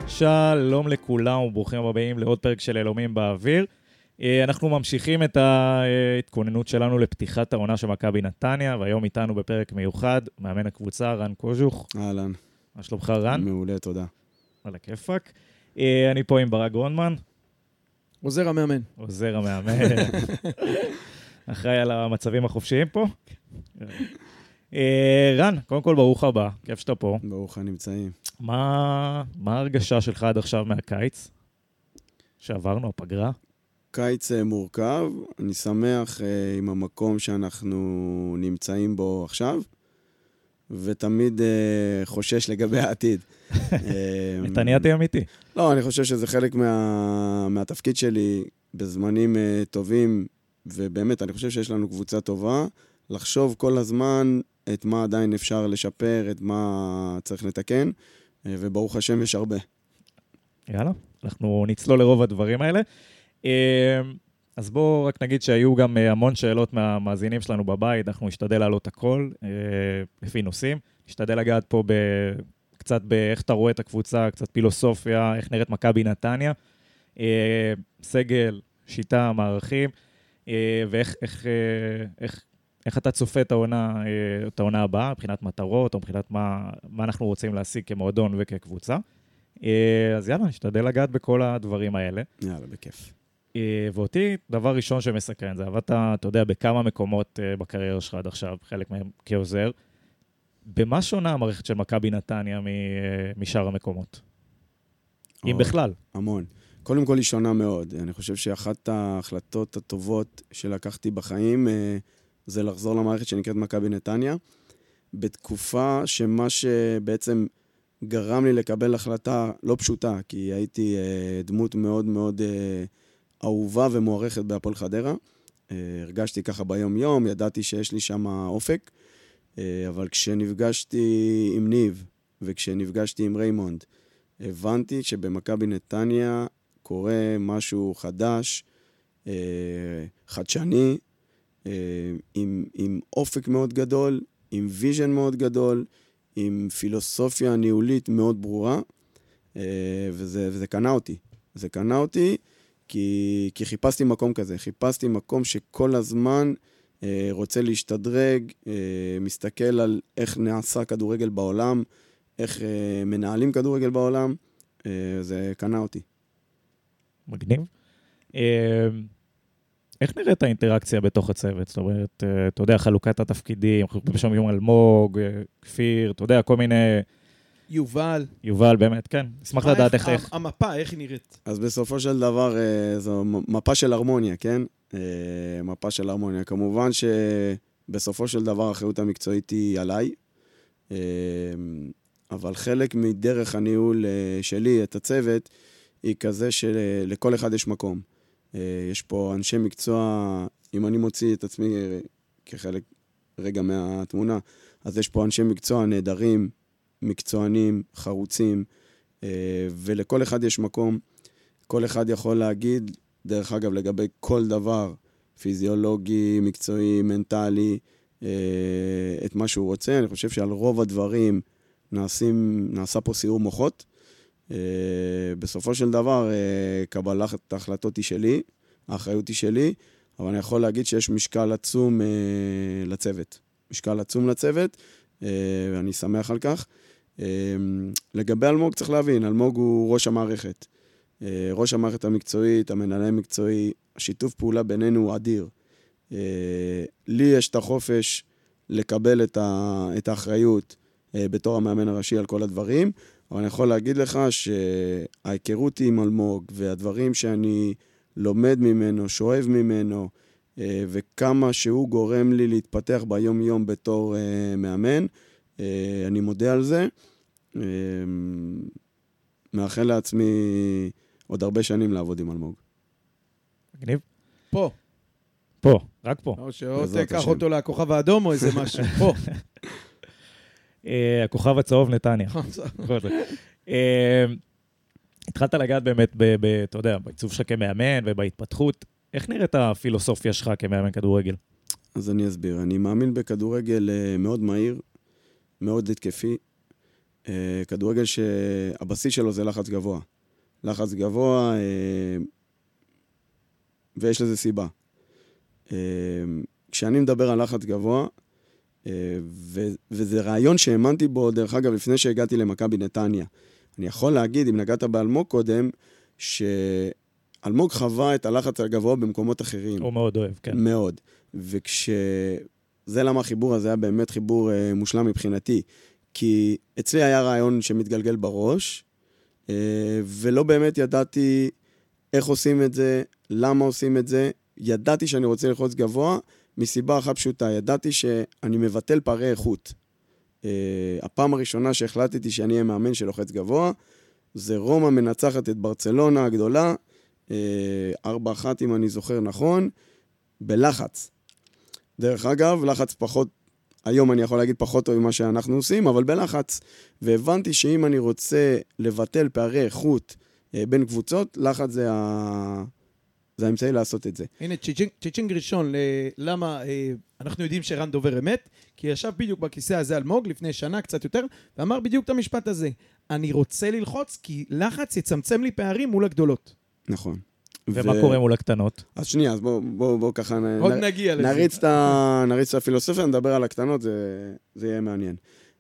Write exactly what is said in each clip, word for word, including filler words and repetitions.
שלום לכולם וברוכים הבאים לעוד פרק של אלומים באוויר. אנחנו ממשיכים את ההתכוננות שלנו לפתיחת העונה של מכבי נתניה, והיום איתנו בפרק מיוחד, מאמן הקבוצה, רן קוז'וך. אהלן. מה שלומך, רן? מעולה, תודה. על הכיפק. אני פה עם ברק גרונדמן. עוזר המאמן. עוזר המאמן. אחראי על המצבים החופשיים פה. רן, קודם כל ברוך הבא, כיף שאתה פה. ברוך הנמצאים. מה, מה ההרגשה שלך עד עכשיו מהקיץ? שעברנו, הפגרה? קיץ מורכב, אני שמח uh, עם המקום שאנחנו נמצאים בו עכשיו, ותמיד uh, חושש לגבי העתיד. נתניהתי אמיתי. לא, אני חושב שזה חלק מה, מהתפקיד שלי בזמנים uh, טובים, ובאמת אני חושב שיש לנו קבוצה טובה, לחשוב כל הזמן את מה עדיין אפשר לשפר, את מה צריך לתקן, וברוך השם יש הרבה. יאללה, אנחנו נצלול לרוב הדברים האלה. אז בואו רק נגיד שהיו גם המון שאלות מהמאזינים שלנו בבית, אנחנו נשתדל לעלות הכל לפי נושאים, נשתדל לגעת פה קצת באיך אתה רואה את הקבוצה, קצת פילוסופיה, איך נראית מכבי נתניה, סגל, שיטה, מערכים, ואיך איך, איך, איך אתה צופה את העונה, את העונה הבאה, מבחינת מטרות, או מבחינת מה, מה אנחנו רוצים להשיג כמועדון וכקבוצה. אז יאללה, נשתדל לגעת בכל הדברים האלה. יאללה, בכיף. ואותי, דבר ראשון שמסקרן, זה עבדת, אתה יודע, בכמה מקומות בקריירה שלך עד עכשיו, חלק מהם כעוזר. במה שונה המערכת של מכבי נתניה משאר המקומות? אם בכלל. המון. קודם כל היא שונה מאוד. אני חושב שאחת ההחלטות הטובות שלקחתי בחיים, זה לחזור למערכת שנקראת מכבי נתניה, בתקופה שמה שבעצם גרם לי לקבל החלטה לא פשוטה, כי הייתי דמות מאוד מאוד אהובה ומוערכת בהפועל חדרה. הרגשתי ככה ביום יום, ידעתי שיש לי שם אופק, אבל כשנפגשתי עם ניב וכשנפגשתי עם ריימונד, הבנתי שבמכבי נתניה קורה משהו חדש, חדשני, עם, עם אופק מאוד גדול, עם ויז'ן מאוד גדול, עם פילוסופיה ניהולית מאוד ברורה, וזה, וזה קנה אותי. זה קנה אותי כי, כי חיפשתי מקום כזה, חיפשתי מקום שכל הזמן רוצה להשתדרג, מסתכל על איך נעשה כדורגל בעולם, איך מנהלים כדורגל בעולם, זה קנה אותי. מגניב. איך נראית האינטראקציה בתוך הצוות? זאת אומרת, אתה יודע, חלוקת התפקידים, אנחנו שומעים אלמוג, כפיר, אתה יודע, כל מיני... יובל. יובל, באמת, כן. אשמח לדעת איך... איך... המפה, איך היא נראית? אז בסופו של דבר, זו מפה של הרמוניה, כן? מפה של הרמוניה. כמובן שבסופו של דבר, האחריות המקצועית היא עליי, אבל חלק מדרך הניהול שלי, את הצוות, היא כזה שלכל אחד יש מקום. יש פה אנשי מקצוע, אם אני מוציא את עצמי כחלק רגע מהתמונה, אז יש פה אנשי מקצוע נהדרים, מקצוענים, חרוצים, ולכל אחד יש מקום. כל אחד יכול להגיד, דרך אגב, לגבי כל דבר, פיזיולוגי, מקצועי, מנטלי, את מה שהוא רוצה. אני חושב שעל רוב הדברים נעשים, נעשה פה סיור מוחות. בסופו של דבר, קבלת ההחלטות היא שלי, האחריות היא שלי, אבל אני יכול להגיד שיש משקל עצום לצוות. משקל עצום לצוות, ואני שמח על כך. לגבי אלמוג צריך להבין, אלמוג הוא ראש המערכת. ראש המערכת המקצועית, המנהל המקצועי, השיתוף פעולה בינינו הוא אדיר. לי יש את החופש לקבל את האחריות בתור המאמן הראשי על כל הדברים, אבל אני יכול להגיד לך שההיכרות עם אלמוג והדברים שאני לומד ממנו, שואב ממנו, וכמה שהוא גורם לי להתפתח ביום יום בתור מאמן, אני מודה על זה. מאחל לעצמי עוד הרבה שנים לעבוד עם אלמוג. מגניב. פה. פה, רק פה. או שעוד תקח אותו לכוכב האדום או איזה משהו. פה. הכוכב הצהוב נתניה. התחלת לגעת באמת, אתה יודע, בעיצוב שלך כמאמן ובהתפתחות. איך נראית הפילוסופיה שלך כמאמן כדורגל? אז אני אסביר. אני מאמין בכדורגל מאוד מהיר, מאוד התקפי, כדורגל שהבסיס שלו זה לחץ גבוה. לחץ גבוה, ויש לזה סיבה. כשאני מדבר על לחץ גבוה, וזה רעיון שהאמנתי בו, דרך אגב, לפני שהגעתי למכבי נתניה. אני יכול להגיד, אם נגעת באלמוג קודם, שאלמוג חווה את הלחץ הגבוה במקומות אחרים. הוא מאוד אוהב, כן. מאוד. וכש... זה למה החיבור הזה היה באמת חיבור אה, מושלם מבחינתי. כי אצלי היה רעיון שמתגלגל בראש, אה, ולא באמת ידעתי איך עושים את זה, למה עושים את זה. ידעתי שאני רוצה ללחוץ גבוה, מסיבה אחת פשוטה. ידעתי שאני מבטל פערי איכות. אה, הפעם הראשונה שהחלטתי שאני אהיה מאמן שלוחץ גבוה, זה רומא מנצחת את ברצלונה הגדולה, ארבע אחת אם אני זוכר נכון, בלחץ. דרך אגב, לחץ פחות, היום אני יכול להגיד פחות טוב ממה שאנחנו עושים, אבל בלחץ. והבנתי שאם אני רוצה לבטל פערי איכות בין קבוצות, לחץ זה, ה... זה האמצעי לעשות את זה. הנה, צ'יצ'ינג ראשון, למה אנחנו יודעים שרן דובר אמת? כי ישב בדיוק בכיסא הזה אלמוג לפני שנה, קצת יותר, ואמר בדיוק את המשפט הזה. אני רוצה ללחוץ, כי לחץ יצמצם לי פערים מול הגדולות. נכון. ומה ו... קורה מול הקטנות? אז שנייה, אז בואו בוא, בוא ככה עוד נ... נגיע לזה. נריץ את, ה... נריץ את הפילוסופיה, נדבר על הקטנות, זה, זה יהיה מעניין.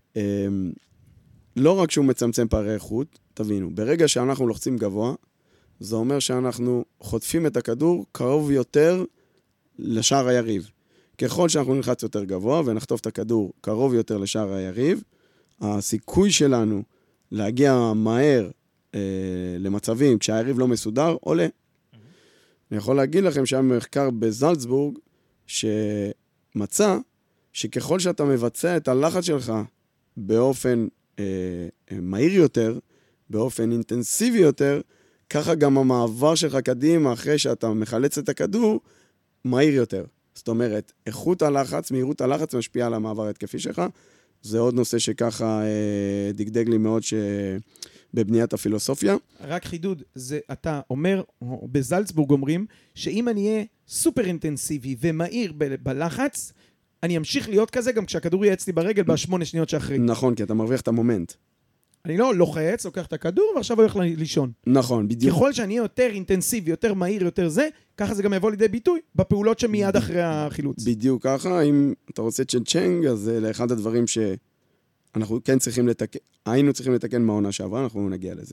לא רק שהוא מצמצם פערי איכות, תבינו, ברגע שאנחנו לוחצים גבוה, זה אומר שאנחנו חוטפים את הכדור קרוב יותר לשער היריב. ככל שאנחנו נלחץ יותר גבוה ונחטוף את הכדור קרוב יותר לשער היריב, הסיכוי שלנו להגיע מהר אה, למצבים כשהיריב לא מסודר עולה. Mm-hmm. אני יכול להגיד לכם שהיה מחקר בזלצבורג שמצא שככל שאתה מבצע את הלחץ שלך באופן אה, מהיר יותר, באופן אינטנסיבי יותר, ככה גם המעבר שלך קדימה, אחרי שאתה מחלץ את הכדור, מהיר יותר. זאת אומרת, איכות הלחץ, מהירות הלחץ משפיעה על המעבר התקפי שלך. זה עוד נושא שככה אה, דגדג לי מאוד בבניית הפילוסופיה. רק חידוד, זה אתה אומר, בזלצבורג אומרים, שאם אני אהיה סופר אינטנסיבי ומהיר ב- בלחץ, אני אמשיך להיות כזה גם כשהכדור יהיה אצלי ברגל בשמונה שניות שאחרי. נכון, כי אתה מרוויח את המומנט. אני לא לוחץ, לוקח את הכדור, ועכשיו הולך לישון. נכון, בדיוק. ככל שאני אהיה יותר אינטנסיבי, יותר מהיר, יותר זה, ככה זה גם יבוא לידי ביטוי, בפעולות שמיד אחרי החילוץ. בדיוק ככה, אם אתה רוצה צ'נצ'נג, אז זה לאחד הדברים שאנחנו כן צריכים לתקן, היינו צריכים לתקן מהעונה שעברה, אנחנו נגיע לזה.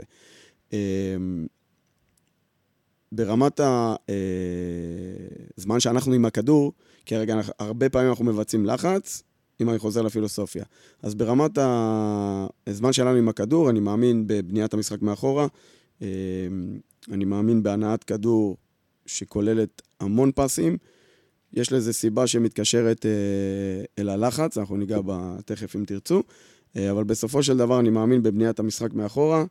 ברמת הזמן שאנחנו עם הכדור, כי הרגע הרבה פעמים אנחנו מבצעים לחץ, אם אני חוזר לפילוסופיה. אז ברמת הזמן שלנו עם הכדור, אני מאמין בבניית המשחק מאחורה, אני מאמין בהנעת כדור שכוללת המון פסים, יש לזה סיבה שמתקשרת אל הלחץ, אנחנו ניגע בה תכף אם תרצו, אבל בסופו של דבר אני מאמין בבניית המשחק מאחורה,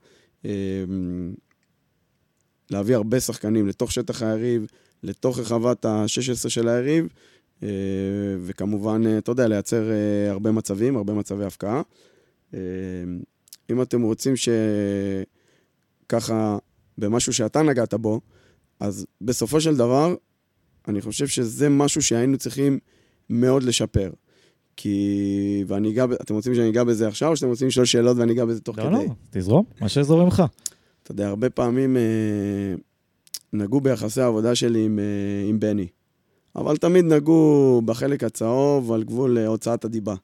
להביא הרבה שחקנים לתוך שטח היריב, לתוך רחבת ה-שש עשרה של היריב, וכמובן, אתה יודע, לייצר הרבה מצבים, הרבה מצבי הפקעה. אם אתם רוצים שככה, במשהו שאתה נגעת בו, אז בסופו של דבר, אני חושב שזה משהו שהיינו צריכים מאוד לשפר. כי, ואני אגע, אתם רוצים שאני אגע בזה עכשיו, או שאתם רוצים לשאול שאלות ואני אגע בזה תוך כדי? לא, לא, תזרום, מה שזורם לך. אתה יודע, הרבה פעמים נגעו ביחסי העבודה שלי עם, עם בני. אבל תמיד נגעו בחלק הצהוב על גבול הוצאת הדיבה.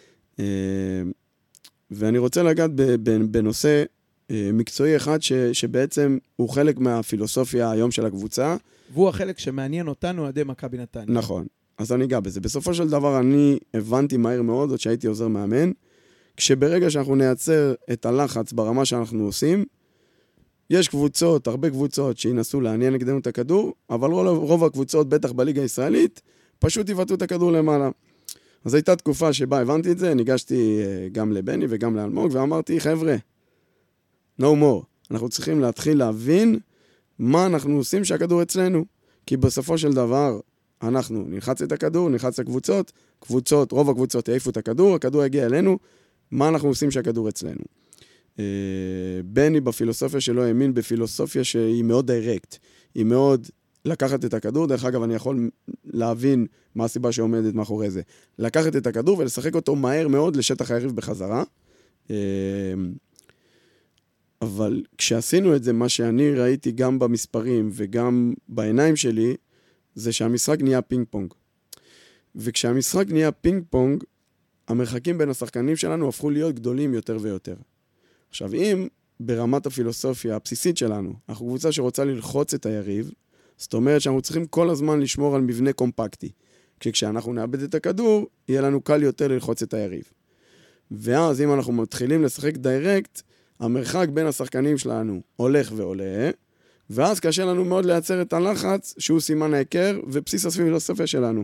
ואני רוצה לגעת בנושא מקצועי אחד ש, שבעצם הוא חלק מהפילוסופיה היום של הקבוצה. והוא החלק שמעניין אותנו עדי מכבי נתניה. נכון, אז אני אגע בזה. בסופו של דבר אני הבנתי מהר מאוד, עוד שהייתי עוזר מאמן, כשברגע שאנחנו נייצר את הלחץ ברמה שאנחנו עושים, יש קבוצות, הרבה קבוצות שינסו לעניין נגדנו את הכדור, אבל רוב, רוב הקבוצות, בטח בליגה הישראלית, פשוט יבטאו את הכדור למעלה. אז הייתה תקופה שבה הבנתי את זה, ניגשתי גם לבני וגם לאלמוג, ואמרתי, חבר'ה, no more. אנחנו צריכים להתחיל להבין מה אנחנו עושים שהכדור אצלנו. כי בסופו של דבר, אנחנו נלחץ את הכדור, נלחץ את הקבוצות, קבוצות, רוב הקבוצות יעיפו את הכדור, הכדור יגיע אלינו, מה אנחנו עושים שהכדור אצלנו. בני בפילוסופיה שלו האמין בפילוסופיה שהיא מאוד דיירקט, היא מאוד לקחת את הכדור, דרך אגב אני יכול להבין מה הסיבה שעומדת מאחורי זה, לקחת את הכדור ולשחק אותו מהר מאוד לשטח היריב בחזרה, אבל כשעשינו את זה, מה שאני ראיתי גם במספרים וגם בעיניים שלי, זה שהמשחק נהיה פינג פונג. וכשהמשחק נהיה פינג פונג, המרחקים בין השחקנים שלנו הפכו להיות גדולים יותר ויותר. עכשיו, אם ברמת הפילוסופיה הבסיסית שלנו, אנחנו קבוצה שרוצה ללחוץ את היריב, זאת אומרת שאנחנו צריכים כל הזמן לשמור על מבנה קומפקטי. כשאנחנו נאבד את הכדור, יהיה לנו קל יותר ללחוץ את היריב. ואז אם אנחנו מתחילים לשחק דיירקט, המרחק בין השחקנים שלנו הולך ועולה, ואז קשה לנו מאוד לייצר את הלחץ, שהוא סימן ההיכר ובסיס הפילוסופיה שלנו.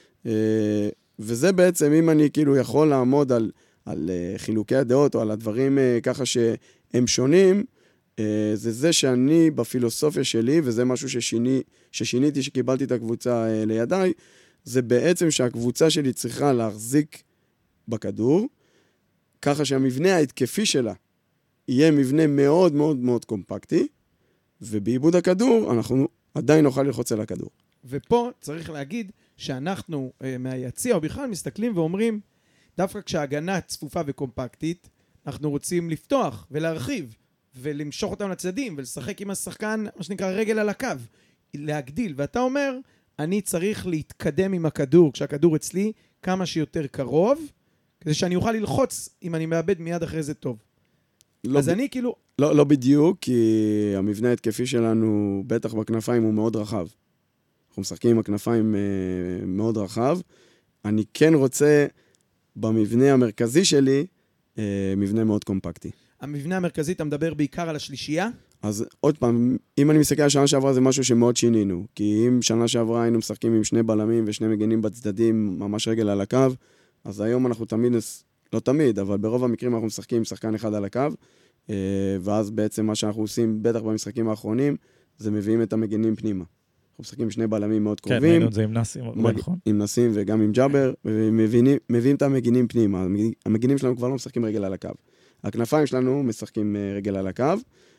וזה בעצם, אם אני כאילו יכול לעמוד על, על חילוקי הדעות, או על הדברים ככה שהם שונים, זה זה שאני בפילוסופיה שלי, וזה משהו ששיני, ששיניתי שקיבלתי את הקבוצה לידיי, זה בעצם שהקבוצה שלי צריכה להחזיק בכדור, ככה שהמבנה ההתקפי שלה יהיה מבנה מאוד מאוד מאוד קומפקטי, ובעיבוד הכדור אנחנו עדיין נוכל ללחוץ על הכדור. ופה צריך להגיד שאנחנו מהיציע או בכלל מסתכלים ואומרים, דווקא כשההגנה צפופה וקומפקטית, אנחנו רוצים לפתוח ולהרחיב, ולמשוך אותם לצדדים, ולשחק עם השחקן, מה שנקרא רגל על הקו, להגדיל. ואתה אומר, אני צריך להתקדם עם הכדור, כשהכדור אצלי כמה שיותר קרוב, כדי שאני אוכל ללחוץ אם אני מאבד מיד אחרי זה טוב. לא אז ב... אני כאילו... לא, לא בדיוק, כי המבנה ההתקפי שלנו, בטח בכנפיים, הוא מאוד רחב. אנחנו משחקים עם הכנפיים אה, מאוד רחב. אני כן רוצה, במבנה המרכזי שלי, אה, מבנה מאוד קומפקטי. המבנה המרכזי, אתה מדבר בעיקר על השלישייה? אז עוד פעם, אם אני מסתכל על שנה שעברה, זה משהו שמאוד שינינו. כי אם שנה שעברה היינו משחקים עם שני בלמים ושני מגנים בצדדים, ממש רגל על הקו, אז היום אנחנו תמיד, לא תמיד, אבל ברוב המקרים אנחנו משחקים עם שחקן אחד על הקו, ואז בעצם מה שאנחנו עושים, בטח במשחקים האחרונים, זה מביאים את המגנים פנימה. אנחנו משחקים עם שני בלמים מאוד קרובים. כן, ראינו את זה עם נסים, נכון. עם נסים וגם עם ג'אבר, ומביאים את המגנים פנימה. המגנים שלנו כבר לא משחקים רגל על הקו. הכנפיים שלנו משחקים רגל על הקו,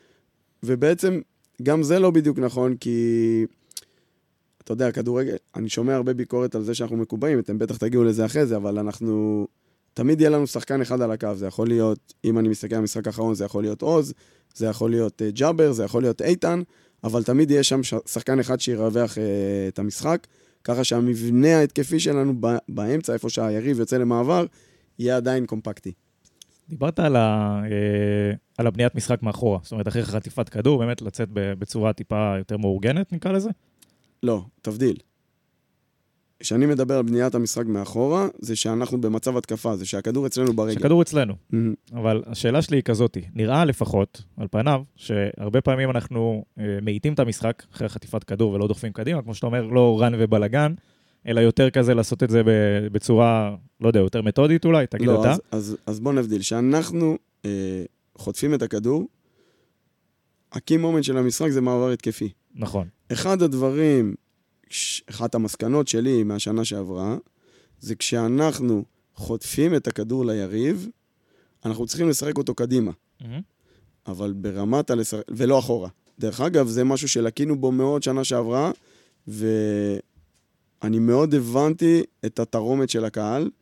ובעצם גם זה לא בדיוק נכון, כי אתה יודע, כדורגל, אני שומע הרבה ביקורת על זה שאנחנו מקובעים, אתם בטח תגיעו לזה אחרי זה, אבל אנחנו, תמיד יהיה לנו שחקן אחד על הקו, זה יכול להיות, אם אני מסתכל על המשחק האחרון, זה יכול להיות עוז, זה יכול להיות ג'אבר, זה יכול להיות איתן, אבל תמיד יהיה שם שחקן אחד שירווח את המשחק, ככה שהמבנה ההתקפי שלנו באמצע, איפה שהיריב יוצא למעבר, יהיה עדיין קומפקטי. דיברת על, ה, על הבניית משחק מאחורה, זאת אומרת, אחרי חטיפת כדור, באמת לצאת בצורה טיפה יותר מאורגנת, נקרא לזה? לא, תבדיל. כשאני מדבר על בניית המשחק מאחורה, זה שאנחנו במצב התקפה, זה שהכדור אצלנו ברגל. שהכדור אצלנו. Mm-hmm. אבל השאלה שלי היא כזאת, נראה לפחות, על פניו, שהרבה פעמים אנחנו אה, מאיטים את המשחק אחרי חטיפת כדור ולא דוחפים קדימה, כמו שאתה אומר, לא רן ובלגן, אלא יותר כזה לעשות את זה בצורה, לא יודע, יותר מתודית אולי, תגיד לא, אותה. אז, אז, אז בוא נבדיל, שאנחנו אה, חוטפים את הכדור, הקי מומנט של המשחק זה מעבר התקפי. נכון. אחד הדברים, אחת המסקנות שלי מהשנה שעברה, זה כשאנחנו חוטפים את הכדור ליריב, אנחנו צריכים לשחק אותו קדימה. Mm-hmm. אבל ברמת הלשחק, ולא אחורה. דרך אגב, זה משהו שלקינו בו מאוד שנה שעברה, ואני מאוד הבנתי את התרומת של הקהל,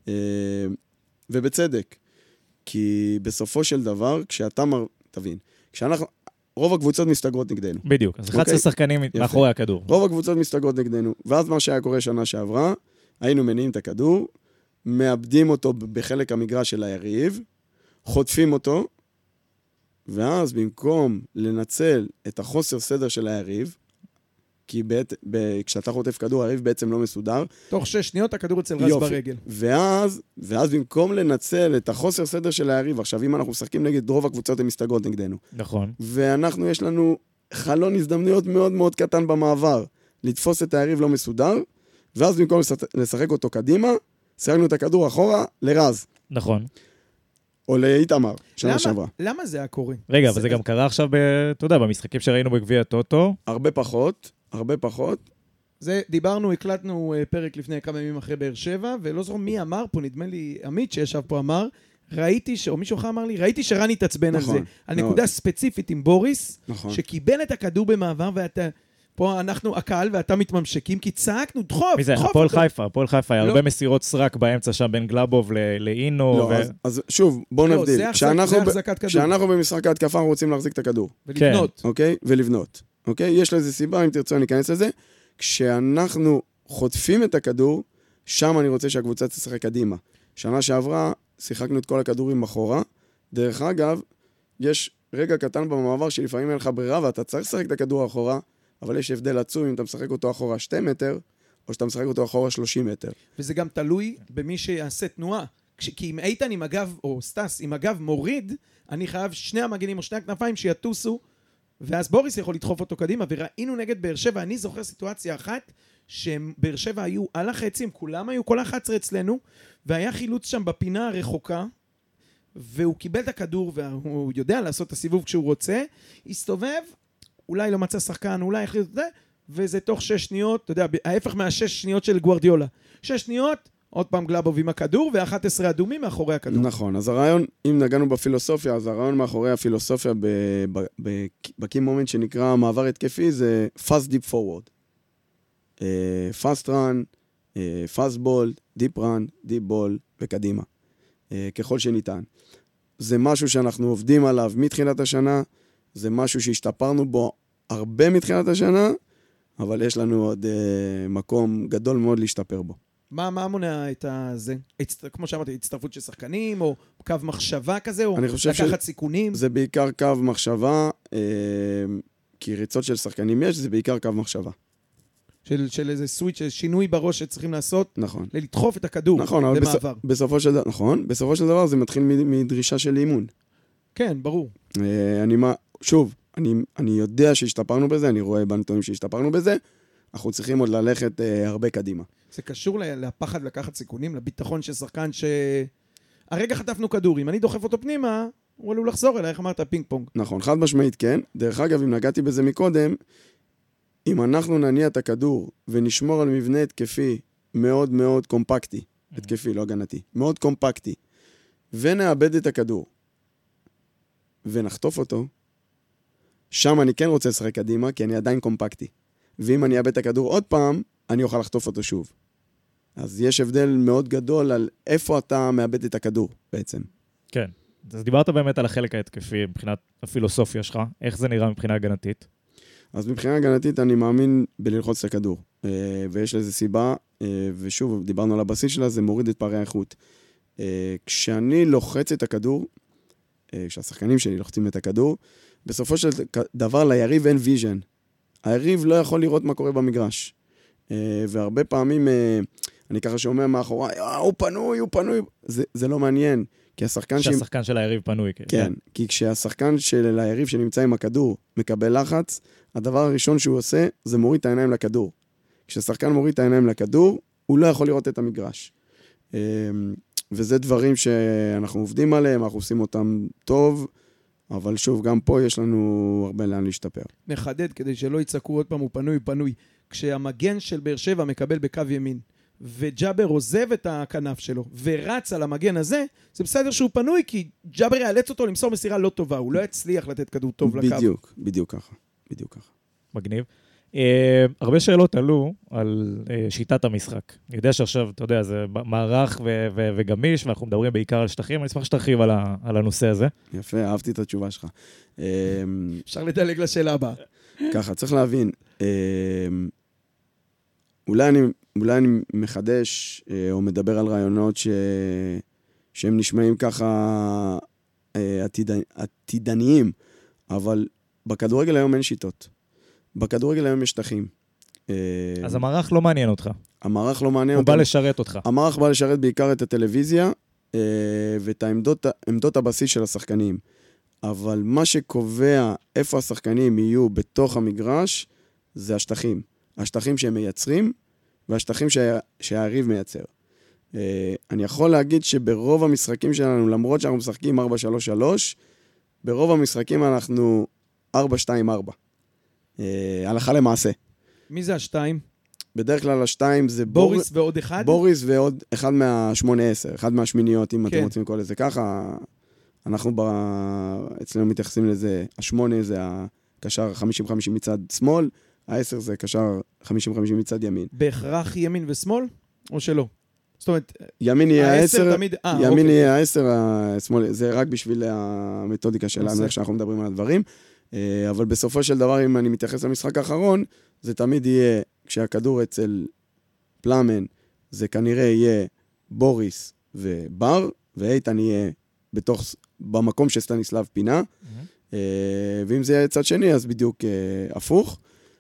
ובצדק. כי בסופו של דבר, כשאתה מר... תבין, כשאנחנו... רוב הקבוצות מסתגרות נגדנו. בדיוק, אז אחד עשר שחקנים מאחורי הכדור. רוב הקבוצות מסתגרות נגדנו, ואז מה שהיה קורה שנה שעברה, היינו מניעים את הכדור, מאבדים אותו בחלק המגרש של היריב, חוטפים אותו, ואז במקום לנצל את החוסר סדר של היריב, כי בעת, ב, כשאתה חוטף כדור, היריב בעצם לא מסודר. תוך שש שניות הכדור אצל רז ברגל. ואז, ואז במקום לנצל את החוסר סדר של היריב, עכשיו אם אנחנו משחקים נגד רוב הקבוצות, הן מסתגרות נגדנו. נכון. ואנחנו, יש לנו חלון הזדמנויות מאוד מאוד קטן במעבר, לתפוס את היריב לא מסודר, ואז במקום לשחק אותו קדימה, שחקנו את הכדור אחורה לרז. נכון. או לאיתמר, שנה שעברה. למה זה היה קורה? רגע, אבל זה גם קרה עכשיו, אתה יודע, במשחקים שראינו בגביע הטוטו. הרבה פחות. הרבה פחות. זה, דיברנו, הקלטנו פרק לפני כמה ימים אחרי באר שבע, ולא זוכר מי אמר פה, נדמה לי, עמית שישב פה אמר, ראיתי, ש... או מישהו אחר אמר לי, ראיתי שרני תעצבן נכון, על זה. על נקודה ספציפית עם בוריס, נכון. שקיבל את הכדור במעבר, ואתה פה אנחנו, הקהל ואתה מתממשקים, כי צעקנו, דחוף, מי זה? דחוף הפועל אותו. חיפה, הפועל חיפה, היה לא. הרבה מסירות סרק באמצע שם בין גלאבוב ל- לאינו. לא, ו- אז, אז שוב, בוא לא, נבדיל. זה החזק- כשאנחנו זה ב- החזקת כדור. כשאנחנו במשחק ההתקפה, אנחנו רוצים להחזיק את הכדור, ולבנות. אוקיי? ולבנות, אוקיי? יש לזה סיבה, אם תרצו אני אכנס לזה. כשאנחנו חוטפים את הכדור, שם אני רוצה שהקבוצה תשחק קדימה. שנה שעברה, שיחקנו את כל הכדורים אחורה. דרך אגב, יש רגע קטן במעבר שלפעמים אין לך ברירה, ואתה צריך לשחק את הכדור אחורה, אבל יש הבדל עצום אם אתה משחק אותו אחורה שתי מטר, או שאתה משחק אותו אחורה שלושים מטר. וזה גם תלוי במי שיעשה תנועה. כש, כי אם איתן עם הגב, או סטס עם הגב מוריד, אני חייב שני המגנים או שני הכנפיים שיטוסו, ואז בוריס יכול לדחוף אותו קדימה, וראינו נגד באר שבע, אני זוכר סיטואציה אחת, שבאר שבע היו על החצים, כולם היו כל אחת עשרה אצלנו, והיה חילוץ שם בפינה הרחוקה, והוא קיבל את הכדור, והוא יודע לעשות את הסיבוב כשהוא רוצה, הסתובב, אולי לא מצא שחקן, אולי החליט את זה, וזה תוך שש שניות, אתה יודע, ההפך מהשש שניות של גוארדיולה. שש שניות, עוד פעם גלאבוב עם הכדור, ו-אחד עשר אדומים מאחורי הכדור. נכון, אז הרעיון, אם נגענו בפילוסופיה, אז הרעיון מאחורי הפילוסופיה בקי מומנט שנקרא מעבר התקפי, זה fast deep forward. fast run, fast ball, deep run, deep ball וקדימה. ככל שניתן. זה משהו שאנחנו עובדים עליו מתחילת השנה, זה משהו שהשתפרנו בו הרבה מתחילת השנה, אבל יש לנו עוד מקום גדול מאוד להשתפר בו. מה, מה מונע את הזה? כמו שאמרתי, הצטרפות של שחקנים, או קו מחשבה כזה, או לקחת סיכונים? זה בעיקר קו מחשבה, כי ריצות של שחקנים יש, זה בעיקר קו מחשבה. של, של איזה סוויץ', של שינוי בראש שצריכים לעשות, נכון. לדחוף את הכדור נכון, אבל למעבר. בסופ, בסופו של דבר, נכון, בסופו של דבר זה מתחיל מדרישה של אימון. כן, ברור. אני, שוב, אני, אני יודע שהשתפרנו בזה, אני רואה בנתונים שהשתפרנו בזה, אנחנו צריכים עוד ללכת אה, הרבה קדימה. זה קשור לפחד לקחת סיכונים, לביטחון של שחקן ש... הרגע חטפנו כדור, אם אני דוחף אותו פנימה, הוא עלול לחזור אליי, איך אמרת, פינג פונג. נכון, חד משמעית כן. דרך אגב, אם נגעתי בזה מקודם, אם אנחנו נניע את הכדור ונשמור על מבנה התקפי מאוד מאוד קומפקטי, התקפי, לא הגנתי, מאוד קומפקטי, ונאבד את הכדור, ונחטוף אותו, שם אני כן רוצה לשחק קדימה, כי אני עדיין קומפקטי. ואם אני אאבד את הכדור עוד פעם, אני אוכל לחטוף אותו שוב. אז יש הבדל מאוד גדול על איפה אתה מאבד את הכדור, בעצם. כן. אז דיברת באמת על החלק ההתקפי, מבחינת הפילוסופיה שלך. איך זה נראה מבחינה הגנתית? אז מבחינה הגנתית אני מאמין בללחוץ את הכדור. ויש לזה סיבה, ושוב, דיברנו על הבסיס שלה, זה מוריד את פערי האיכות. כשאני לוחץ את הכדור, כשהשחקנים שלי לוחצים את הכדור, בסופו של דבר ליריב אין ויז'ן. היריב לא יכול לראות מה קורה במגרש. והרבה פעמים אני ככה שומע מאחורי, הוא פנוי, הוא פנוי. זה, זה לא מעניין, כי השחקן... כשהשחקן של היריב פנוי. כן, כי כשהשחקן של היריב שנמצא עם הכדור מקבל לחץ, הדבר הראשון שהוא עושה זה מוריד את העיניים לכדור. כשהשחקן מוריד את העיניים לכדור, הוא לא יכול לראות את המגרש. וזה דברים שאנחנו עובדים עליהם, אנחנו עושים אותם טוב, אבל שוב, גם פה יש לנו הרבה לאן להשתפר. נחדד כדי שלא יצעקו עוד פעם, הוא פנוי, פנוי. כשהמגן של באר שבע מקבל בקו ימין, וג'אבר עוזב את הכנף שלו, ורץ על המגן הזה, זה בסדר שהוא פנוי, כי ג'אבר יאלץ אותו למסור מסירה לא טובה, הוא לא יצליח לתת כדור טוב לקו. בדיוק, בדיוק ככה, בדיוק ככה. מגניב. Uh, הרבה שאלות עלו על uh, שיטת המשחק. אני יודע שעכשיו, אתה יודע, זה מערך ו- ו- וגמיש, ואנחנו מדברים בעיקר על שטחים, אני אשמח שתרחיב על, ה- על הנושא הזה. יפה, אהבתי את התשובה שלך. אפשר לדלג לשאלה הבאה. ככה, צריך להבין, אולי אני, אולי אני מחדש או מדבר על רעיונות ש... שהם נשמעים ככה עתיד... עתידניים, אבל בכדורגל היום אין שיטות. בכדורגל היום יש שטחים. אז המערך לא מעניין אותך. המערך לא מעניין הוא אותך. בא לשרת אותך. המערך בא לשרת בעיקר את הטלוויזיה ואת העמדות, עמדות הבסיס של השחקנים. אבל מה שקובע איפה השחקנים יהיו בתוך המגרש, זה השטחים. השטחים שהם מייצרים, והשטחים שה... שהיריב מייצר. אני יכול להגיד שברוב המשחקים שלנו, למרות שאנחנו משחקים ארבע שלוש שלוש, ברוב המשחקים אנחנו ארבע שתיים ארבע. הלכה למעשה. מי זה השתיים? בדרך כלל השתיים זה בוריס בור... ועוד אחד? בוריס ועוד אחד מהשמונה עשר, אחד מהשמיניות, אם כן. אתם רוצים לקרוא לזה ככה. אנחנו ב... אצלנו מתייחסים לזה, השמונה זה הקשר חמישים חמישים מצד שמאל, העשר זה קשר חמישים חמישים מצד ימין. בהכרח ימין ושמאל, או שלא? זאת אומרת, ימין יהיה העשר, תמיד... 아, ימין אוקיי. יהיה העשר, השמאל, זה רק בשביל המתודיקה שלנו, איך שאנחנו מדברים על הדברים. אבל בסופו של דבר, אם אני מתייחס למשחק האחרון, זה תמיד יהיה, כשהכדור אצל פלאמן, זה כנראה יהיה בוריס ובר, ואיתן יהיה בתוך, במקום שסטניסלב פינה, mm-hmm. ואם זה יהיה צד שני, אז בדיוק הפוך.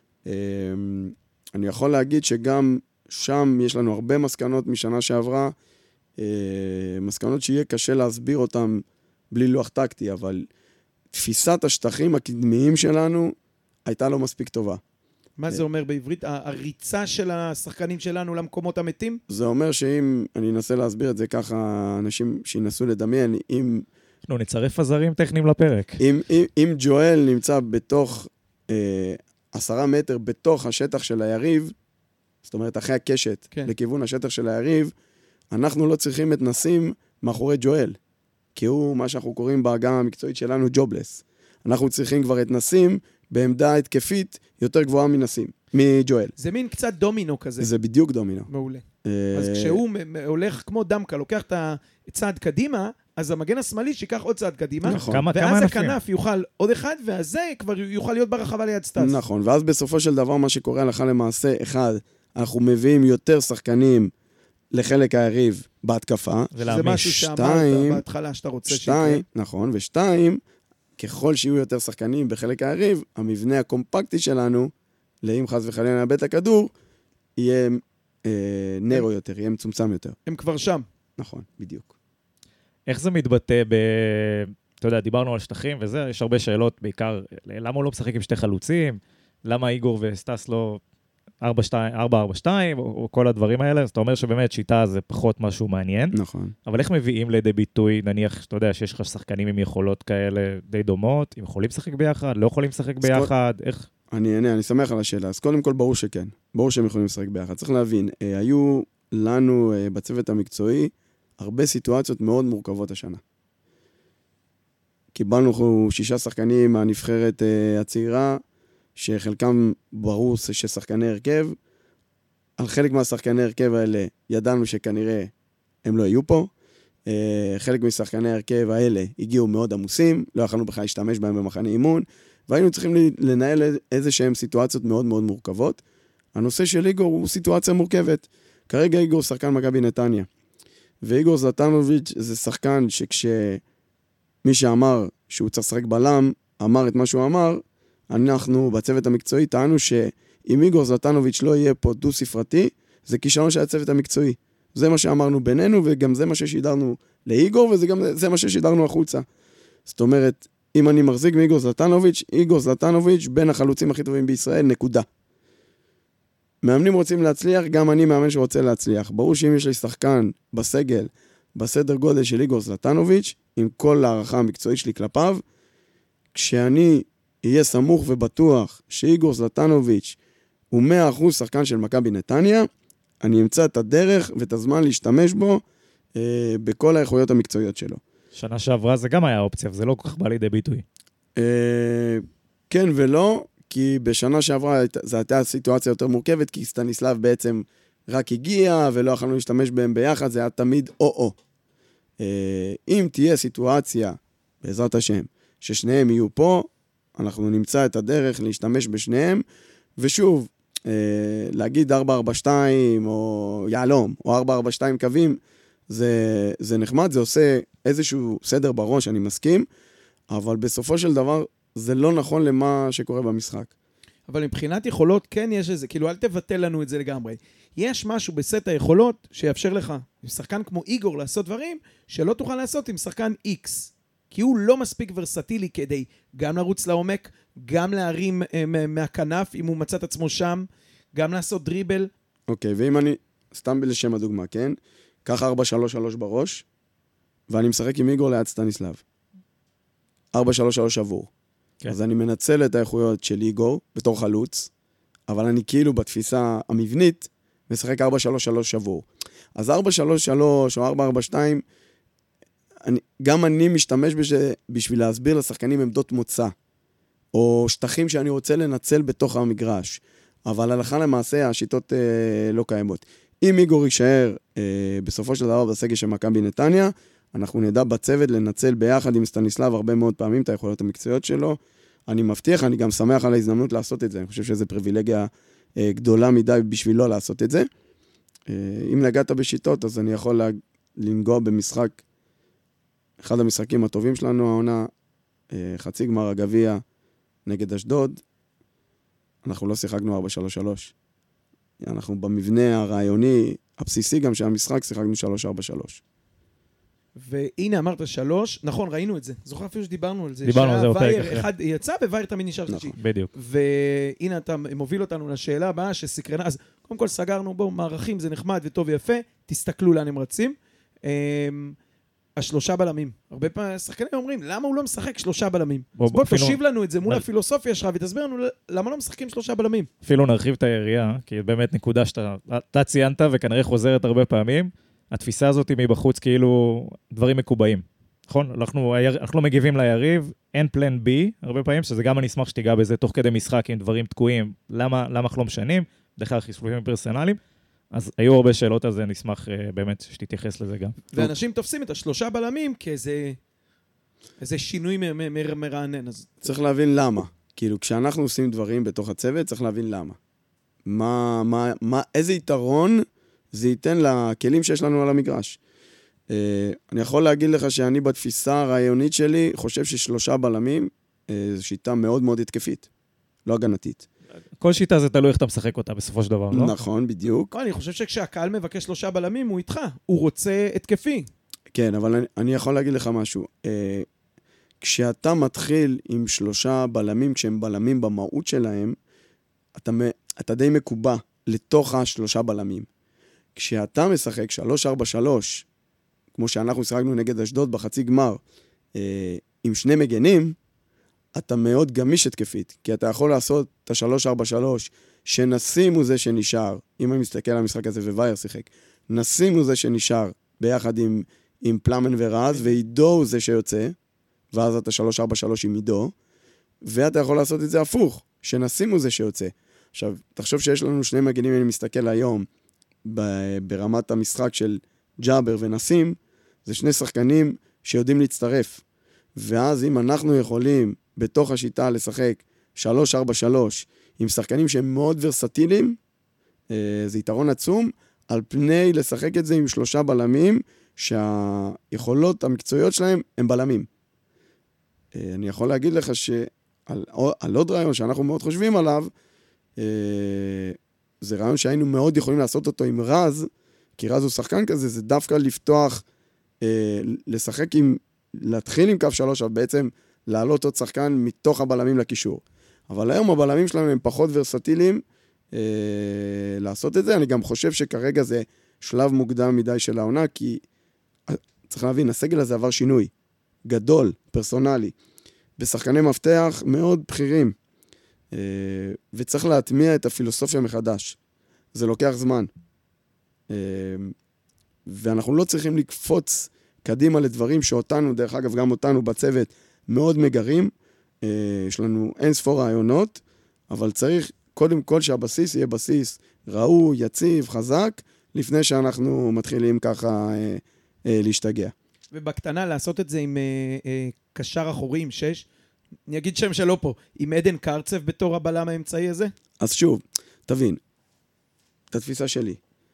אני יכול להגיד שגם שם יש לנו הרבה מסקנות משנה שעברה, מסקנות שיהיה קשה להסביר אותן בלי לוח טקטי, אבל תפיסת השטחים הקדמיים שלנו הייתה לא מספיק טובה. מה זה אומר בעברית? הריצה של השחקנים שלנו למקומות המתים? זה אומר שאם, אני אנסה להסביר את זה ככה, אנשים שינסו לדמיין, אם... אנחנו נצרף עזרים טכניים לפרק. אם, אם, אם ג'ואל נמצא בתוך, אה, עשרה מטר בתוך השטח של היריב, זאת אומרת, אחרי הקשת, כן. לכיוון השטח של היריב, אנחנו לא צריכים את נסים מאחורי ג'ואל, כי הוא, מה שאנחנו קוראים בעגה המקצועית שלנו, ג'ובלס. אנחנו צריכים כבר את נסים בעמדה התקפית יותר גבוהה מנסים, מג'ואל. זה מין קצת דומינו כזה. זה בדיוק דומינו. מעולה. אז כשהוא הולך כמו דמקה, לוקח את הצעד קדימה, אז המגן השמאלי שיקח עוד צעד קדימה, נכון. ואז הכנף יוכל עוד אחד, ואז זה כבר יוכל להיות ברחבה ליד סטאס. נכון, ואז בסופו של דבר מה שקורה הלכה למעשה, אחד, אנחנו מביאים יותר שחקנים לחלק היריב בהתקפה. זה משהו שאמרת בהתחלה שאתה רוצה שיקרה. נכון, ושתיים, ככל שיהיו יותר שחקנים בחלק היריב, המבנה הקומפקטי שלנו, לאם חס וחלילה נאבד את הכדור, יהיה אה, נרו יותר, יהיה מצומצם יותר. הם כבר שם. נכון, בדיוק. איך זה מתבטא ב... אתה יודע, דיברנו על שטחים וזה, יש הרבה שאלות, בעיקר, למה הוא לא משחק עם שתי חלוצים? למה איגור וסטס לא ארבע ארבע שתיים, או, או כל הדברים האלה? אז אתה אומר שבאמת שיטה זה פחות משהו מעניין. נכון. אבל איך מביאים לידי ביטוי, נניח, שאתה יודע, שיש לך שחקנים עם יכולות כאלה די דומות, הם יכולים לשחק ביחד, לא יכולים לשחק ביחד, כל... איך... אני אענה, אני שמח על השאלה. אז קודם כל ברור שכן. ברור שהם יכולים לשחק ביחד. צריך להבין, אה, היו לנו אה, בצוות המקצועי הרבה סיטואציות מאוד מורכבות השנה. קיבלנו שישה שחקנים מהנבחרת אה, הצעירה, שחלקם ברור ששחקני הרכב. על חלק מהשחקני הרכב האלה ידענו שכנראה הם לא יהיו פה. אה, חלק משחקני הרכב האלה הגיעו מאוד עמוסים, לא יכולנו בכלל להשתמש בהם במחנה אימון, והיינו צריכים לנהל איזה שהן סיטואציות מאוד מאוד מורכבות. הנושא של איגור הוא סיטואציה מורכבת. כרגע איגור שחקן מכבי נתניה. ואיגור זלטנוביץ' זה שחקן שכשמי שאמר שהוא צריך לשחק בלם, אמר את מה שהוא אמר, אנחנו בצוות המקצועי טענו שאם איגור זלטנוביץ' לא יהיה פה דו ספרתי, זה כישלון של הצוות המקצועי. זה מה שאמרנו בינינו, וגם זה מה ששידרנו לאיגור, וזה גם זה מה ששידרנו החוצה. זאת אומרת, אם אני מחזיק מאיגור זלטנוביץ', איגור זלטנוביץ' בין החלוצים הכי טובים בישראל, נקודה. מאמנים רוצים להצליח, גם אני מאמן שרוצה להצליח. ברור שאם יש לי שחקן בסגל, בסדר גודל של איגור זלטנוביץ', עם כל הערכה המקצועית שלי כלפיו, כשאני אהיה סמוך ובטוח שאיגור זלטנוביץ' הוא מאה אחוז שחקן של מכבי נתניה, אני אמצא את הדרך ואת הזמן להשתמש בו אה, בכל האיכויות המקצועיות שלו. שנה שעברה זה גם היה אופציה, וזה לא כל כך בא לידי ביטוי. אה, כן ולא, כי בשנה שעברה זו הייתה סיטואציה יותר מורכבת, כי סטניסלב בעצם רק הגיע, ולא יכולנו להשתמש בהם ביחד, זה היה תמיד או-או. אה, אם תהיה סיטואציה, בעזרת השם, ששניהם יהיו פה, אנחנו נמצא את הדרך להשתמש בשניהם, ושוב, אה, להגיד ארבע ארבע שתיים, או יעלום, או ארבע ארבע שתיים קווים, זה, זה נחמד, זה עושה איזשהו סדר בראש, אני מסכים, אבל בסופו של דבר, זה לא נכון למה שקורה במשחק. אבל מבחינת יכולות, כן יש איזה, כאילו אל תבטל לנו את זה לגמרי. יש משהו בסט היכולות שיאפשר לך, עם שחקן כמו איגור לעשות דברים, שלא תוכל לעשות עם שחקן X. כי הוא לא מספיק ורסטילי כדי גם לרוץ לעומק, גם להרים אה, מהכנף, אם הוא מצא את עצמו שם, גם לעשות דריבל. אוקיי, ואם אני, סתם לשם הדוגמה, כן? קח ארבע שלוש שלוש בראש, ואני משחק עם איגור ליד סטניסלב. ארבע שלוש שלוש עבור. כן. אז אני מנצל את האיכויות של איגור בתור חלוץ, אבל אני כאילו בתפיסה המבנית, משחק ארבע שלוש שלוש עבור. אז ארבע שלוש שלוש או ארבע ארבע שתיים, אני, גם אני משתמש בזה בשביל להסביר לשחקנים עמדות מוצא, או שטחים שאני רוצה לנצל בתוך המגרש. אבל הלכה למעשה השיטות אה, לא קיימות. אם איגור יישאר אה, בסופו של דבר בסגל של מכבי נתניה, אנחנו נדע בצוות לנצל ביחד עם סטניסלב הרבה מאוד פעמים את היכולות המקצועיות שלו. אני מבטיח, אני גם שמח על ההזדמנות לעשות את זה. אני חושב שזו פריבילגיה אה, גדולה מדי בשבילו לעשות את זה. אה, אם נגעת בשיטות, אז אני יכול לה, לנגוע במשחק, אחד המשחקים הטובים שלנו, העונה, אה, חצי גמר הגביע נגד אשדוד, אנחנו לא שיחקנו ארבע שלוש שלוש. אנחנו במבנה הרעיוני, הבסיסי גם שהמשחק, שיחקנו שלוש ארבע שלוש. והנה אמרת שלוש, נכון, ראינו את זה. זוכר אפילו שדיברנו על זה. דיברנו על זה בפרק אחרי. אחד יצא ווייר תמיד נשאר שלישי. נכון, בדיוק. והנה אתה מוביל אותנו לשאלה הבאה שסקרנה, אז קודם כל סגרנו, בואו, מערכים זה נחמד וטוב ויפה, תסתכלו לאן הם רצים. השלושה בלמים. הרבה פעמים שחקנים אומרים, למה הוא לא משחק שלושה בלמים? בוא, אז בוא אפילו... תושיב לנו את זה מול נ... הפילוסופיה שלך, ותסביר לנו למה לא משחקים שלושה בלמים. אפילו נרחיב את היריעה, כי באמת נקודה שאתה ציינת וכנראה חוזרת הרבה פעמים, התפיסה הזאת מבחוץ כאילו דברים מקובעים. נכון? אנחנו, אנחנו לא מגיבים ליריב, אין פלן בי, הרבה פעמים, שזה גם אני אשמח שתיגע בזה תוך כדי משחק עם דברים תקועים, למה, למה אנחנו לא משנים, בדרך כלל חיסולים פרסונליים, אז היו הרבה שאלות על זה, נשמח uh, באמת שתתייחס לזה גם. ואנשים תופסים את השלושה בלמים כאיזה איזה שינוי מ- מ- מ- מרענן. אז... צריך להבין למה. כאילו, כשאנחנו עושים דברים בתוך הצוות, צריך להבין למה. מה, מה, מה, איזה יתרון זה ייתן לכלים שיש לנו על המגרש. Uh, אני יכול להגיד לך שאני בתפיסה הרעיונית שלי, חושב ששלושה בלמים, uh, זו שיטה מאוד מאוד התקפית, לא הגנתית. כל שיטה זה תלוי איך אתה משחק אותה בסופו של דבר, לא? נכון, בדיוק. אני חושב שכשהקהל מבקש שלושה בלמים, הוא איתך. הוא רוצה התקפי. כן, אבל אני, אני יכול להגיד לך משהו. אה, כשאתה מתחיל עם שלושה בלמים, כשהם בלמים במהות שלהם, אתה, אתה די מקובע לתוך השלושה בלמים. כשאתה משחק שלוש ארבע שלוש, כמו שאנחנו שחקנו נגד אשדוד בחצי גמר, אה, עם שני מגנים, אתה מאוד גמיש התקפית, כי אתה יכול לעשות את ה-שלוש ארבע שלוש, שנשים הוא זה שנשאר, אם אני מסתכל על המשחק הזה ווייר שיחק, נשים הוא זה שנשאר, ביחד עם, עם פלאמן ורז, ועידו הוא זה שיוצא, ואז אתה שלוש ארבע שלוש עם עידו, ואתה יכול לעשות את זה הפוך, שנשים הוא זה שיוצא. עכשיו, תחשוב שיש לנו שני מגנים, אני מסתכל היום, ברמת המשחק של ג'אבר ונשים, זה שני שחקנים שיודעים להצטרף. ואז אם אנחנו יכולים בתוך השיטה לשחק שלוש ארבע שלוש עם שחקנים שהם מאוד ורסטיליים, זה יתרון עצום, על פני לשחק את זה עם שלושה בלמים, שהיכולות המקצועיות שלהם הם בלמים. אני יכול להגיד לך שעל על עוד רעיון שאנחנו מאוד חושבים עליו, זה רעיון שהיינו מאוד יכולים לעשות אותו עם רז, כי רז הוא שחקן כזה, זה דווקא לפתוח, לשחק עם, להתחיל עם קו שלוש, אבל בעצם לעלות עוד שחקן מתוך הבלמים לקישור. אבל היום הבלמים שלנו הם פחות ורסטיליים אה, לעשות את זה. אני גם חושב שכרגע זה שלב מוקדם מדי של העונה, כי צריך להבין, הסגל הזה עבר שינוי גדול, פרסונלי, בשחקני מפתח מאוד בכירים, אה, וצריך להטמיע את הפילוסופיה מחדש. זה לוקח זמן. אה, ואנחנו לא צריכים לקפוץ קדימה לדברים שאותנו, דרך אגב גם אותנו בצוות, מאוד מגרים. יש לנו אין ספור רעיונות, אבל צריך קודם כל שהבסיס יהיה בסיס ראוי, יציב, חזק, לפני שאנחנו מתחילים ככה אה, אה, להשתגע. ובקטנה לעשות את זה עם אה, אה, קשר אחורי עם שש, אני אגיד שם שלא פה, עם עדן קרצב בתור הבלם האמצעי הזה? אז שוב, תבין, את התפיסה שלי.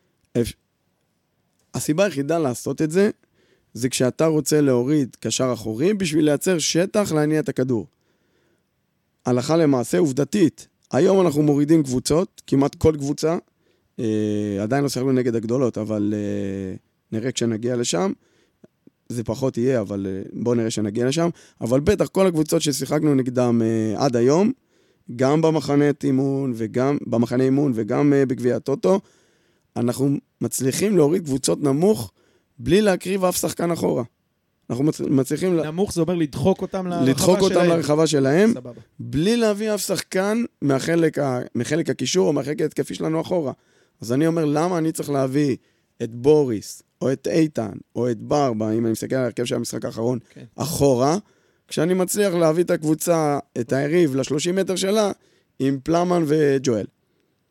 הסיבה היחידה לעשות את זה, זה כשאתה רוצה להוריד קשר אחורי, בשביל לייצר שטח להניע את הכדור. הלכה למעשה, עובדתית, היום אנחנו מורידים קבוצות, כמעט כל קבוצה, אה, עדיין לא שיחקנו נגד הגדולות, אבל אה, נראה כשנגיע לשם, זה פחות יהיה, אבל אה, בואו נראה שנגיע לשם, אבל בטח כל הקבוצות ששיחקנו נגדם אה, עד היום, גם במחנה אימון וגם במחנה אימון וגם אה, בגביע הטוטו, אנחנו מצליחים להוריד קבוצות נמוך, בלי להקריב אף שחקן אחורה. אנחנו מצליחים... נמוך זה אומר לדחוק אותם לרחבה לדחוק שלהם. אותם לרחבה שלהם, סבבה. בלי להביא אף שחקן מהחלק, ה... מחלק הקישור או מהחלק התקפי שלנו אחורה. אז אני אומר, למה אני צריך להביא את בוריס, או את איתן, או את ברבה, אם אני מסתכל על הרכב של המשחק האחרון, okay. אחורה, כשאני מצליח להביא את הקבוצה, את היריב, ל-שלושים מטר שלה, עם פלאמן וג'ואל.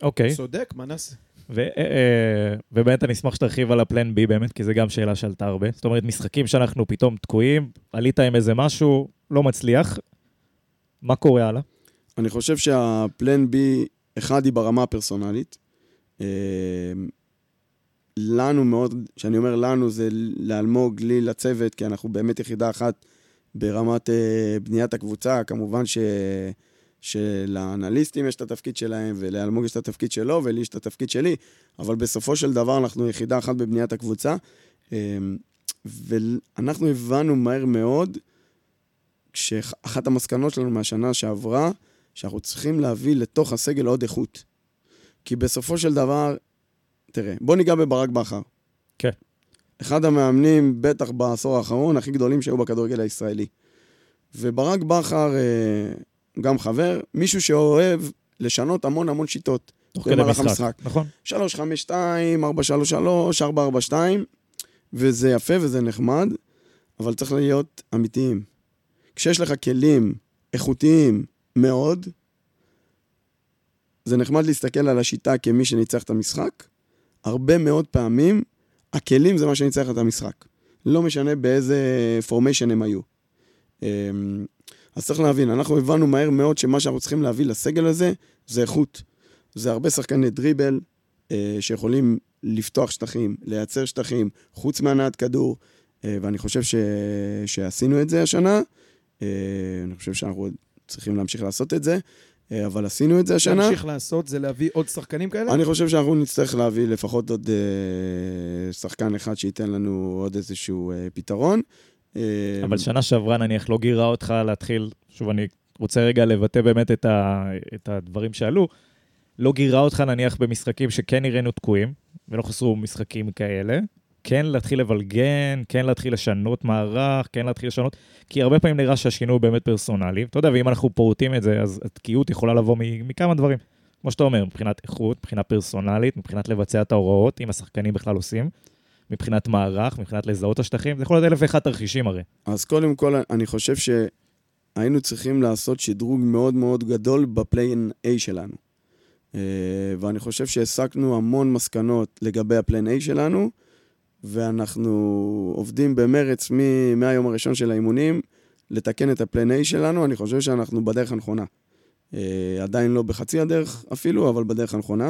אוקיי. צודק, מה נעשה? ובאמת אני אשמח שתרחיב על הפלן בי באמת, כי זה גם שאלה שעלתה הרבה. זאת אומרת, משחקים שאנחנו פתאום תקועים, עלית עם איזה משהו, לא מצליח, מה קורה הלאה? אני חושב שהפלן בי, אחד היא ברמה הפרסונלית. לנו מאוד, שאני אומר לנו, זה לאלמוג, לי, לצוות, כי אנחנו באמת יחידה אחת ברמת בניית הקבוצה. כמובן ש... שלאנליסטים יש את התפקיד שלהם, ולאלמוג יש את התפקיד שלו, ולי יש את התפקיד שלי, אבל בסופו של דבר אנחנו יחידה אחת בבניית הקבוצה, ואנחנו הבנו מהר מאוד, כשאחת המסקנות שלנו מהשנה שעברה, שאנחנו צריכים להביא לתוך הסגל עוד איכות. כי בסופו של דבר, תראה, בוא ניגע בברק בכר. כן. אחד המאמנים, בטח בעשור האחרון, הכי גדולים שהיו בכדורגל הישראלי. וברק בכר, גם חבר, מישהו שאוהב לשנות המון המון שיטות. תוך כדי משחק, נכון? שלוש חמש שתיים, ארבע שלוש שלוש, ארבע ארבע שתיים, וזה יפה וזה נחמד, אבל צריך להיות אמיתיים. כשיש לך כלים איכותיים מאוד, זה נחמד להסתכל על השיטה כמי שניצח את המשחק, הרבה מאוד פעמים, הכלים זה מה שניצח את המשחק. לא משנה באיזה פורמיישן הם היו. אז צריך להבין, אנחנו הבנו מהר מאוד שמה שאנחנו צריכים להביא לסגל הזה, זה איכות. זה הרבה שחקני דריבל, שיכולים לפתוח שטחים, לייצר שטחים, חוץ מהנעת כדור, ואני חושב ש... שעשינו את זה השנה, אני חושב שאנחנו צריכים להמשיך לעשות את זה, אבל עשינו את זה השנה. להמשיך לעשות זה להביא עוד שחקנים כאלה? אני חושב שאנחנו נצטרך להביא לפחות עוד שחקן אחד שייתן לנו עוד איזשהו פתרון. אבל שנה שעברה נניח לא גירה אותך להתחיל, שוב אני רוצה רגע לבטא באמת את, ה... את הדברים שעלו, לא גירה אותך נניח במשחקים שכן נראינו תקועים, ולא חסרו משחקים כאלה, כן להתחיל לבלגן, כן להתחיל לשנות מערך, כן להתחיל לשנות, כי הרבה פעמים נראה שהשינוי באמת פרסונלי, אתה יודע, ואם אנחנו פורטים את זה, אז התקיעות יכולה לבוא מכמה דברים, כמו שאתה אומר, מבחינת איכות, מבחינה פרסונלית, מבחינת לבצע את ההוראות, אם השחקנים בכלל עושים, מבחינת מערך, מבחינת לזהות השטחים, זה יכול להיות אלף ואחד תרחישים הרי. אז קודם כל, אני חושב שהיינו צריכים לעשות שדרוג מאוד מאוד גדול בפליין A שלנו. ואני חושב שהסקנו המון מסקנות לגבי הפליין A שלנו, ואנחנו עובדים במרץ מהיום הראשון של האימונים, לתקן את הפליין A שלנו, אני חושב שאנחנו בדרך הנכונה. עדיין לא בחצי הדרך אפילו, אבל בדרך הנכונה.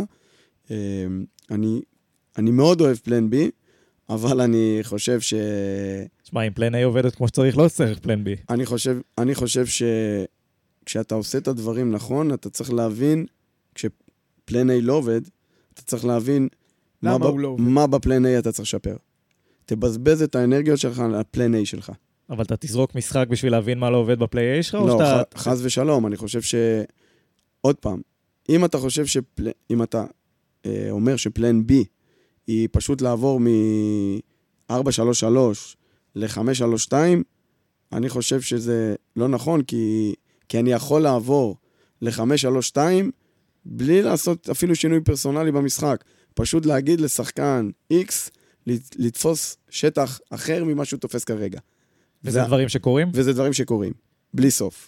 אני, אני מאוד אוהב פליין B, אבל אני חושב ש... תשמע, אם פליין A עובדת כמו שצריך, לא צריך פליין B. אני חושב, אני חושב שכשאתה עושה את הדברים נכון, אתה צריך להבין, כשפליין A לא עובד, אתה צריך להבין מה, ב... לא מה בפליין A אתה צריך לשפר. תבזבז את האנרגיות שלך על הפליין A שלך. אבל אתה תזרוק משחק בשביל להבין מה לא עובד בפליין A שלך? לא, שאתה... ח... חס ושלום. אני חושב ש... עוד פעם, אם אתה חושב שפל... אם אתה אה, אומר שפליין B היא פשוט לעבור מ-ארבע שלוש שלוש ל-חמש שלוש שתיים, אני חושב שזה לא נכון, כי, כי אני יכול לעבור ל-חמש שלוש שתיים בלי לעשות אפילו שינוי פרסונלי במשחק. פשוט להגיד לשחקן X לתפוס שטח אחר ממה שהוא תופס כרגע. וזה ו... דברים שקורים? וזה דברים שקורים, בלי סוף.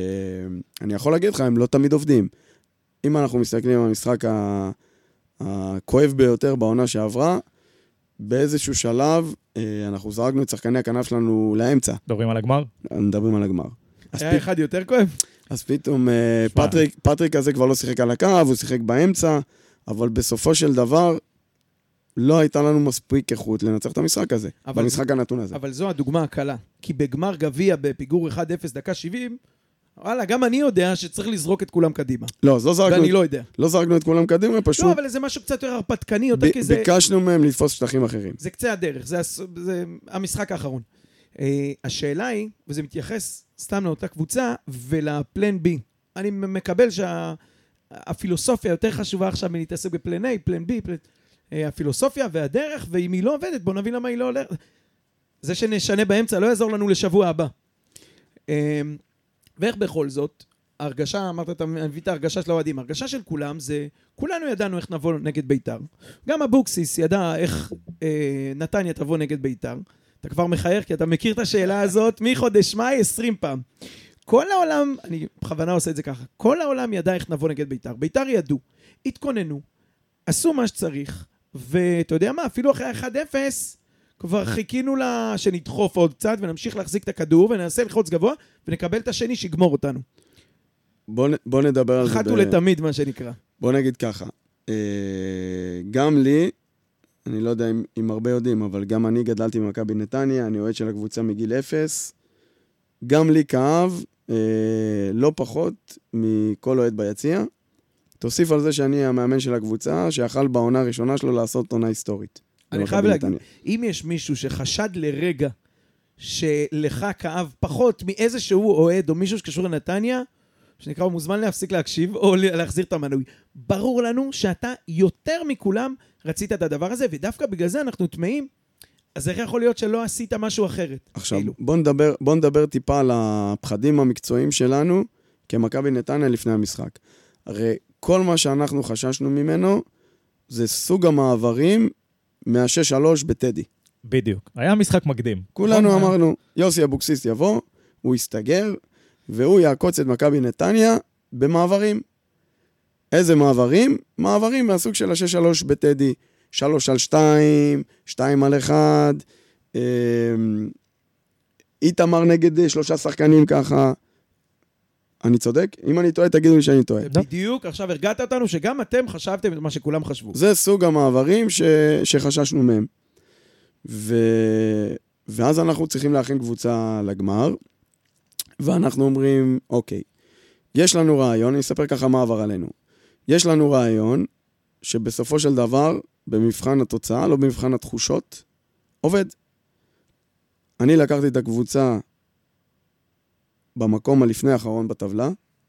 אני יכול להגיד לך, הם לא תמיד עובדים. אם אנחנו מסתכלים על המשחק ה... הכואב ביותר בעונה שעברה, באיזשהו שלב, אנחנו זרקנו את שחקני הכנף שלנו לאמצע. מדברים על הגמר? מדברים על הגמר. היה פ... אחד יותר כואב? אז פתאום פטריק, פטריק הזה כבר לא שיחק על הקו, הוא שיחק באמצע, אבל בסופו של דבר, לא הייתה לנו מספיק איכות לנצח את המשחק הזה, במשחק הנתון הזה. אבל זו הדוגמה הקלה, כי בגמר גביע בפיגור אחד אפס דקה שבעים, וואלה, גם אני יודע שצריך לזרוק את כולם קדימה. לא, אז לא זרקנו, ואני לא יודע. לא זרקנו את כולם קדימה, פשוט... לא, אבל זה משהו קצת יותר הרפתקני, יותר כי זה... ביקשנו מהם לתפוס שטחים אחרים. זה קצה הדרך, זה, זה המשחק האחרון. Uh, השאלה היא, וזה מתייחס סתם לאותה קבוצה, ולפלן B. אני מקבל שהפילוסופיה יותר חשובה עכשיו מלהתעסק בפלן A, פלן B, פלן... Uh, הפילוסופיה והדרך, ואם היא לא עובדת, בוא נבין למה היא לא הולכת. זה שנשנה באמצע לא יעזור לנו לשבוע הבא. Uh, ואיך בכל זאת, ההרגשה, אמרת, אתה מביא את ההרגשה של האוהדים, ההרגשה של כולם זה, כולנו ידענו איך נבוא נגד ביתר. גם אבוקסיס ידע איך אה, נתניה תבוא נגד ביתר. אתה כבר מחייך, כי אתה מכיר את השאלה הזאת מחודש מאי עשרים פעם. כל העולם, אני בכוונה עושה את זה ככה, כל העולם ידע איך נבוא נגד ביתר. ביתר ידעו, התכוננו, עשו מה שצריך, ואתה יודע מה, אפילו אחרי אחד אפס, כבר חיכינו לה שנדחוף עוד קצת, ונמשיך להחזיק את הכדור, וננסה לחוץ גבוה, ונקבל את השני שיגמור אותנו. בוא, בוא נדבר על זה. אחת ולתמיד, מה שנקרא. בוא נגיד ככה, גם לי, אני לא יודע אם, אם הרבה יודעים, אבל גם אני גדלתי במכבי נתניה, אני אוהד של הקבוצה מגיל אפס, גם לי כאב, לא פחות מכל אוהד ביציע. תוסיף על זה שאני המאמן של הקבוצה, שיכל בעונה הראשונה שלו לעשות עונה היסטורית. אני חייב להגיד, אם יש מישהו שחשד לרגע שלך כאב פחות מאיזשהו אוהד או מישהו שקשור לנתניה, שנקרא, הוא מוזמן להפסיק להקשיב או להחזיר את המנוי. ברור לנו שאתה יותר מכולם רצית את הדבר הזה, ודווקא בגלל זה אנחנו תמאים, אז איך יכול להיות שלא עשית משהו אחרת? עכשיו, בוא נדבר, בוא נדבר טיפה על הפחדים המקצועיים שלנו כמכבי נתניה לפני המשחק. הרי כל מה שאנחנו חששנו ממנו, זה סוג המעברים מה-שש שלוש בטדי. בדיוק. היה משחק מקדים. כולנו אמרנו, יוסי אבוקסיס יבוא, הוא יסתגר, והוא יעקוץ את מכבי נתניה במעברים. איזה מעברים? מעברים מהסוג של ה-שש שלוש בטדי. שלוש על שתיים, שתיים על אחד, איתמר נגד שלושה שחקנים ככה. אני צודק? אם אני טועה, תגידו לי שאני טועה. בדיוק, עכשיו הרגעת אותנו שגם אתם חשבתם את מה שכולם חשבו. זה סוג המעברים ש... שחששנו מהם. ו... ואז אנחנו צריכים להכין קבוצה לגמר, ואנחנו אומרים, אוקיי, יש לנו רעיון, אני אספר ככה מה עבר עלינו. יש לנו רעיון שבסופו של דבר, במבחן התוצאה, לא במבחן התחושות, עובד. אני לקחתי את הקבוצה במקום הלפני האחרון בטבלה,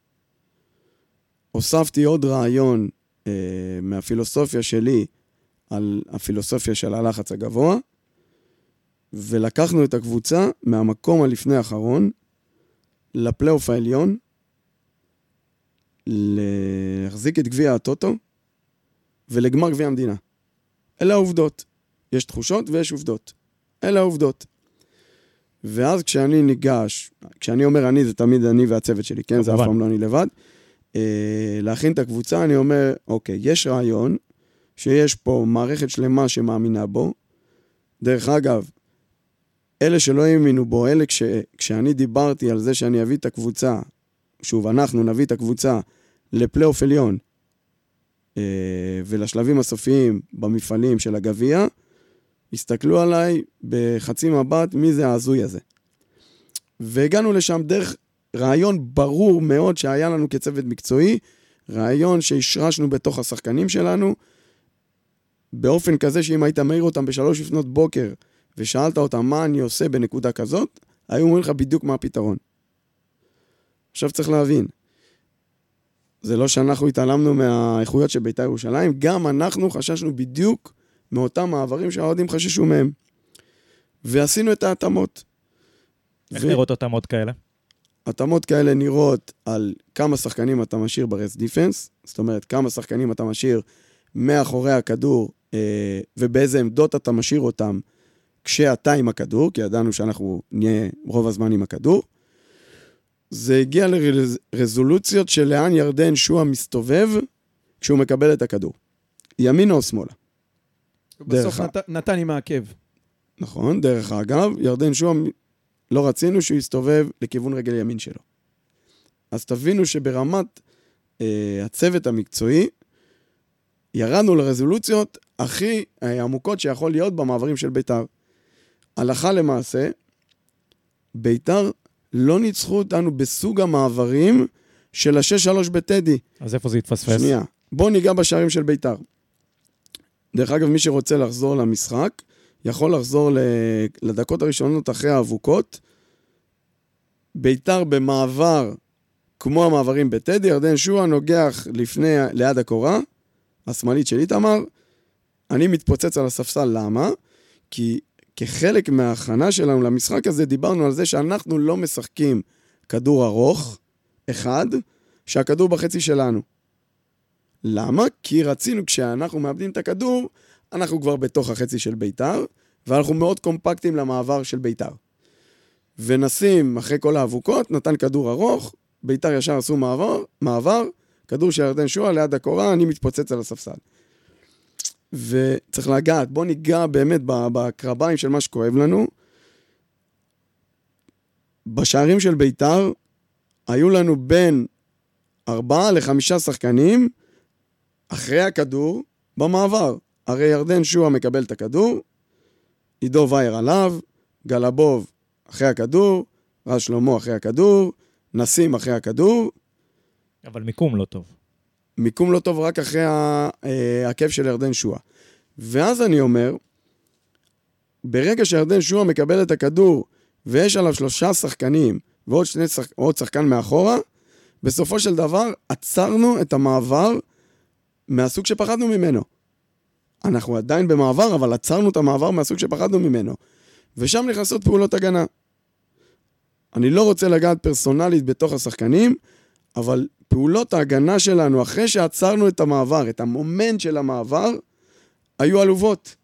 הוספתי עוד רעיון אה, מהפילוסופיה שלי על הפילוסופיה של הלחץ הגבוה, ולקחנו את הקבוצה מהמקום הלפני האחרון לפלייאוף העליון, להחזיק את גביע הטוטו, ולגמר גביע המדינה. אלה העובדות. יש תחושות ויש עובדות. אלה העובדות. ואז כשאני ניגש, כשאני אומר אני, זה תמיד אני והצוות שלי, כן? זה אף פעם לא אני לבד. אה, להכין את הקבוצה, אני אומר, אוקיי, יש רעיון, שיש פה מערכת שלמה שמאמינה בו. דרך אגב, אלה שלא האמינו בו, אלה כש, כשאני דיברתי על זה שאני אביא את הקבוצה, שוב, אנחנו נביא את הקבוצה לפלייאוף עליון, ולשלבים הסופיים במפעלים של הגביע, הסתכלו עליי בחצי מבט מי זה העזוי הזה. והגענו לשם דרך רעיון ברור מאוד שהיה לנו כצוות מקצועי, רעיון שהשרשנו בתוך השחקנים שלנו, באופן כזה שאם היית מעיר אותם בשלוש לפנות בוקר, ושאלת אותם מה אני עושה בנקודה כזאת, היו אומרים לך בדיוק מה הפתרון. עכשיו צריך להבין, זה לא שאנחנו התעלמנו מהאיכויות של בית"ר ירושלים, גם אנחנו חששנו בדיוק מאותם מעברים שהאוהדים חששו מהם. ועשינו את ההתאמות. איך ו... נראות התאמות כאלה? התאמות כאלה נראות על כמה שחקנים אתה משאיר ברס דיפנס, זאת אומרת, כמה שחקנים אתה משאיר מאחורי הכדור, אה, ובאיזה עמדות אתה משאיר אותם כשאתה עם הכדור, כי ידענו שאנחנו נהיה רוב הזמן עם הכדור. זה הגיע לרזולוציות של לאן ירדן שועה מסתובב כשהוא מקבל את הכדור. ימינה או שמאלה. בסוף נת... נתן עם העקב. נכון, דרך אגב, ירדן שועה לא רצינו שהוא יסתובב לכיוון רגל ימין שלו. אז תבינו שברמת אה, הצוות המקצועי, ירדנו לרזולוציות הכי אה, עמוקות שיכול להיות במעברים של בית"ר. הלכה למעשה, בית"ר לא ניצחו אותנו בסוג המעברים של ה-שש שלוש בטדי. אז איפה זה יתפספס? שנייה, בוא ניגע בשערים של בית"ר. דרך אגב, מי שרוצה לחזור למשחק, יכול לחזור לדקות הראשונות אחרי האבוקות. בית"ר במעבר, כמו המעברים בטדי, ירדן שועה נוגח לפני, ליד הקורה, השמאלית של איתמר. אני מתפוצץ על הספסל, למה? כי כחלק מההכנה שלנו למשחק הזה, דיברנו על זה שאנחנו לא משחקים כדור ארוך, אחד, שהכדור בחצי שלנו. למה? כי רצינו, כשאנחנו מאבדים את הכדור, אנחנו כבר בתוך החצי של בית"ר, ואנחנו מאוד קומפקטים למעבר של בית"ר. ונשים אחרי כל האבוקות, נתן כדור ארוך, ביתר ישר עשו מעבר, מעבר, כדור של ירדן שועה ליד הקורה, אני מתפוצץ על הספסל. וצריך לגעת, בוא ניגע באמת בקרביים של מה שכואב לנו. בשערים של ביתר, היו לנו בין ארבעה לחמישה שחקנים, אחרי הכדור, במעבר. הרי ירדן שועה מקבל את הכדור, עידו וייר עליו, גלבוב אחרי הכדור, רז שלמה אחרי הכדור, נסים אחרי הכדור. אבל מיקום לא טוב. מיקום לא טוב רק אחרי העקב של ירדן שועה. ואז אני אומר, ברגע שירדן שועה מקבל את הכדור, ויש עליו שלושה שחקנים, ועוד שני שח... עוד שחקן מאחורה, בסופו של דבר עצרנו את המעבר מהסוג שפחדנו ממנו. אנחנו עדיין במעבר, אבל עצרנו את המעבר מהסוג שפחדנו ממנו. ושם נכנסות פעולות הגנה. אני לא רוצה לגעת פרסונלית בתוך השחקנים, אבל פעולות ההגנה שלנו, אחרי שעצרנו את המעבר, את המומנט של המעבר, היו עלובות.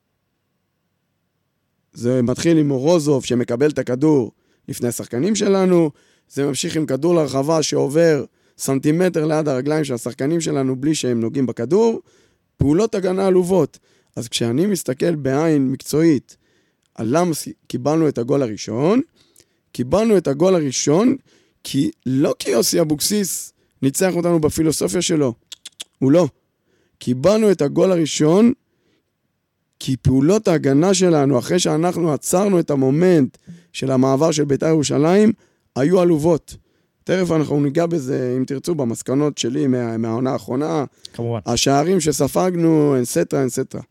זה מתחיל עם רוזוב שמקבל את הכדור לפני השחקנים שלנו, זה ממשיך עם כדור לרחבה שעובר סנטימטר ליד הרגליים של השחקנים שלנו בלי שהם נוגעים בכדור, פעולות הגנה עלובות. אז כשאני מסתכל בעין מקצועית על למה קיבלנו את הגול הראשון, קיבלנו את הגול הראשון כי לא כי יוסי אבוקסיס ניצח אותנו בפילוסופיה שלו, הוא לא. קיבלנו את הגול הראשון כי פעולות ההגנה שלנו, אחרי שאנחנו עצרנו את המומנט של המעבר של בית"ר ירושלים, היו עלובות. תכף אנחנו ניגע בזה, אם תרצו, במסקנות שלי מה, מהעונה האחרונה. כמובן. השערים שספגנו, אנסטרה, אנסטרה.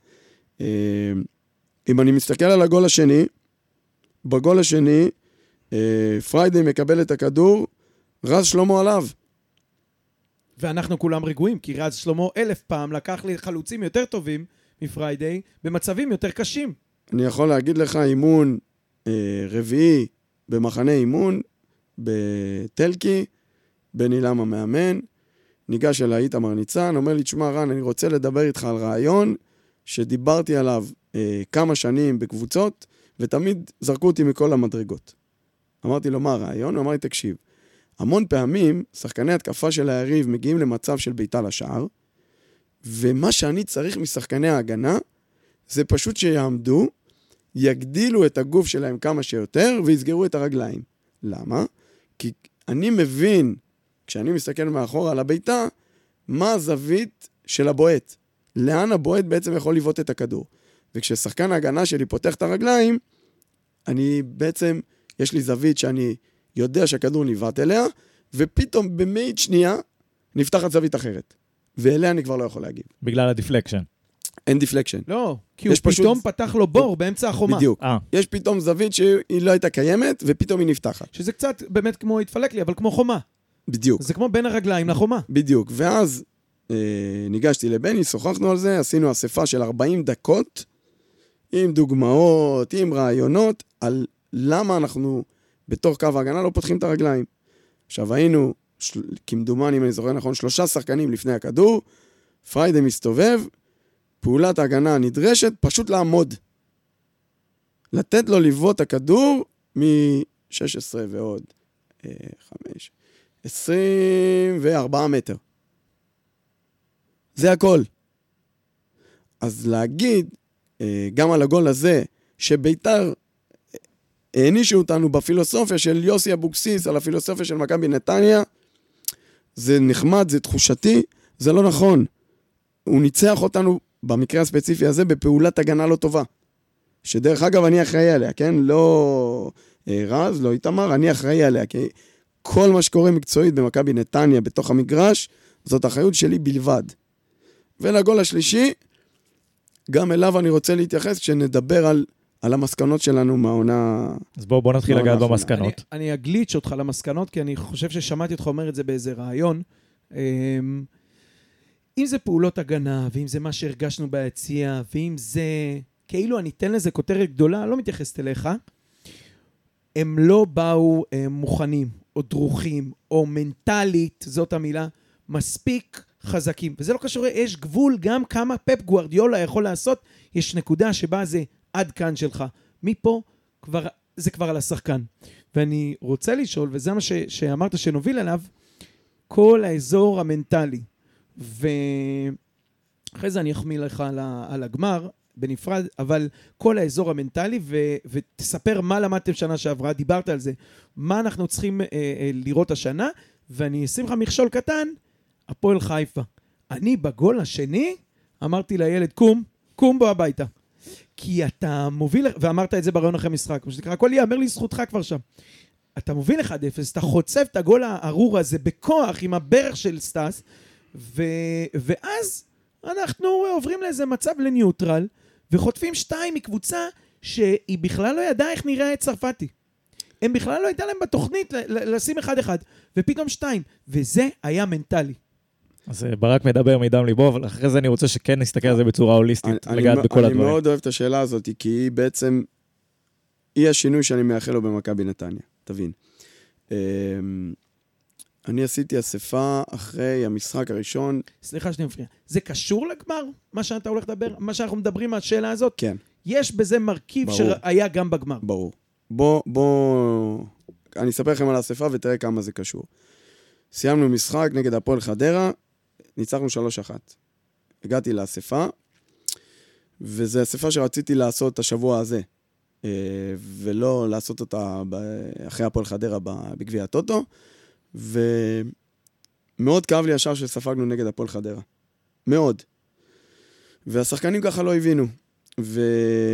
אם אני מסתכל על הגול השני, בגול השני, פריידי מקבל את הכדור, רז שלמה עליו. ואנחנו כולם רגועים, כי רז שלמה אלף פעם לקח לי חלוצים יותר טובים מפריידי, במצבים יותר קשים. אני יכול להגיד לך אימון אה, רביעי במחנה אימון, בטלקי, בן אילם המאמן, ניגש אליי איתמר ניצן, אומר לי, תשמע רן, אני רוצה לדבר איתך על רעיון, שדיברתי עליו אה, כמה שנים בקבוצות, ותמיד זרקו אותי מכל המדרגות. אמרתי לו, מה הרעיון? הוא אמר לי, תקשיב, המון פעמים שחקני התקפה של היריב מגיעים למצב של ביתה לשער, ומה שאני צריך משחקני ההגנה, זה פשוט שיעמדו, יגדילו את הגוף שלהם כמה שיותר, ויסגרו את הרגליים. למה? כי אני מבין, כשאני מסתכל מאחורה על הביתה, מה הזווית של הבועט. לאן הבועט בעצם יכול לבעוט את הכדור. וכששחקן ההגנה שלי פותח את הרגליים, אני בעצם, יש לי זווית שאני יודע שהכדור ניבט אליה, ופתאום במאית שנייה נפתחת זווית אחרת. ואליה אני כבר לא יכול להגיב. בגלל הדיפלקשן. אין דיפלקשן. לא, כי הוא פתאום פשוט... פתח לו בור באמצע החומה. בדיוק. 아. יש פתאום זווית שהיא לא הייתה קיימת, ופתאום היא נפתחת. שזה קצת באמת כמו התפלק לי, אבל כמו חומה. בדיוק. זה כמו בין הרגליים לחומה. בדיוק. ואז אה, ניגשתי לבני, שוחחנו על זה, עשינו אספה של ארבעים דקות, עם דוגמאות, עם רעיונות, על למה אנחנו בתוך קו ההגנה לא פותחים את הרגליים. עכשיו היינו, של... כמדומני, אם אני זוכר נכון, שלושה שחקנים לפני הכדור, פריידי מסתובב, פעולת ההגנה הנדרשת, פשוט לעמוד. לתת לו לבעוט את הכדור מ-שש עשרה ועוד אה, חמש, עשרים וארבעה מטר. זה הכל. אז להגיד, אה, גם על הגול הזה, שביתר הענישו אותנו בפילוסופיה של יוסי אבוקסיס, על הפילוסופיה של מכבי נתניה, זה נחמד, זה תחושתי, זה לא נכון. הוא ניצח אותנו במקרה הספציפי הזה בפעולת הגנה לא טובה. שדרך אגב אני אחראי עליה, כן? לא רז, לא איתמר, אני אחראי עליה, כי כל מה שקורה מקצועית במכבי נתניה בתוך המגרש, זאת אחריות שלי בלבד. ולגול השלישי, גם אליו אני רוצה להתייחס כשנדבר על, על המסקנות שלנו מהעונה... אז בואו בוא נתחיל לגעת במסקנות. אני, אני אגליץ' אותך למסקנות, כי אני חושב ששמעתי אותך אומר את זה באיזה רעיון. אם זה פעולות הגנה, ואם זה מה שהרגשנו ביציאה, ואם זה... כאילו אני אתן לזה כותרת גדולה, לא מתייחסת אליך, הם לא באו הם מוכנים, או דרוכים, או מנטלית, זאת המילה, מספיק חזקים. וזה לא קשור, יש גבול גם כמה פפ גוארדיולה יכול לעשות, יש נקודה שבה זה עד כאן שלך. מפה כבר, זה כבר על השחקן. ואני רוצה לשאול, וזה מה ש, שאמרת שנוביל אליו, כל האזור המנטלי. ואחרי זה אני אחמיא לך על, ה, על הגמר, בנפרד, אבל כל האזור המנטלי, ו, ותספר מה למדתם שנה שעברה, דיברת על זה, מה אנחנו צריכים אה, אה, לראות השנה, ואני אשים לך מכשול קטן, הפועל חיפה. אני בגול השני, אמרתי לילד, קום, קום בו הביתה. כי אתה מוביל, ואמרת את זה ברעיון אחרי משחק, מה שנקרא, הכל יאמר לי זכותך כבר שם. אתה מוביל אחד אפס, אתה חוצב את הגול הארור הזה בכוח עם הברך של סטאס, ו... ואז אנחנו עוברים לאיזה מצב לניוטרל, וחוטפים שתיים מקבוצה שהיא בכלל לא ידעה איך נראה את צרפתי. הם בכלל לא הייתה להם בתוכנית לשים אחד אחד, ופתאום שתיים, וזה היה מנטלי. אז ברק מדבר מדם ליבו, אבל אחרי זה אני רוצה שכן נסתכל על זה בצורה הוליסטית, לגעת בכל הדברים. אני מאוד אוהב את השאלה הזאת, כי היא בעצם, היא השינוי שאני מאחל לו במכבי נתניה, תבין. אני עשיתי אספה אחרי המשחק הראשון. סליחה שאני מפריע. זה קשור לגמר? מה שאתה הולך לדבר? מה שאנחנו מדברים מהשאלה הזאת? כן. יש בזה מרכיב ברור. שהיה גם בגמר. ברור. בוא, בוא, אני אספר לכם על האספה ותראה כמה זה קשור. סיימנו משחק נגד הפועל חדרה, ניצחנו שלוש אחת. הגעתי לאספה, וזו אספה שרציתי לעשות השבוע הזה, ולא לעשות אותה אחרי הפועל חדרה בגביע הטוטו, ומאוד כאב לי השאר שספגנו נגד הפועל חדרה. מאוד. והשחקנים ככה לא הבינו. ו...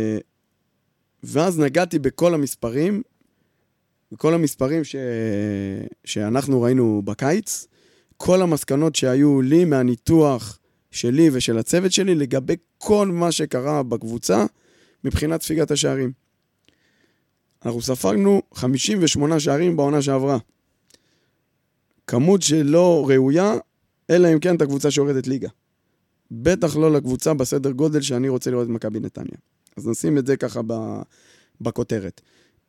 ואז נגעתי בכל המספרים, בכל המספרים ש... שאנחנו ראינו בקיץ, כל המסקנות שהיו לי מהניתוח שלי ושל הצוות שלי, לגבי כל מה שקרה בקבוצה, מבחינת ספיגת השערים. אנחנו ספגנו חמישים ושמונה שערים בעונה שעברה. כמות שלא ראויה, אלא אם כן את הקבוצה שיורדת ליגה. בטח לא לקבוצה בסדר גודל שאני רוצה לראות את מכבי נתניה. אז נשים את זה ככה בכותרת.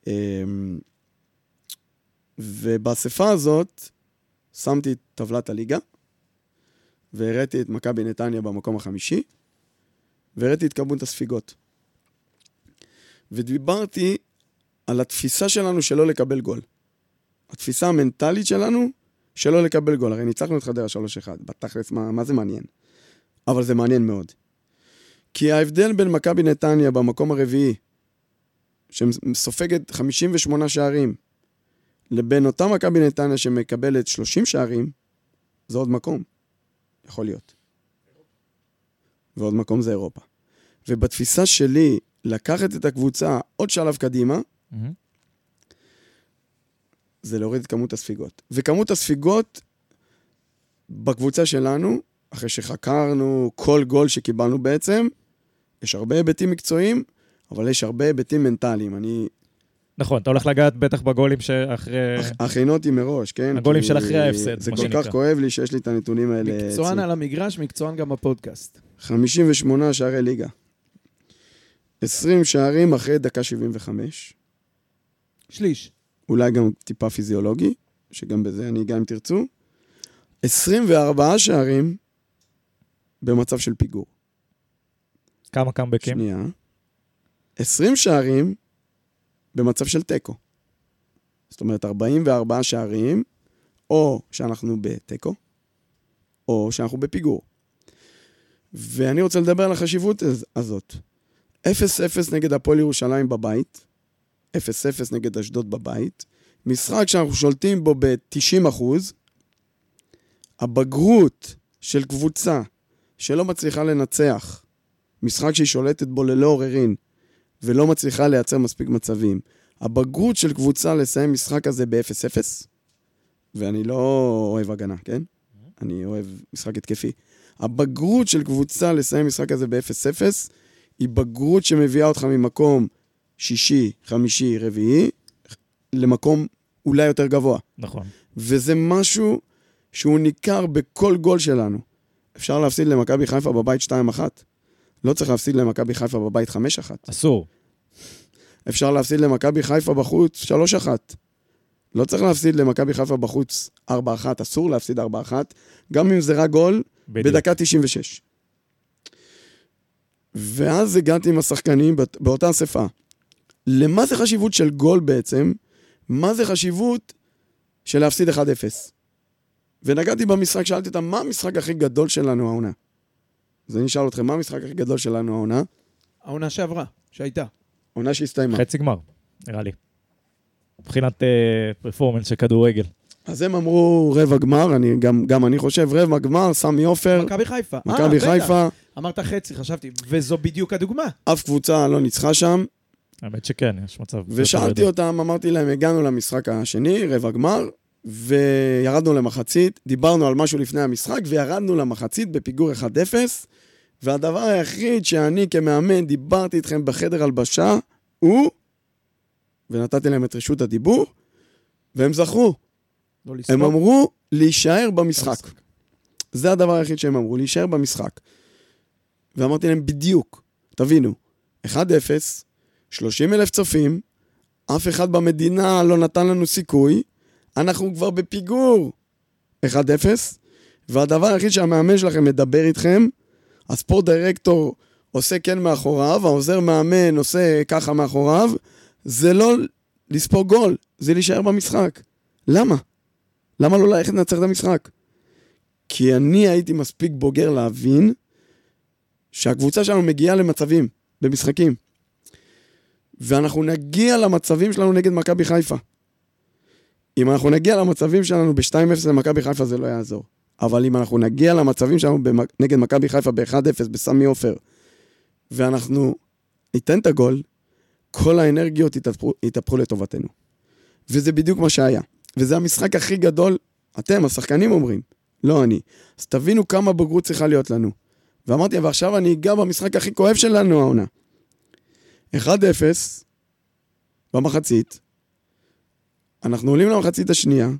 ובאספה הזאת, שמתי את טבלת הליגה, והראיתי את מכבי נתניה במקום החמישי, והראיתי את כמות הספיגות. ודיברתי על התפיסה שלנו שלא לקבל גול. התפיסה המנטלית שלנו שלא לקבל גול. הרי ניצחנו את חדרה שלוש אחד. בתכלס, מה, מה זה מעניין? אבל זה מעניין מאוד. כי ההבדל בין מכבי נתניה במקום הרביעי, שסופגת חמישים ושמונה שערים, לבין אותה מכבי נתניה שמקבלת שלושים שערים, זה עוד מקום. יכול להיות. ועוד מקום זה אירופה. ובתפיסה שלי, לקחת את הקבוצה עוד שלב קדימה, mm-hmm. זה להוריד את כמות הספיגות. וכמות הספיגות בקבוצה שלנו, אחרי שחקרנו כל גול שקיבלנו בעצם, יש הרבה היבטים מקצועיים, אבל יש הרבה היבטים מנטליים. אני... נכון, אתה הולך לגעת בטח בגולים שאחרי... הכינותי מראש, כן? הגולים של אחרי ההפסד, זה כל כך כואב לי שיש לי את הנתונים האלה. מקצוען על המגרש, מקצוען גם בפודקאסט. חמישים ושמונה שערי ליגה. עשרים שערים אחרי דקה שבעים וחמש. שליש. אולי גם טיפה פיזיולוגי, שגם בזה אני אגע אם תרצו. עשרים וארבעה שערים במצב של פיגור. כמה קאמבקים? שנייה. עשרים שערים במצב של טקו. זאת אומרת, ארבעים וארבעה שערים, או שאנחנו בטקו, או שאנחנו בפיגור. ואני רוצה לדבר על החשיבות הזאת. אפס אפס נגד הפועל ירושלים בבית, אפס אפס נגד אשדוד בבית, משחק שאנחנו שולטים בו ב-תשעים אחוז, הבגרות של קבוצה שלא מצליחה לנצח, משחק שהיא שולטת בו ללא עוררין, ולא מצליחה לייצר מספיק מצבים, הבגרות של קבוצה לסיים משחק הזה ב-אפס אפס, ואני לא אוהב הגנה, כן? אני אוהב משחק התקפי. הבגרות של קבוצה לסיים משחק הזה ב-אפס אפס, היא בגרות שמביאה אותך ממקום שישי, חמישי, רביעי, למקום אולי יותר גבוה. נכון. וזה משהו שהוא ניכר בכל גול שלנו. אפשר להפסיד למכבי חיפה בבית שתיים אחת. לא צריך להפסיד למכבי חיפה בבית חמש אחת. אסור. אפשר להפסיד למכבי חיפה בחוץ שלוש אחת. לא צריך להפסיד למכבי חיפה בחוץ ארבע אחת. אסור להפסיד ארבע אחת. גם אם זה רק גול, בדיוק. בדקה תשעים ושש. ואז הגעתי עם השחקנים באותה אספה. למה זה חשיבות של גול בעצם? מה זה חשיבות של להפסיד אחד אפס? ונגעתי במשחק, שאלתי אותם, מה המשחק הכי גדול שלנו העונה? אז אני אשאל אתכם, מה המשחק הכי גדול שלנו העונה? העונה שעברה, שהייתה. העונה שהסתיימה. חצי גמר, נראה לי. מבחינת פרפורמנס של כדורגל. אז הם אמרו רבע גמר, אני, גם, גם אני חושב, רבע גמר, סמי עופר. מכבי חיפה. מכבי חיפה. אמרת חצי, חשבתי, וזו בדיוק הדוגמה. אף קבוצה לא ניצחה שם. האמת שכן, יש מצב. ושאלתי אותם, אמרתי להם, הגענו למשחק השני, רבע גמר, וירדנו למחצית, דיברנו על משהו לפני המשחק, וירדנו למחצית בפיגור אחד אפס, והדבר היחיד שאני כמאמן דיברתי איתכם בחדר הלבשה, הוא, ונתתי להם את רשות הדיבור, והם זכרו. לא הם אמרו להישאר במשחק. זה הדבר היחיד שהם אמרו, להישאר במשחק. ואמרתי להם בדיוק, תבינו, אחד אפס, שלושים אלף צופים, אף אחד במדינה לא נתן לנו סיכוי, אנחנו כבר בפיגור אחד אפס, והדבר היחיד שהמאמן שלכם מדבר איתכם, הספורט דירקטור עושה כן מאחוריו, העוזר מאמן עושה ככה מאחוריו, זה לא לספור גול, זה להישאר במשחק. למה? למה לא ללכת לנצח את המשחק? כי אני הייתי מספיק בוגר להבין שהקבוצה שלנו מגיעה למצבים, במשחקים. ואנחנו נגיע למצבים שלנו נגד מכבי חיפה. אם אנחנו נגיע למצבים שלנו ב-שתיים אפס למכבי חיפה זה לא יעזור. אבל אם אנחנו נגיע למצבים שלנו נגד מכבי חיפה ב-אחד אפס בסמי עופר, ואנחנו ניתן את הגול, כל האנרגיות יתהפכו, יתהפכו לטובתנו. וזה בדיוק מה שהיה. וזה המשחק הכי גדול, אתם, השחקנים אומרים, לא אני. אז תבינו כמה בגרות צריכה להיות לנו. ואמרתי, ועכשיו אני אגע במשחק הכי כואב שלנו העונה. אחד אפס במחצית, אנחנו עולים למחצית השנייה,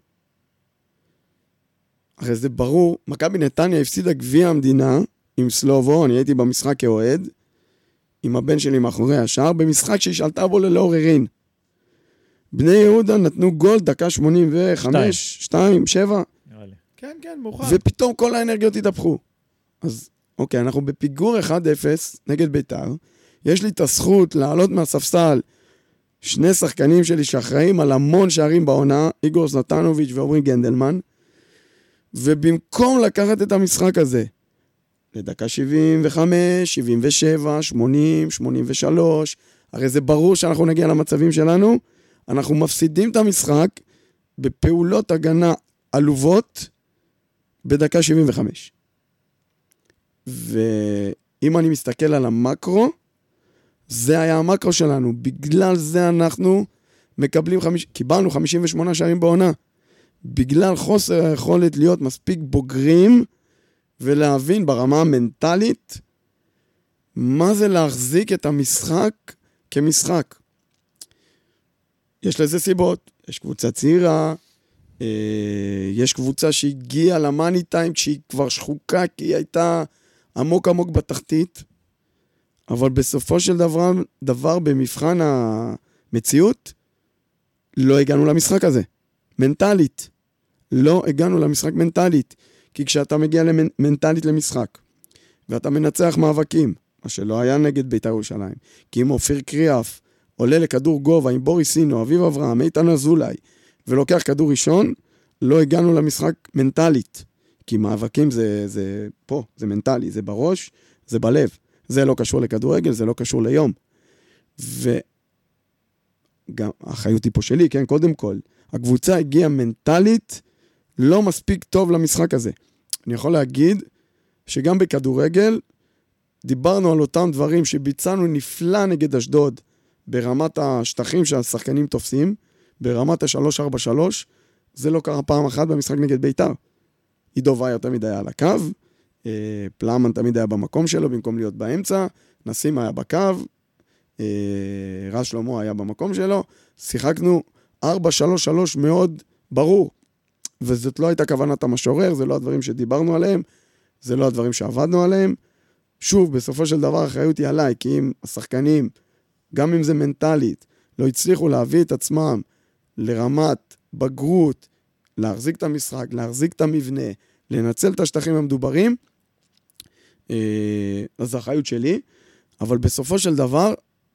אחרי זה ברור, מכבי נתניה הפסידה גביע המדינה עם סלובו, אני הייתי במשחק כאוהד, עם הבן שלי מאחורי השער, במשחק שהיא שלטה בו ללא עוררין. בני יהודה נתנו גול דקה שמונים וחמש, שתיים, שבע. כן, כן, מאוחר. ופתאום כל האנרגיות התהפכו. אז אוקיי, אנחנו בפיגור אחד אפס נגד ביתר, יש לי את הזכות לעלות מהספסל שני שחקנים שלי שאחראים על המון שערים בעונה, איגור זנטנוביץ' ועומרי גנדלמן, ובמקום לקחת את המשחק הזה, לדקה שבעים וחמש, שבעים ושבע, שמונים, שמונים ושלוש, הרי זה ברור שאנחנו נגיע למצבים שלנו, אנחנו מפסידים את המשחק בפעולות הגנה עלובות בדקה שבעים וחמש. ואם אני מסתכל על המקרו, זה היה המקרו שלנו, בגלל זה אנחנו מקבלים, חמיש... קיבלנו חמישים ושמונה שערים בעונה, בגלל חוסר היכולת להיות מספיק בוגרים, ולהבין ברמה המנטלית, מה זה להחזיק את המשחק כמשחק. יש לזה סיבות, יש קבוצה צעירה, יש קבוצה שהגיעה למאני טיים, כשהיא כבר שחוקה, כי היא הייתה עמוק עמוק בתחתית, אבל בסופו של דבר, דבר במבחן המציאות, לא הגענו למשחק הזה. מנטלית. לא הגענו למשחק מנטלית. כי כשאתה מגיע מנטלית למשחק, ואתה מנצח מאבקים, מה שלא היה נגד בית"ר ירושלים, כי אם אופיר קריאף עולה לכדור גובה עם בוריס סינו, אביב אברהם, איתן אזולאי, ולוקח כדור ראשון, לא הגענו למשחק מנטלית. כי מאבקים זה, זה פה, זה מנטלי, זה בראש, זה בלב. זה לא קשור לכדורגל, זה לא קשור ליום. וגם האחריות היא פה שלי, כן, קודם כל, הקבוצה הגיעה מנטלית לא מספיק טוב למשחק הזה. אני יכול להגיד שגם בכדורגל דיברנו על אותם דברים שביצענו נפלא נגד אשדוד ברמת השטחים שהשחקנים תופסים, ברמת ה-שלוש ארבע שלוש, זה לא קרה פעם אחת במשחק נגד בית"ר. עידו וייר תמיד היה על הקו, פלאמן תמיד היה במקום שלו במקום להיות באמצע, נסים היה בקו, רז שלמה היה במקום שלו, שיחקנו ארבע שלוש שלוש מאוד ברור, וזאת לא הייתה כוונת המשורר, זה לא הדברים שדיברנו עליהם, זה לא הדברים שעבדנו עליהם. שוב, בסופו של דבר האחריות היא עליי, כי אם השחקנים, גם אם זה מנטלית, לא הצליחו להביא את עצמם לרמת בגרות, להחזיק את המשחק, להחזיק את המבנה, לנצל את השטחים המדוברים, אז זה האחריות שלי, אבל בסופו של דבר,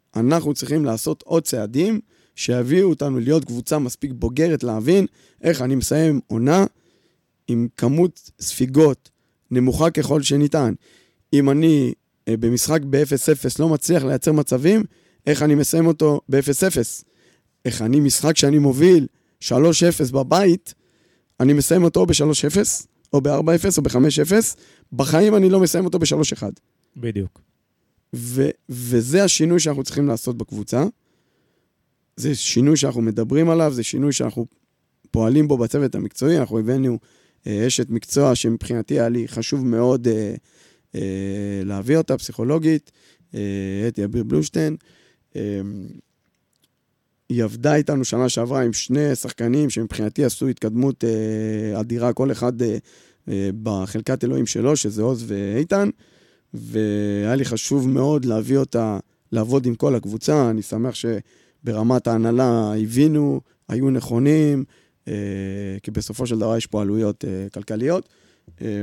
אנחנו צריכים לעשות עוד צעדים שיביאו אותנו להיות קבוצה מספיק בוגרת להבין איך אני מסיים עונה עם כמות ספיגות נמוכה ככל שניתן. אם אני במשחק ב-אפס אפס לא מצליח לייצר מצבים, איך אני מסיים אותו ב-אפס אפס? איך אני משחק שאני מוביל שלוש אפס בבית, אני מסיים אותו ב-שלוש אפס, או ב-ארבע אפס, או ב-חמש אפס, בחיים אני לא מסיים אותו ב-שלוש אחד. בדיוק. ו- וזה השינוי שאנחנו צריכים לעשות בקבוצה. זה שינוי שאנחנו מדברים עליו, זה שינוי שאנחנו פועלים בו בצוות המקצועי, אנחנו הבאנו אה, אשת מקצוע שמבחינתי היה לי חשוב מאוד אה, אה, להביא אותה, פסיכולוגית, אה, אתי אביר בלושטיין, אה, היא עבדה איתנו שנה שעברה עם שני שחקנים שמבחינתי עשו התקדמות אה, אדירה, כל אחד אה, אה, בחלקת אלוהים שלו, שזה עוז ואיתן, והיה לי חשוב מאוד להביא אותה, לעבוד עם כל הקבוצה. אני שמח שברמת ההנהלה הבינו, היו נכונים, אה, כי בסופו של דבר יש פה עלויות אה, כלכליות, אה,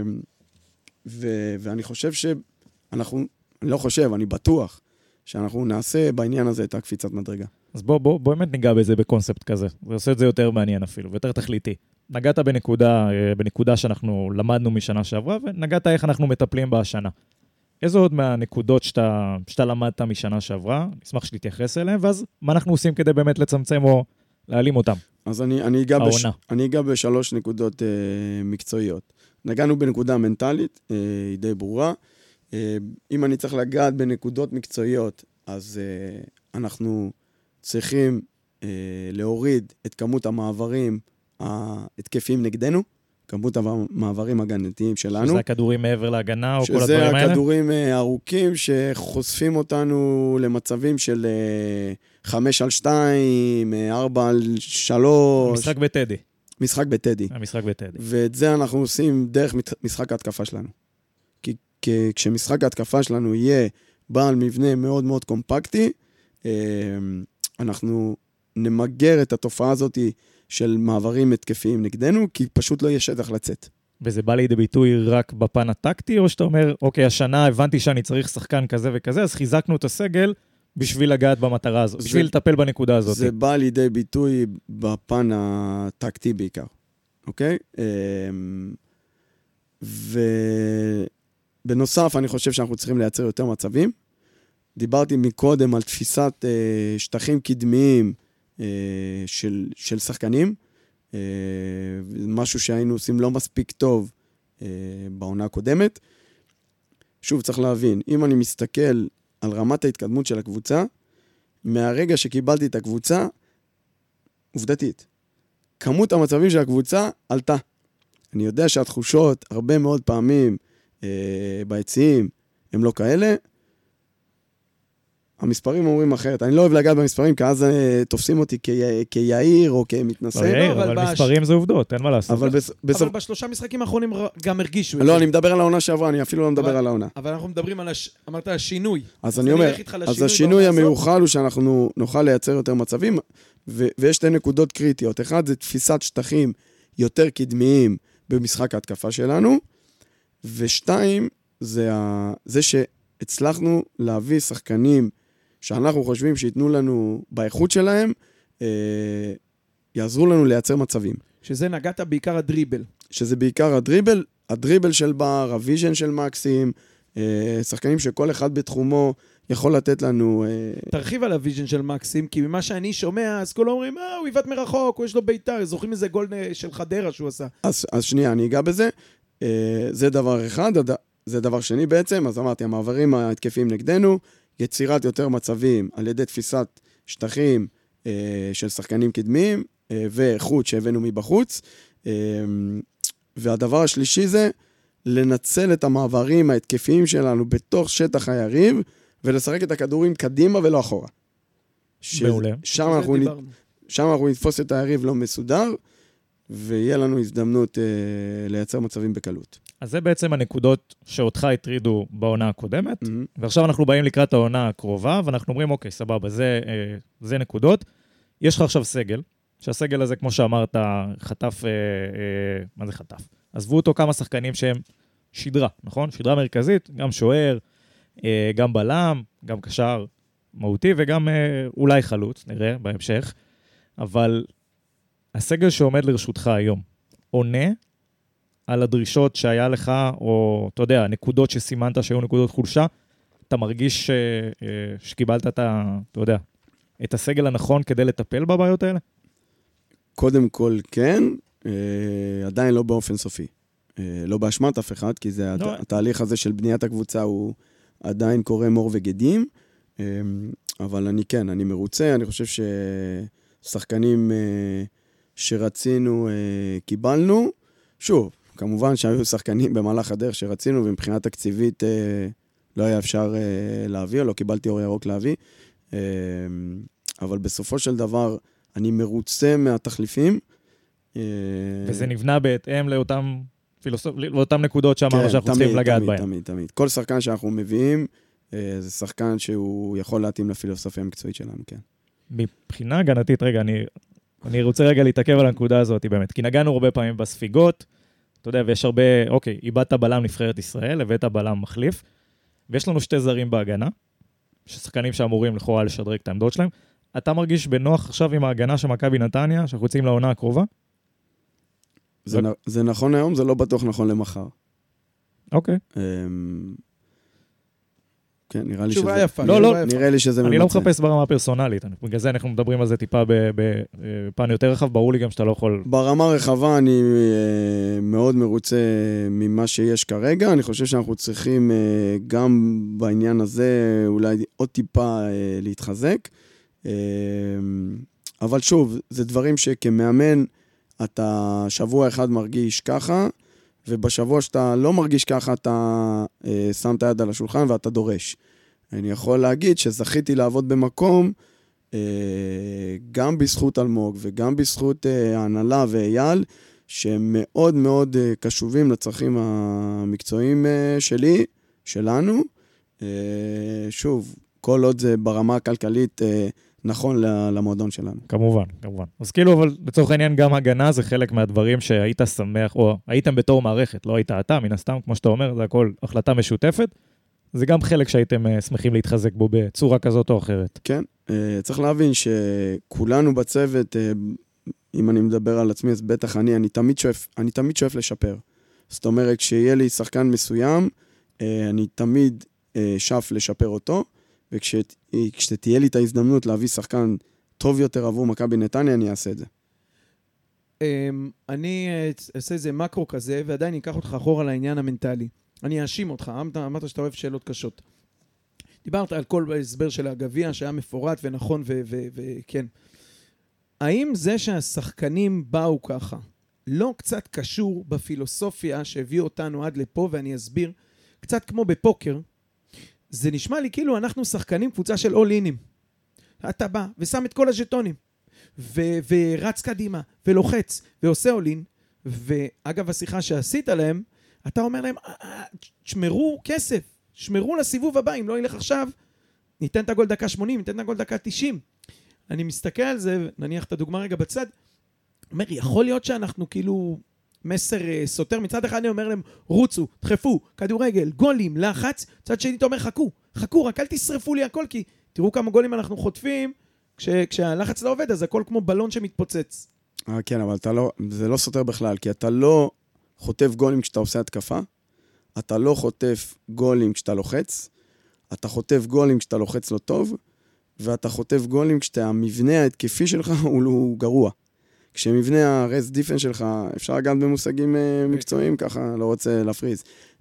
ו, ואני חושב שאנחנו, אני לא חושב, אני בטוח, שאנחנו נעשה בעניין הזה את הקפיצת מדרגה. אז בוא, בוא, בוא באמת ניגע בזה בקונספט כזה. זה עושה את זה יותר מעניין אפילו, ויותר תכליתי. נגעת בנקודה, בנקודה שאנחנו למדנו משנה שעברה, ונגעת איך אנחנו מטפלים בה השנה. איזו עוד מהנקודות שאתה, שאתה למדת משנה שעברה, נשמח שתתייחס אליהן, ואז מה אנחנו עושים כדי באמת לצמצם או להעלים אותם? אז אני, אני, אגע, בש, אני אגע בשלוש נקודות אה, מקצועיות. נגענו בנקודה מנטלית, אה, היא די ברורה. אה, אם אני צריך לגעת בנקודות מקצועיות, אז אה, אנחנו צריכים אה, להוריד את כמות המעברים ההתקפיים נגדנו, כמות המעברים הגנתיים שלנו. שזה הכדורים מעבר להגנה או כל הדברים שזה האלה? הכדורים ארוכים שחושפים אותנו למצבים של חמש על שתיים, ארבע על שלוש. משחק בטדי. משחק בטדי. המשחק בטדי. ואת זה אנחנו עושים דרך משחק ההתקפה שלנו. כי, כי כשמשחק ההתקפה שלנו יהיה בעל מבנה מאוד מאוד קומפקטי, אנחנו נמגר את התופעה הזאת של מעברים התקפיים נגדנו, כי פשוט לא יהיה שטח לצאת. וזה בא לידי ביטוי רק בפן הטקטי, או שאתה אומר, אוקיי, השנה הבנתי שאני צריך שחקן כזה וכזה, אז חיזקנו את הסגל בשביל לגעת במטרה הזאת, זה, בשביל לטפל בנקודה הזאת. זה בא לידי ביטוי בפן הטקטי בעיקר, אוקיי? ובנוסף, אני חושב שאנחנו צריכים לייצר יותר מצבים. דיברתי מקודם על תפיסת שטחים קדמיים, של, של שחקנים, משהו שהיינו עושים לא מספיק טוב בעונה הקודמת. שוב, צריך להבין, אם אני מסתכל על רמת ההתקדמות של הקבוצה, מהרגע שקיבלתי את הקבוצה, עובדתית, כמות המצבים של הקבוצה עלתה. אני יודע שהתחושות הרבה מאוד פעמים ביציעים הם לא כאלה, המספרים אומרים אחרת. אני לא אוהב לגעת במספרים, כי אז תופסים אותי כיעיר או כמתנשא. לא יעיר, אבל מספרים זה עובדות, אין מה לעשות. אבל בשלושה משחקים האחרונים גם הרגישו. לא, אני מדבר על העונה שעברה, אני אפילו לא מדבר על העונה. אבל אנחנו מדברים על, אמרת, השינוי. אז אני אומר, אז השינוי המיוחל הוא שאנחנו נוכל לייצר יותר מצבים, ויש שתי נקודות קריטיות. אחד, זה תפיסת שטחים יותר קדמיים במשחק ההתקפה שלנו, ושתיים, זה שהצלחנו להביא שחקנים שאנחנו חושבים שיתנו לנו באיכות שלהם, אה, יעזרו לנו לייצר מצבים. שזה נגעת בעיקר הדריבל. שזה בעיקר הדריבל, הדריבל של בר, הוויז'ן של מקסים, אה, שחקנים שכל אחד בתחומו יכול לתת לנו... אה... תרחיב על הוויז'ן של מקסים, כי ממה שאני שומע, אז כולם אומרים, אה, הוא עיוות מרחוק, הוא יש לו ביתר, זוכרים איזה גול של חדרה שהוא עשה. אז, אז שנייה, אני אגע בזה. אה, זה דבר אחד, זה דבר שני בעצם, אז אמרתי, המעברים ההתקפיים נגדנו, יצירת יותר מצבים על ידי תפיסת שטחים אה, של שחקנים קדמיים אה, ואיכות שהבאנו מבחוץ. אה, והדבר השלישי זה לנצל את המעברים ההתקפיים שלנו בתוך שטח היריב ולשחק את הכדורים קדימה ולא אחורה. מעולה. שם אנחנו, נ... שם אנחנו נתפוס את היריב לא מסודר ויהיה לנו הזדמנות אה, לייצר מצבים בקלות. אז זה בעצם הנקודות שאותך הטרידו בעונה הקודמת, mm-hmm. ועכשיו אנחנו באים לקראת העונה הקרובה, ואנחנו אומרים, אוקיי, סבבה, זה, זה נקודות. יש לך עכשיו סגל, שהסגל הזה, כמו שאמרת, חטף, אה, אה, מה זה חטף? עזבו אותו כמה שחקנים שהם שדרה, נכון? שדרה מרכזית, גם שוער, אה, גם בלם, גם קשר, מהותי, וגם אולי חלוץ, נראה בהמשך, אבל הסגל שעומד לרשותך היום, עונה על הדרישות שהיה לך, או אתה יודע, הנקודות שסימנת שהיו נקודות חולשה, אתה מרגיש ש... שקיבלת את, ה... אתה יודע, את הסגל הנכון כדי לטפל בבעיות האלה? קודם כל כן, אה, עדיין לא באופן סופי. אה, לא באשמת אף אחד, כי זה לא. הת... התהליך הזה של בניית הקבוצה הוא עדיין קורא מור וגדים, אה, אבל אני כן, אני מרוצה, אני חושב ששחקנים אה, שרצינו, אה, קיבלנו. שוב, כמובן שהיו שחקנים במהלך הדרך שרצינו, ומבחינה תקציבית אה, לא היה אפשר אה, להביא, או לא קיבלתי אור ירוק להביא, אה, אבל בסופו של דבר, אני מרוצה מהתחליפים. וזה נבנה בהתאם לאותם, פילוסופ... לאותם נקודות שאמרנו כן, שאנחנו צריכים לגעת בהן. תמיד, תמיד, תמיד. כל שחקן שאנחנו מביאים, זה שחקן שהוא יכול להתאים לפילוסופיה המקצועית שלנו, כן. מבחינה הגנתית, רגע, אני, אני רוצה רגע להתעכב על הנקודה הזאת, באמת, כי נגענו הרבה פעמים בספיגות, אתה יודע, ויש הרבה, אוקיי, איבדת בלם נבחרת ישראל, הבאת בלם מחליף, ויש לנו שתי זרים בהגנה, ששחקנים שאמורים לכאורה לשדרג את העמדות שלהם. אתה מרגיש בנוח עכשיו עם ההגנה של מכבי נתניה, שאנחנו יוצאים לעונה הקרובה? זה, נ... זה נכון היום, זה לא בטוח נכון למחר. אוקיי. כן, נראה לי שזה... יפה. לא, לא, נראה לי שזה אני ממצא. לא מחפש ברמה הפרסונלית, בגלל זה אנחנו מדברים על זה טיפה בפן יותר רחב, ברור לי גם שאתה לא יכול... ברמה רחבה אני מאוד מרוצה ממה שיש כרגע, אני חושב שאנחנו צריכים גם בעניין הזה אולי עוד טיפה להתחזק, אבל שוב, זה דברים שכמאמן אתה שבוע אחד מרגיש ככה, ובשבוע שאתה לא מרגיש ככה, אתה אה, שם את היד על השולחן ואתה דורש. אני יכול להגיד שזכיתי לעבוד במקום, אה, גם בזכות אלמוג וגם בזכות אה, ההנהלה ואייל, שהם מאוד מאוד אה, קשובים לצרכים המקצועיים אה, שלי, שלנו. אה, שוב, כל עוד זה ברמה הכלכלית אה, נכון למועדון שלנו. כמובן, כמובן. אז כאילו, אבל לצורך העניין גם הגנה זה חלק מהדברים שהיית שמח, או הייתם בתור מערכת, לא היית אתה, מן הסתם, כמו שאתה אומר, זה הכל החלטה משותפת, זה גם חלק שהייתם שמחים להתחזק בו בצורה כזאת או אחרת. כן, צריך להבין שכולנו בצוות, אם אני מדבר על עצמי, אז בטח אני, אני תמיד שואף, אני תמיד שואף לשפר. זאת אומרת, כשיהיה לי שחקן מסוים, אני תמיד שואף לשפר אותו, וכשתהיה לי את ההזדמנות להביא שחקן טוב יותר עבור מכבי נתניה, אני אעשה את זה. אני אעשה איזה מקרו כזה, ועדיין אקח אותך אחורה לעניין המנטלי. אני אאשים אותך, אמרת שאתה אוהב שאלות קשות. דיברת על כל הסבר של הגביע, שהיה מפורט ונכון וכן. האם זה שהשחקנים באו ככה, לא קצת קשור בפילוסופיה שהביאו אותנו עד לפה, ואני אסביר, קצת כמו בפוקר, זה נשמע לי כאילו אנחנו שחקנים קבוצה של אול-אינים. אתה בא ושם את כל הז'טונים, ו- ורץ קדימה, ולוחץ, ועושה אול-אין, ואגב השיחה שעשית להם, אתה אומר להם, שמרו כסף, שמרו לסיבוב הבא, אם לא ילך עכשיו, ניתן את הגול דקה שמונים, ניתן את הגול דקה תשעים. אני מסתכל על זה, נניח את הדוגמה רגע בצד, אומר, יכול להיות שאנחנו כאילו... מסר סותר, מצד אחד אני אומר להם, רוצו, דחפו, כדורגל, גולים, לחץ, מצד שני אתה אומר, חכו, חכו, רק אל תשרפו לי הכל, כי תראו כמה גולים אנחנו חוטפים, כש, כשהלחץ לא עובד, אז הכל כמו בלון שמתפוצץ. אה, כן, אבל אתה לא, זה לא סותר בכלל, כי אתה לא חוטף גולים כשאתה עושה התקפה, אתה לא חוטף גולים כשאתה לוחץ, אתה חוטף גולים כשאתה לוחץ לא טוב, ואתה חוטף גולים כשאתה, המבנה ההתקפי שלך הוא, הוא גרוע. כשמבנה הרס דיפן שלך, אפשר גם במושגים מקצועיים, ככה לא רוצה להפריז.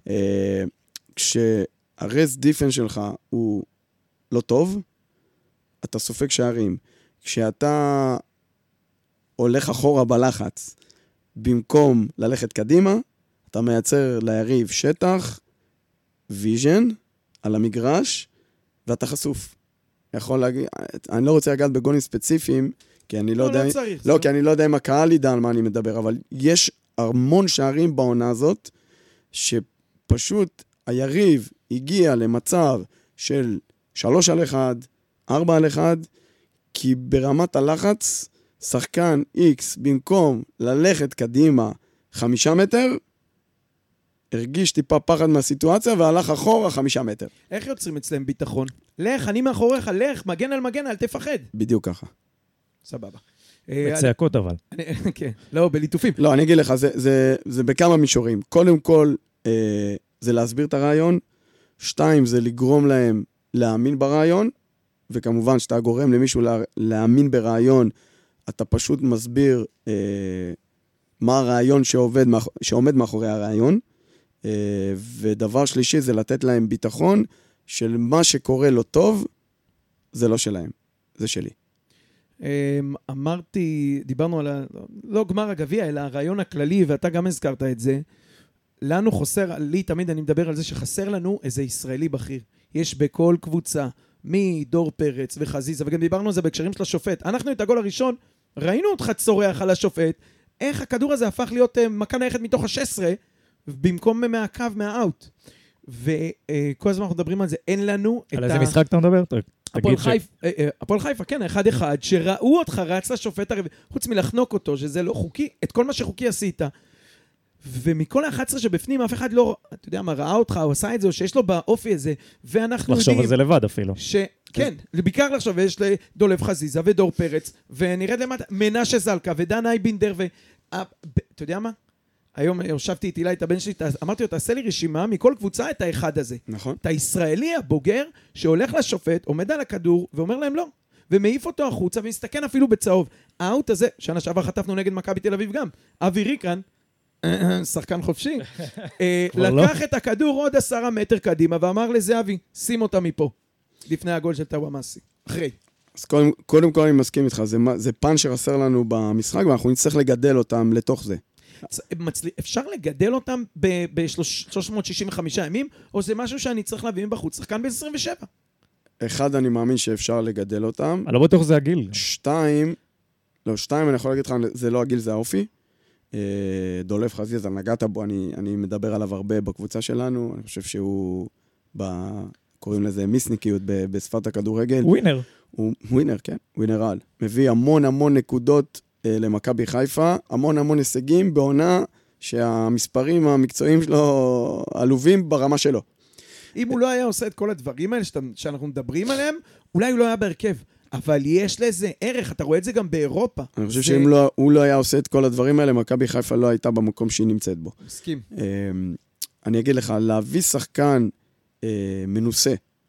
כשהרס דיפן שלך הוא לא טוב, אתה סופג שערים. כשאתה הולך אחורה בלחץ, במקום ללכת קדימה, אתה מייצר ליריב שטח, ויז'ן, על המגרש, ואתה חשוף. יכול להגיד, אני לא רוצה לגעת בגולים ספציפיים, כי אני לא, לא יודע, לא, צריך, לא, כי אני לא יודע אם הקהל ידע על מה אני מדבר, אבל יש המון שערים בעונה הזאת, שפשוט היריב הגיע למצב של שלוש על אחד, ארבע על אחד, כי ברמת הלחץ, שחקן X במקום ללכת קדימה חמישה מטר, הרגיש טיפה פחד מהסיטואציה, והלך אחורה חמישה מטר. איך יוצרים אצלם ביטחון? לך, אני מאחוריך, לך, מגן על מגן, אל תפחד. בדיוק ככה. סבבה. בצעקות אבל. כן, לא, בליטופים. לא, אני אגיד לך, זה, זה, זה בכמה מישורים. קודם כל, אה, זה להסביר את הרעיון. שתיים, זה לגרום להם להאמין ברעיון, וכמובן, שאתה גורם למישהו לה, להאמין ברעיון, אתה פשוט מסביר אה, מה הרעיון שעובד, שעומד מאחורי הרעיון, אה, ודבר שלישי זה לתת להם ביטחון של מה שקורה לא טוב, זה לא שלהם, זה שלי. אמרתי, דיברנו על, ה... לא גמר הגביע, אלא הרעיון הכללי, ואתה גם הזכרת את זה, לנו חוסר, לי תמיד אני מדבר על זה שחסר לנו איזה ישראלי בכיר. יש בכל קבוצה, מדור פרץ וחזיזה, וגם דיברנו על זה בהקשרים של השופט. אנחנו את הגול הראשון, ראינו אותך צורח על השופט, איך הכדור הזה הפך להיות מכה נייחת מתוך ה-שש עשרה, במקום מהקו, מהאוט. וכל הזמן אנחנו מדברים על זה, אין לנו את ה... על איזה משחק אתה מדבר? הפועל חיפה, הפועל חיפה, כן, אחד אחד, שראו אותך רץ לשופט הרביעי, חוץ מלחנוק אותו, שזה לא חוקי, את כל מה שחוקי עשית. ומכל ה-אחת עשרה שבפנים, אף אחד לא, אתה יודע מה, ראה אותך, או עשה את זה, או שיש לו באופי הזה, ואנחנו יודעים... לחשוב על זה לבד אפילו. ש... כן, בעיקר לחשוב, יש לדולב חזיזה ודור פרץ, ונרד למטה, מנשה זלקה ודן אייבינדר, ו... אתה יודע מה? היום הושבתי את אילי, את הבן שלי, אמרתי לו, תעשה לי רשימה מכל קבוצה את האחד הזה. נכון. את הישראלי הבוגר שהולך לשופט, עומד על הכדור, ואומר להם לא, ומעיף אותו החוצה, ומסתכן אפילו בצהוב. האוט הזה, שנה שעבר חטפנו נגד מכבי תל אביב גם, אבי ריקן, שחקן חופשי, לקח את הכדור עוד עשרה מטר קדימה, ואמר לזהבי, שים אותה מפה, לפני הגול של טאוואמאסי. אחרי. אז קודם, קודם כל אני מסכים איתך, זה, זה פן שחסר לנו במשחק, ואנחנו נצטרך לגדל אותם לתוך זה. אפשר לגדל אותם ב-שלוש מאות שישים וחמישה ימים, או זה משהו שאני צריך להביא בחוץ, שחקן ב-עשרים ושבע? אחד, אני מאמין שאפשר לגדל אותם. אני לא בטוח זה הגיל. שתיים, לא, שתיים, אני יכול להגיד לך, זה לא הגיל, זה האופי. דולב חזיזה, נגעת בו, אני, אני מדבר עליו הרבה בקבוצה שלנו, אני חושב שהוא, ב, קוראים לזה מיסניקיות בשפת הכדורגל. ווינר. הוא ווינר, כן, ווינר על. מביא המון המון נקודות למכבי חיפה, המון המון הישגים בעונה שהמספרים המקצועיים שלו עלובים ברמה שלו. אם הוא לא היה עושה את כל הדברים האלה שאנחנו מדברים עליהם, אולי הוא לא היה בהרכב. אבל יש לזה ערך, אתה רואה את זה גם באירופה. אני חושב שאם לא, הוא לא היה עושה את כל הדברים האלה, מכבי חיפה לא הייתה במקום שהיא נמצאת בו. מסכים. אני אגיד לך, להביא שחקן מנוסה,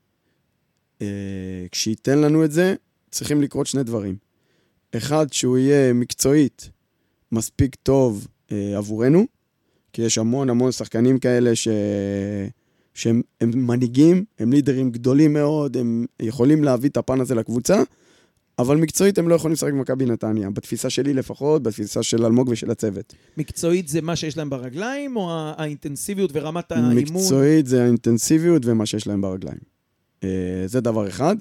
כשייתן לנו את זה, צריכים לקרות שני דברים. אחד, שהוא יהיה מקצועית מספיק טוב עבורנו, כי יש המון המון שחקנים כאלה ש... שהם מנהיגים, הם לידרים גדולים מאוד, הם יכולים להביא את הפן הזה לקבוצה, אבל מקצועית הם לא יכולים לשחק במכבי נתניה, בתפיסה שלי לפחות, בתפיסה של אלמוג ושל הצוות. מקצועית זה מה שיש להם ברגליים, או האינטנסיביות ורמת האימון? מקצועית זה האינטנסיביות ומה שיש להם ברגליים. זה דבר אחד.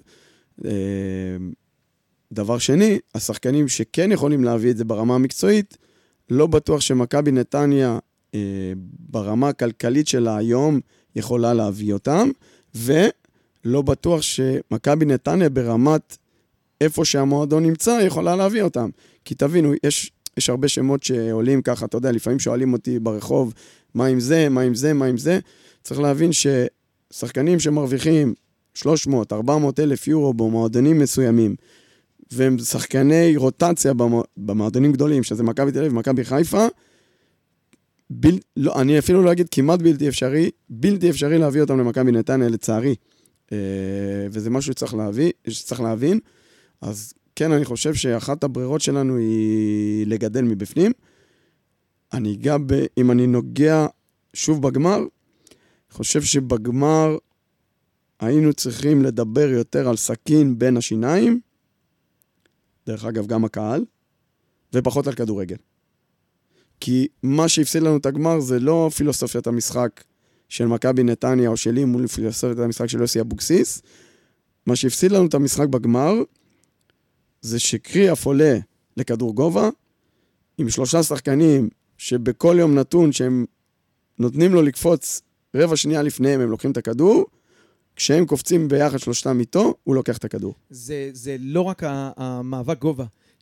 דבר שני, השחקנים שכן יכולים להביא את זה ברמה המקצועית, לא בטוח שמכבי נתניה, ברמה הכלכלית שלה היום, יכולה להביא אותם, ולא בטוח שמכבי נתניה ברמת איפה שהמועדון נמצא, יכולה להביא אותם. כי תבינו, יש, יש הרבה שמות שעולים ככה, אתה יודע, לפעמים שואלים אותי ברחוב, מה עם זה, מה עם זה, מה עם זה. צריך להבין ששחקנים שמרוויחים שלוש מאות עד ארבע מאות אלף יורו במועדונים מסוימים, והם שחקני רוטציה במועדונים גדולים, שזה מכבי תל אביב ומכבי חיפה, בל... לא, אני אפילו לא אגיד כמעט בלתי אפשרי, בלתי אפשרי להביא אותם למכבי נתניה, לצערי. אה, וזה משהו שצריך להביא, שצריך להבין. אז כן, אני חושב שאחת הברירות שלנו היא לגדל מבפנים. אני אגע ב... אם אני נוגע שוב בגמר, חושב שבגמר היינו צריכים לדבר יותר על סכין בין השיניים, דרך אגב גם הקהל, ופחות על כדורגל. כי מה שהפסיד לנו את הגמר זה לא פילוסופיית המשחק של מכבי נתניה או שלי מול פילוסופיית המשחק של יוסי אבוקסיס. מה שהפסיד לנו את המשחק בגמר זה שקריאף עולה לכדור גובה עם שלושה שחקנים שבכל יום נתון שהם נותנים לו לקפוץ רבע שנייה לפניהם הם לוקחים את הכדור, כשהם קופצים ביחד שלושתם איתו הוא לוקח את הכדור. זה, זה לא רק המאבק גובה.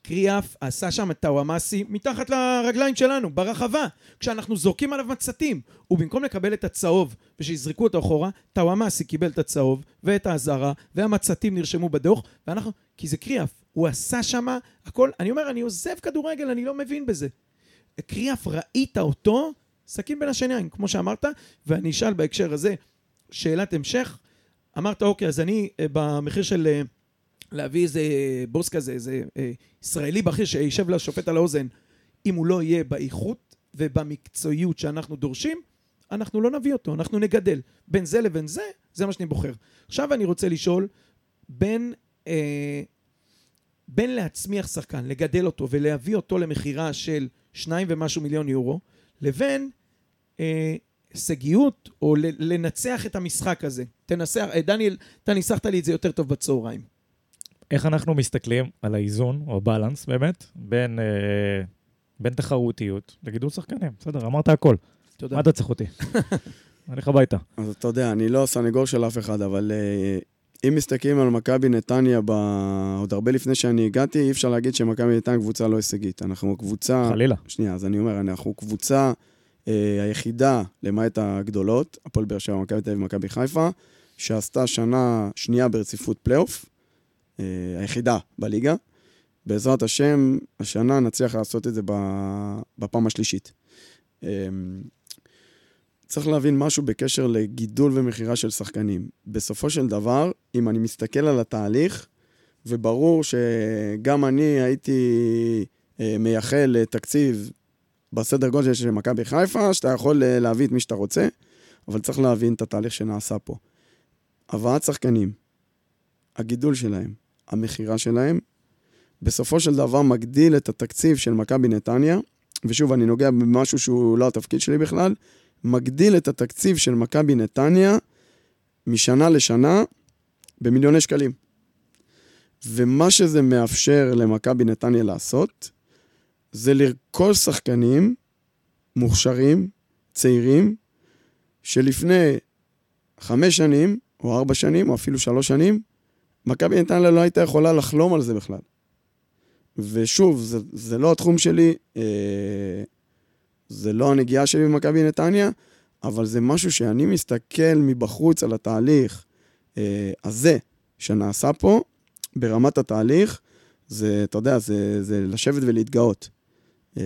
קריאף עשה שם את טאוואמאסי מתחת לרגליים שלנו, ברחבה, כשאנחנו זורקים עליו מצתים, ובמקום לקבל את הצהוב ושיזרקו אותו אחורה, טאוואמאסי קיבל את הצהוב ואת האזהרה, והמצתים נרשמו בדוח, ואנחנו, כי זה קריאף, הוא עשה שם הכל, אני אומר, אני עוזב כדורגל, אני לא מבין בזה. קריאף, ראית אותו, סכין בין השיניים, כמו שאמרת, ואני אשאל בהקשר הזה, שאלת המשך, אמרת, אוקיי, אז אני במחיר של להביא איזה בוס כזה, איזה אה, ישראלי בכיר שישב לשופט על האוזן, אם הוא לא יהיה באיכות ובמקצועיות שאנחנו דורשים, אנחנו לא נביא אותו, אנחנו נגדל. בין זה לבין זה, זה מה שאני בוחר. עכשיו אני רוצה לשאול, בין, אה, בין להצמיח שחקן, לגדל אותו ולהביא אותו למחירה של שניים ומשהו מיליון יורו, לבין אה, סגיות או לנצח את המשחק הזה. תנסח, דניאל, אתה ניסחת לי את זה יותר טוב בצהריים. איך אנחנו מסתכלים על האיזון, או הבלנס באמת, בין, אה, בין תחרותיות לגידול שחקנים? בסדר, אמרת הכל. תודה. מה אתה צריך אותי? אני לך הביתה. אז אתה יודע, אני לא סנגור של אף אחד, אבל אה, אם מסתכלים על מכבי נתניה, ב... עוד הרבה לפני שאני הגעתי, אי אפשר להגיד שמכבי נתניה קבוצה לא הישגית. אנחנו קבוצה... חלילה. שנייה, אז אני אומר, אנחנו קבוצה אה, היחידה, למעט הגדולות, הפועל באר שבע, מכבי תל אביב ומכבי חיפה, שעשתה שנה שנייה ברציפות פלייאוף, Uh, היחידה בליגה. בעזרת השם, השנה נצליח לעשות את זה בפעם השלישית. Um, צריך להבין משהו בקשר לגידול ומחירה של שחקנים. בסופו של דבר, אם אני מסתכל על התהליך, וברור שגם אני הייתי uh, מייחל לתקציב בסדר גודל של מכבי חיפה, שאתה יכול uh, להביא את מי שאתה רוצה, אבל צריך להבין את התהליך שנעשה פה. הבאת שחקנים, הגידול שלהם, המחירה שלהם, בסופו של דבר מגדיל את התקציב של מכבי נתניה, ושוב, אני נוגע במשהו שהוא לא התפקיד שלי בכלל, מגדיל את התקציב של מכבי נתניה משנה לשנה במיליוני שקלים. ומה שזה מאפשר למכבי נתניה לעשות, זה לרכוש שחקנים מוכשרים, צעירים, שלפני חמש שנים, או ארבע שנים, או אפילו שלוש שנים, מכבי נתניה לא הייתה יכולה לחלום על זה בכלל. ושוב, זה, זה לא התחום שלי, אה, זה לא הנגיעה שלי במכבי נתניה, אבל זה משהו שאני מסתכל מבחוץ על התהליך אה, הזה שנעשה פה, ברמת התהליך, זה, אתה יודע, זה, זה לשבת ולהתגאות. אה,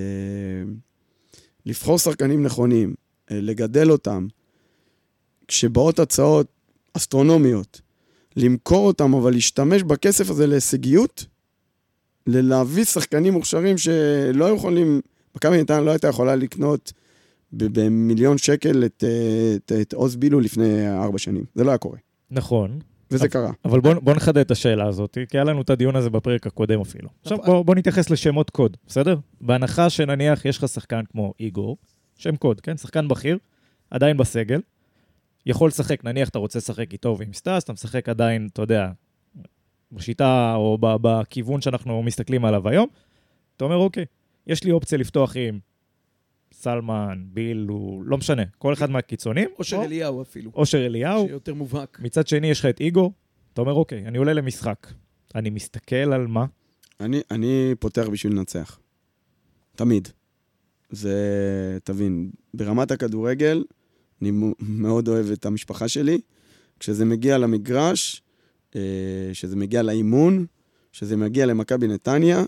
לבחור שחקנים נכונים, אה, לגדל אותם, כשבאות הצעות אסטרונומיות, למכור אותם, אבל להשתמש בכסף הזה להישגיות, ללהביא שחקנים מוכשרים שלא יכולים, מכבי נתניה לא הייתה יכולה לקנות במיליון שקל את, את, את עוז בילו לפני ארבע שנים. זה לא היה קורה. נכון. וזה אבל, קרה. אבל בוא, בוא נחדד את השאלה הזאת, כי היה לנו את הדיון הזה בפרק הקודם אפילו. עכשיו בוא, בוא נתייחס לשמות קוד, בסדר? בהנחה שנניח יש לך שחקן כמו איגור, שם קוד, כן? שחקן בכיר, עדיין בסגל, יכול לשחק, נניח אתה רוצה לשחק איתו ועם סטאס, אתה משחק עדיין, אתה יודע, בשיטה או בכיוון שאנחנו מסתכלים עליו היום, אתה אומר, אוקיי, יש לי אופציה לפתוח עם סלמן, בילו, לא משנה, כל אחד מהקיצונים. אושר אליהו אפילו. אושר אליהו. שיותר מובהק. מצד שני יש לך את איגור, אתה אומר, אוקיי, אני עולה למשחק. אני מסתכל על מה? אני, אני פותח בשביל לנצח. תמיד. זה, תבין, ברמת הכדורגל, אני מאוד אוהב את המשפחה שלי. כשזה מגיע למגרש, שזה מגיע לאימון, שזה מגיע למכבי נתניה,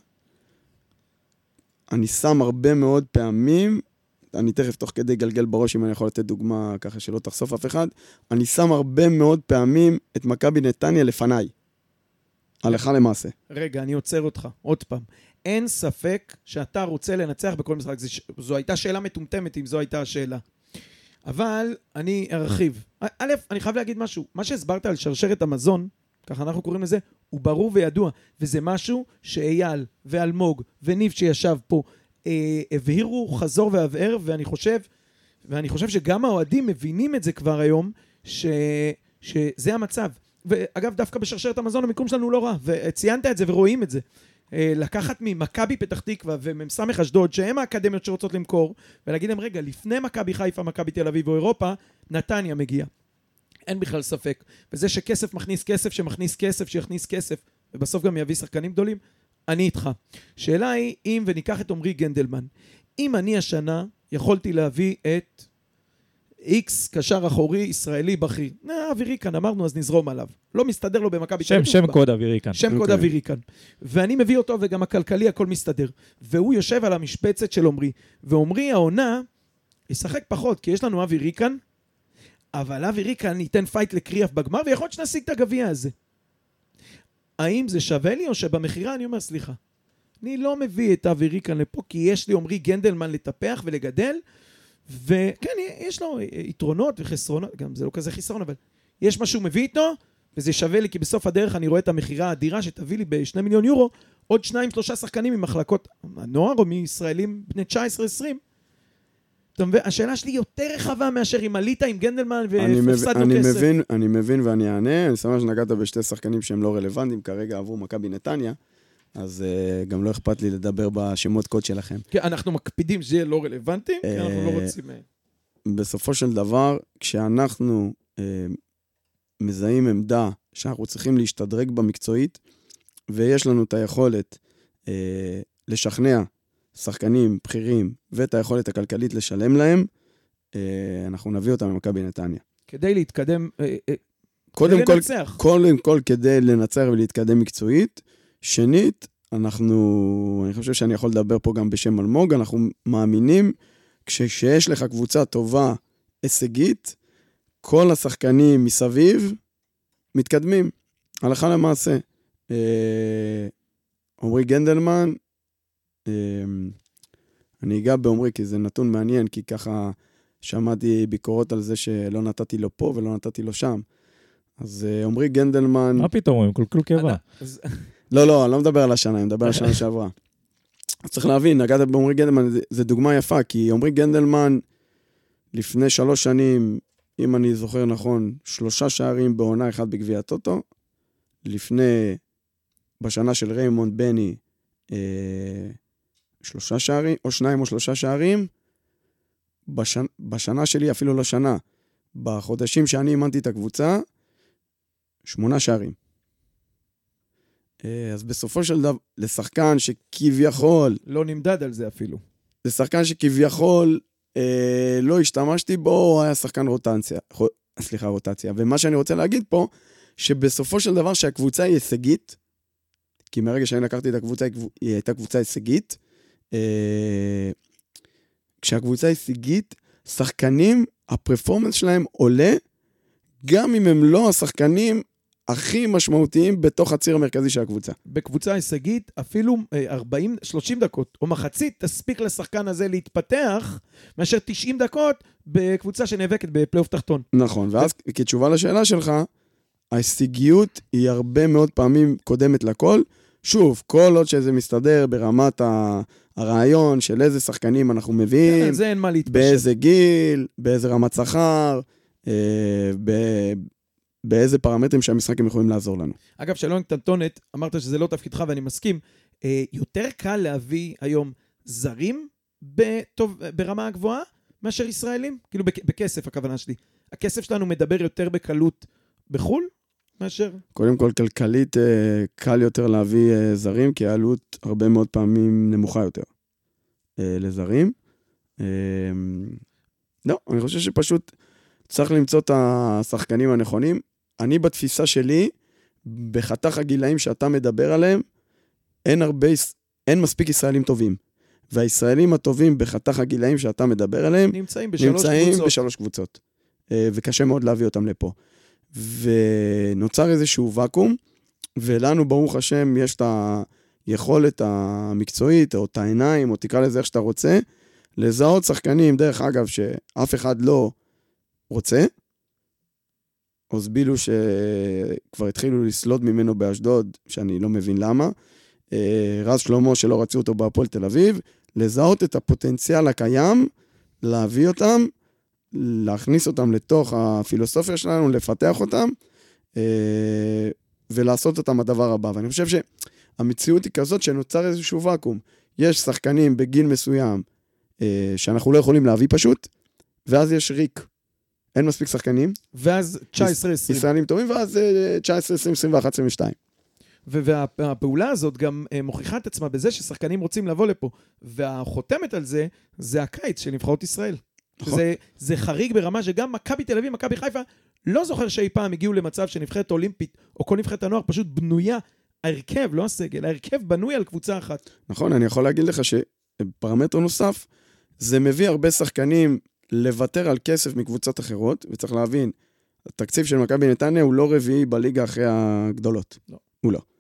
אני שם הרבה מאוד פעמים, אני תכף תוך כדי גלגל בראש, אם אני יכול לתת דוגמה ככה שלא תחשוף אף אחד, אני שם הרבה מאוד פעמים את מכבי נתניה לפניי. הלכה למעשה. רגע, אני עוצר אותך, עוד פעם. אין ספק שאתה רוצה לנצח בכל משחק. זו הייתה שאלה מטומטמת, אם זו הייתה השאלה. אבל אני ארחיב. א', אני חייב להגיד משהו. מה שהסברת על שרשרת המזון, ככה אנחנו קוראים לזה, הוא ברור וידוע. וזה משהו שאייל ואלמוג וניב שישב פה, אה, הבהירו חזור והבהר, ואני חושב, ואני חושב שגם האוהדים מבינים את זה כבר היום, ש, שזה המצב. ואגב, דווקא בשרשרת המזון המיקום שלנו לא רע, וציינת את זה ורואים את זה. לקחת ממכבי פתח תקווה ומסמך אשדוד, שהם האקדמיות שרוצות למכור, ולהגיד להם, רגע, לפני מכבי חיפה, מכבי תל אביב או אירופה, נתניה מגיע. אין בכלל ספק. וזה שכסף מכניס כסף, שמכניס כסף, שיכניס כסף, ובסוף גם יביא שחקנים גדולים, אני איתך. שאלה היא, אם וניקח את עומרי גנדלמן, אם אני השנה יכולתי להביא את איקס קשר אחורי ישראלי בכיר, אווירי כאן, אמרנו, אז נזרום עליו. לא מסתדר לו במכבי תל אביב. שם קוד אווירי כאן. שם קוד אווירי כאן. ואני מביא אותו, וגם הכלכלי הכל מסתדר. והוא יושב על המשבצת של עומרי. ועומרי העונה ישחק פחות, כי יש לנו אווירי כאן, אבל אווירי כאן ייתן פייט לקריאף בגמר, ויכול להיות שנשיג את הגביע הזה. האם זה שווה לי, או שבמחירה אני אומר, סליחה, אני לא מביא את אווירי כאן לפה, כי יש לי עומרי גנדלמן לטפח ולגדל, וכן, יש לו יתרונות וחסרונות, גם זה לא כזה חסרון, אבל יש משהו מביא איתו, וזה שווה לי, כי בסוף הדרך אני רואה את המחירה האדירה שתביא לי בשני מיליון יורו, עוד שניים, שלושה שחקנים ממחלקות הנוער, או מישראלים בני תשע עשרה עשרים. השאלה שלי יותר רחבה מאשר אם עלית עם גנדלמן והפסדנו כסף. מבין, אני מבין ואני אענה, אני שמח שנגעת בשתי שחקנים שהם לא רלוונטיים, כרגע עבור מכבי נתניה, אז uh, גם לא אכפת לי לדבר בשמות קוד שלכם. כן, אנחנו מקפידים שזה יהיה לא רלוונטי, כי אנחנו לא רוצים... בסופו של דבר, כשאנחנו uh, מזהים עמדה שאנחנו צריכים להשתדרג במקצועית, ויש לנו את היכולת uh, לשכנע שחקנים בכירים, ואת היכולת הכלכלית לשלם להם, uh, אנחנו נביא אותם למכבי נתניה. כדי להתקדם, uh, uh, קודם כדי כל, לנצח. קודם כל כדי לנצח ולהתקדם מקצועית, שנית, אנחנו, אני חושב שאני יכול לדבר פה גם בשם אלמוג, אנחנו מאמינים, כשיש לך קבוצה טובה, הישגית, כל השחקנים מסביב מתקדמים, הלכה למעשה. עומרי גנדלמן, אני אגע בעומרי, כי זה נתון מעניין, כי ככה שמעתי ביקורות על זה שלא נתתי לו פה ולא נתתי לו שם. אז עומרי גנדלמן... מה פתאום, הם קולקול קבע. לא, לא, אני לא מדבר על השנה, אני מדבר על השנה שעברה. אז צריך להבין, נגעת בעומרי גנדלמן, זה דוגמה יפה, כי עומרי גנדלמן, לפני שלוש שנים, אם אני זוכר נכון, שלושה שערים בעונה אחד בגביע הטוטו, לפני, בשנה של ריימונד בני, אה, שלושה שערים, או שניים או שלושה שערים, בשנה, בשנה שלי, אפילו לא שנה, בחודשים שאני אימנתי את הקבוצה, שמונה שערים. אז בסופו של דבר, לשחקן שכביכול... לא נמדד על זה אפילו. לשחקן שכביכול אה, לא השתמשתי בו, היה שחקן רוטציה. סליחה, רוטציה. ומה שאני רוצה להגיד פה, שבסופו של דבר שהקבוצה היא הישגית, כי מרגע שאני לקחתי את הקבוצה, היא הייתה קבוצה הישגית, אה, כשהקבוצה הישגית, שחקנים, הפרפורמנס שלהם עולה, גם אם הם לא השחקנים הכי משמעותיים בתוך הציר המרכזי של הקבוצה. בקבוצה הישגית, אפילו ארבעים שלושים דקות, או מחצית, תספיק לשחקן הזה להתפתח, מאשר תשעים דקות בקבוצה שנאבקת בפלייאוף תחתון. נכון, ואז כתשובה לשאלה שלך, ההישגיות היא הרבה מאוד פעמים קודמת לכל. שוב, כל עוד שזה מסתדר ברמת הרעיון של איזה שחקנים אנחנו מביאים, כן, זה אין מה להתפשר. באיזה גיל, באיזה רמת שכר, ב... באיזה פרמטרים שהמשחקים יכולים לעזור לנו. אגב, שלום קטנטונת, אמרת שזה לא תפקידך ואני מסכים, יותר קל להביא היום זרים בטוב, ברמה הגבוהה מאשר ישראלים? כאילו בכסף הכוונה שלי. הכסף שלנו מדבר יותר בקלות בחול מאשר? קודם כל, כלכלית קל יותר להביא זרים, כי העלות הרבה מאוד פעמים נמוכה יותר לזרים. לא, אני חושב שפשוט צריך למצוא את השחקנים הנכונים. אני בתפיסה שלי, בחתך הגילאים שאתה מדבר עליהם, אין הרבה, אין מספיק ישראלים טובים. והישראלים הטובים בחתך הגילאים שאתה מדבר עליהם, נמצאים בשלוש נמצאים קבוצות. בשלוש קבוצות. וקשה מאוד להביא אותם לפה. ונוצר איזשהו ואקום, ולנו ברוך השם יש את היכולת המקצועית, או את העיניים, או תקרא לזה איך שאתה רוצה, לזהות שחקנים, דרך אגב, שאף אחד לא רוצה, אוזבילו שכבר התחילו לסלוד ממנו באשדוד, שאני לא מבין למה, רז שלמה שלא רצו אותו בהפועל תל אביב, לזהות את הפוטנציאל הקיים, להביא אותם, להכניס אותם לתוך הפילוסופיה שלנו, לפתח אותם, ולעשות אותם הדבר הבא. ואני חושב שהמציאות היא כזאת שנוצר איזשהו ואקום. יש שחקנים בגיל מסוים, שאנחנו לא יכולים להביא פשוט, ואז יש ריק. אין מספיק שחקנים. ואז תשע עשרה עשרים. ישראלים טובים, ואז תשע עשרה עשרים עשרים ואחת עשרים ושתיים. והפעולה הזאת גם מוכיחה את עצמה בזה ששחקנים רוצים לבוא לפה, והחותמת על זה, זה הקיץ של נבחרות ישראל. זה, זה חריג ברמה שגם מכבי תל אביב, מכבי חיפה, לא זוכר שאי פעם הגיעו למצב שנבחרת אולימפית, או כל נבחרת הנוער פשוט בנויה, ההרכב, לא הסגל, ההרכב בנוי על קבוצה אחת. נכון, אני יכול להגיד לך שפרמטר נוסף, זה מביא הרבה שחקנים לוותר על כסף מקבוצות אחרות, וצריך להבין, התקציב של מכבי נתניה הוא לא רביעי בליגה אחרי הגדולות. לא. הוא לא.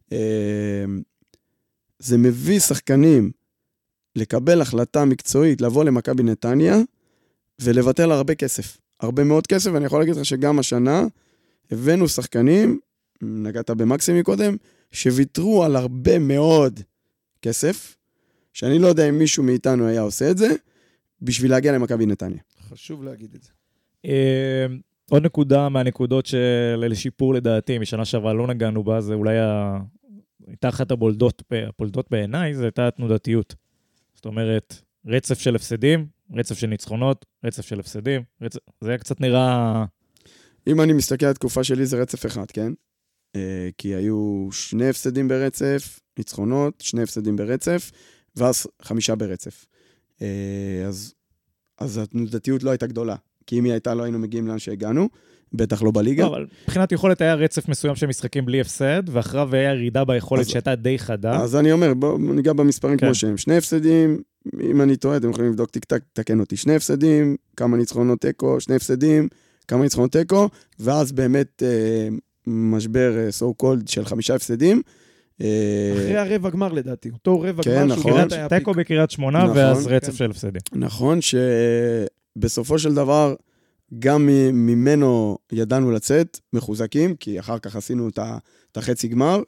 זה מביא שחקנים לקבל החלטה מקצועית, לבוא למכבי נתניה, ולוותר על הרבה כסף. הרבה מאוד כסף, ואני יכול להגיד לך שגם השנה, הבאנו שחקנים, נגעת במקסימי קודם, שוויתרו על הרבה מאוד כסף, שאני לא יודע אם מישהו מאיתנו היה עושה את זה, בשביל להגיע למכבי נתניה. חשוב להגיד את זה. עוד נקודה מהנקודות של שיפור לדעתי, משנה שעברה לא נגענו בה, זה אולי הייתה אחת הבולדות, הבולדות בעיניי, זה הייתה התנודתיות. זאת אומרת, רצף של הפסדים, רצף של ניצחונות, רצף של הפסדים, רצף... זה היה קצת נראה... אם אני מסתכל על התקופה שלי, זה רצף אחד, כן? כי היו שני הפסדים ברצף, ניצחונות, שני הפסדים ברצף, ואז חמישה ברצף. אז, אז התנודתיות לא הייתה גדולה, כי אם היא הייתה, לא היינו מגיעים לאן שהגענו, בטח לא בליגה. לא, אבל מבחינת יכולת היה רצף מסוים של משחקים בלי הפסד, ואחריו היה ירידה ביכולת אז, שהייתה די חדה. אז אני אומר, בואו ניגע במספרים כן. כמו שהם. שני הפסדים, אם אני טועה, אתם יכולים לבדוק טיק-טק, תקן אותי. שני הפסדים, כמה ניצחונות טקו, שני הפסדים, כמה ניצחונות טקו, ואז באמת אה, משבר אה, so called של חמישה הפסדים. אחרי הרבע גמר לדעתי, אותו רבע כן, גמר נכון. שהוא גירת היה פיק. טקו בקריית שמונה, נכון, ואז רצף כן. של הפסדים. נכון, שבסופו של דבר, גם ממנו ידענו לצאת, מחוזקים, כי אחר כך עשינו את החצי גמר,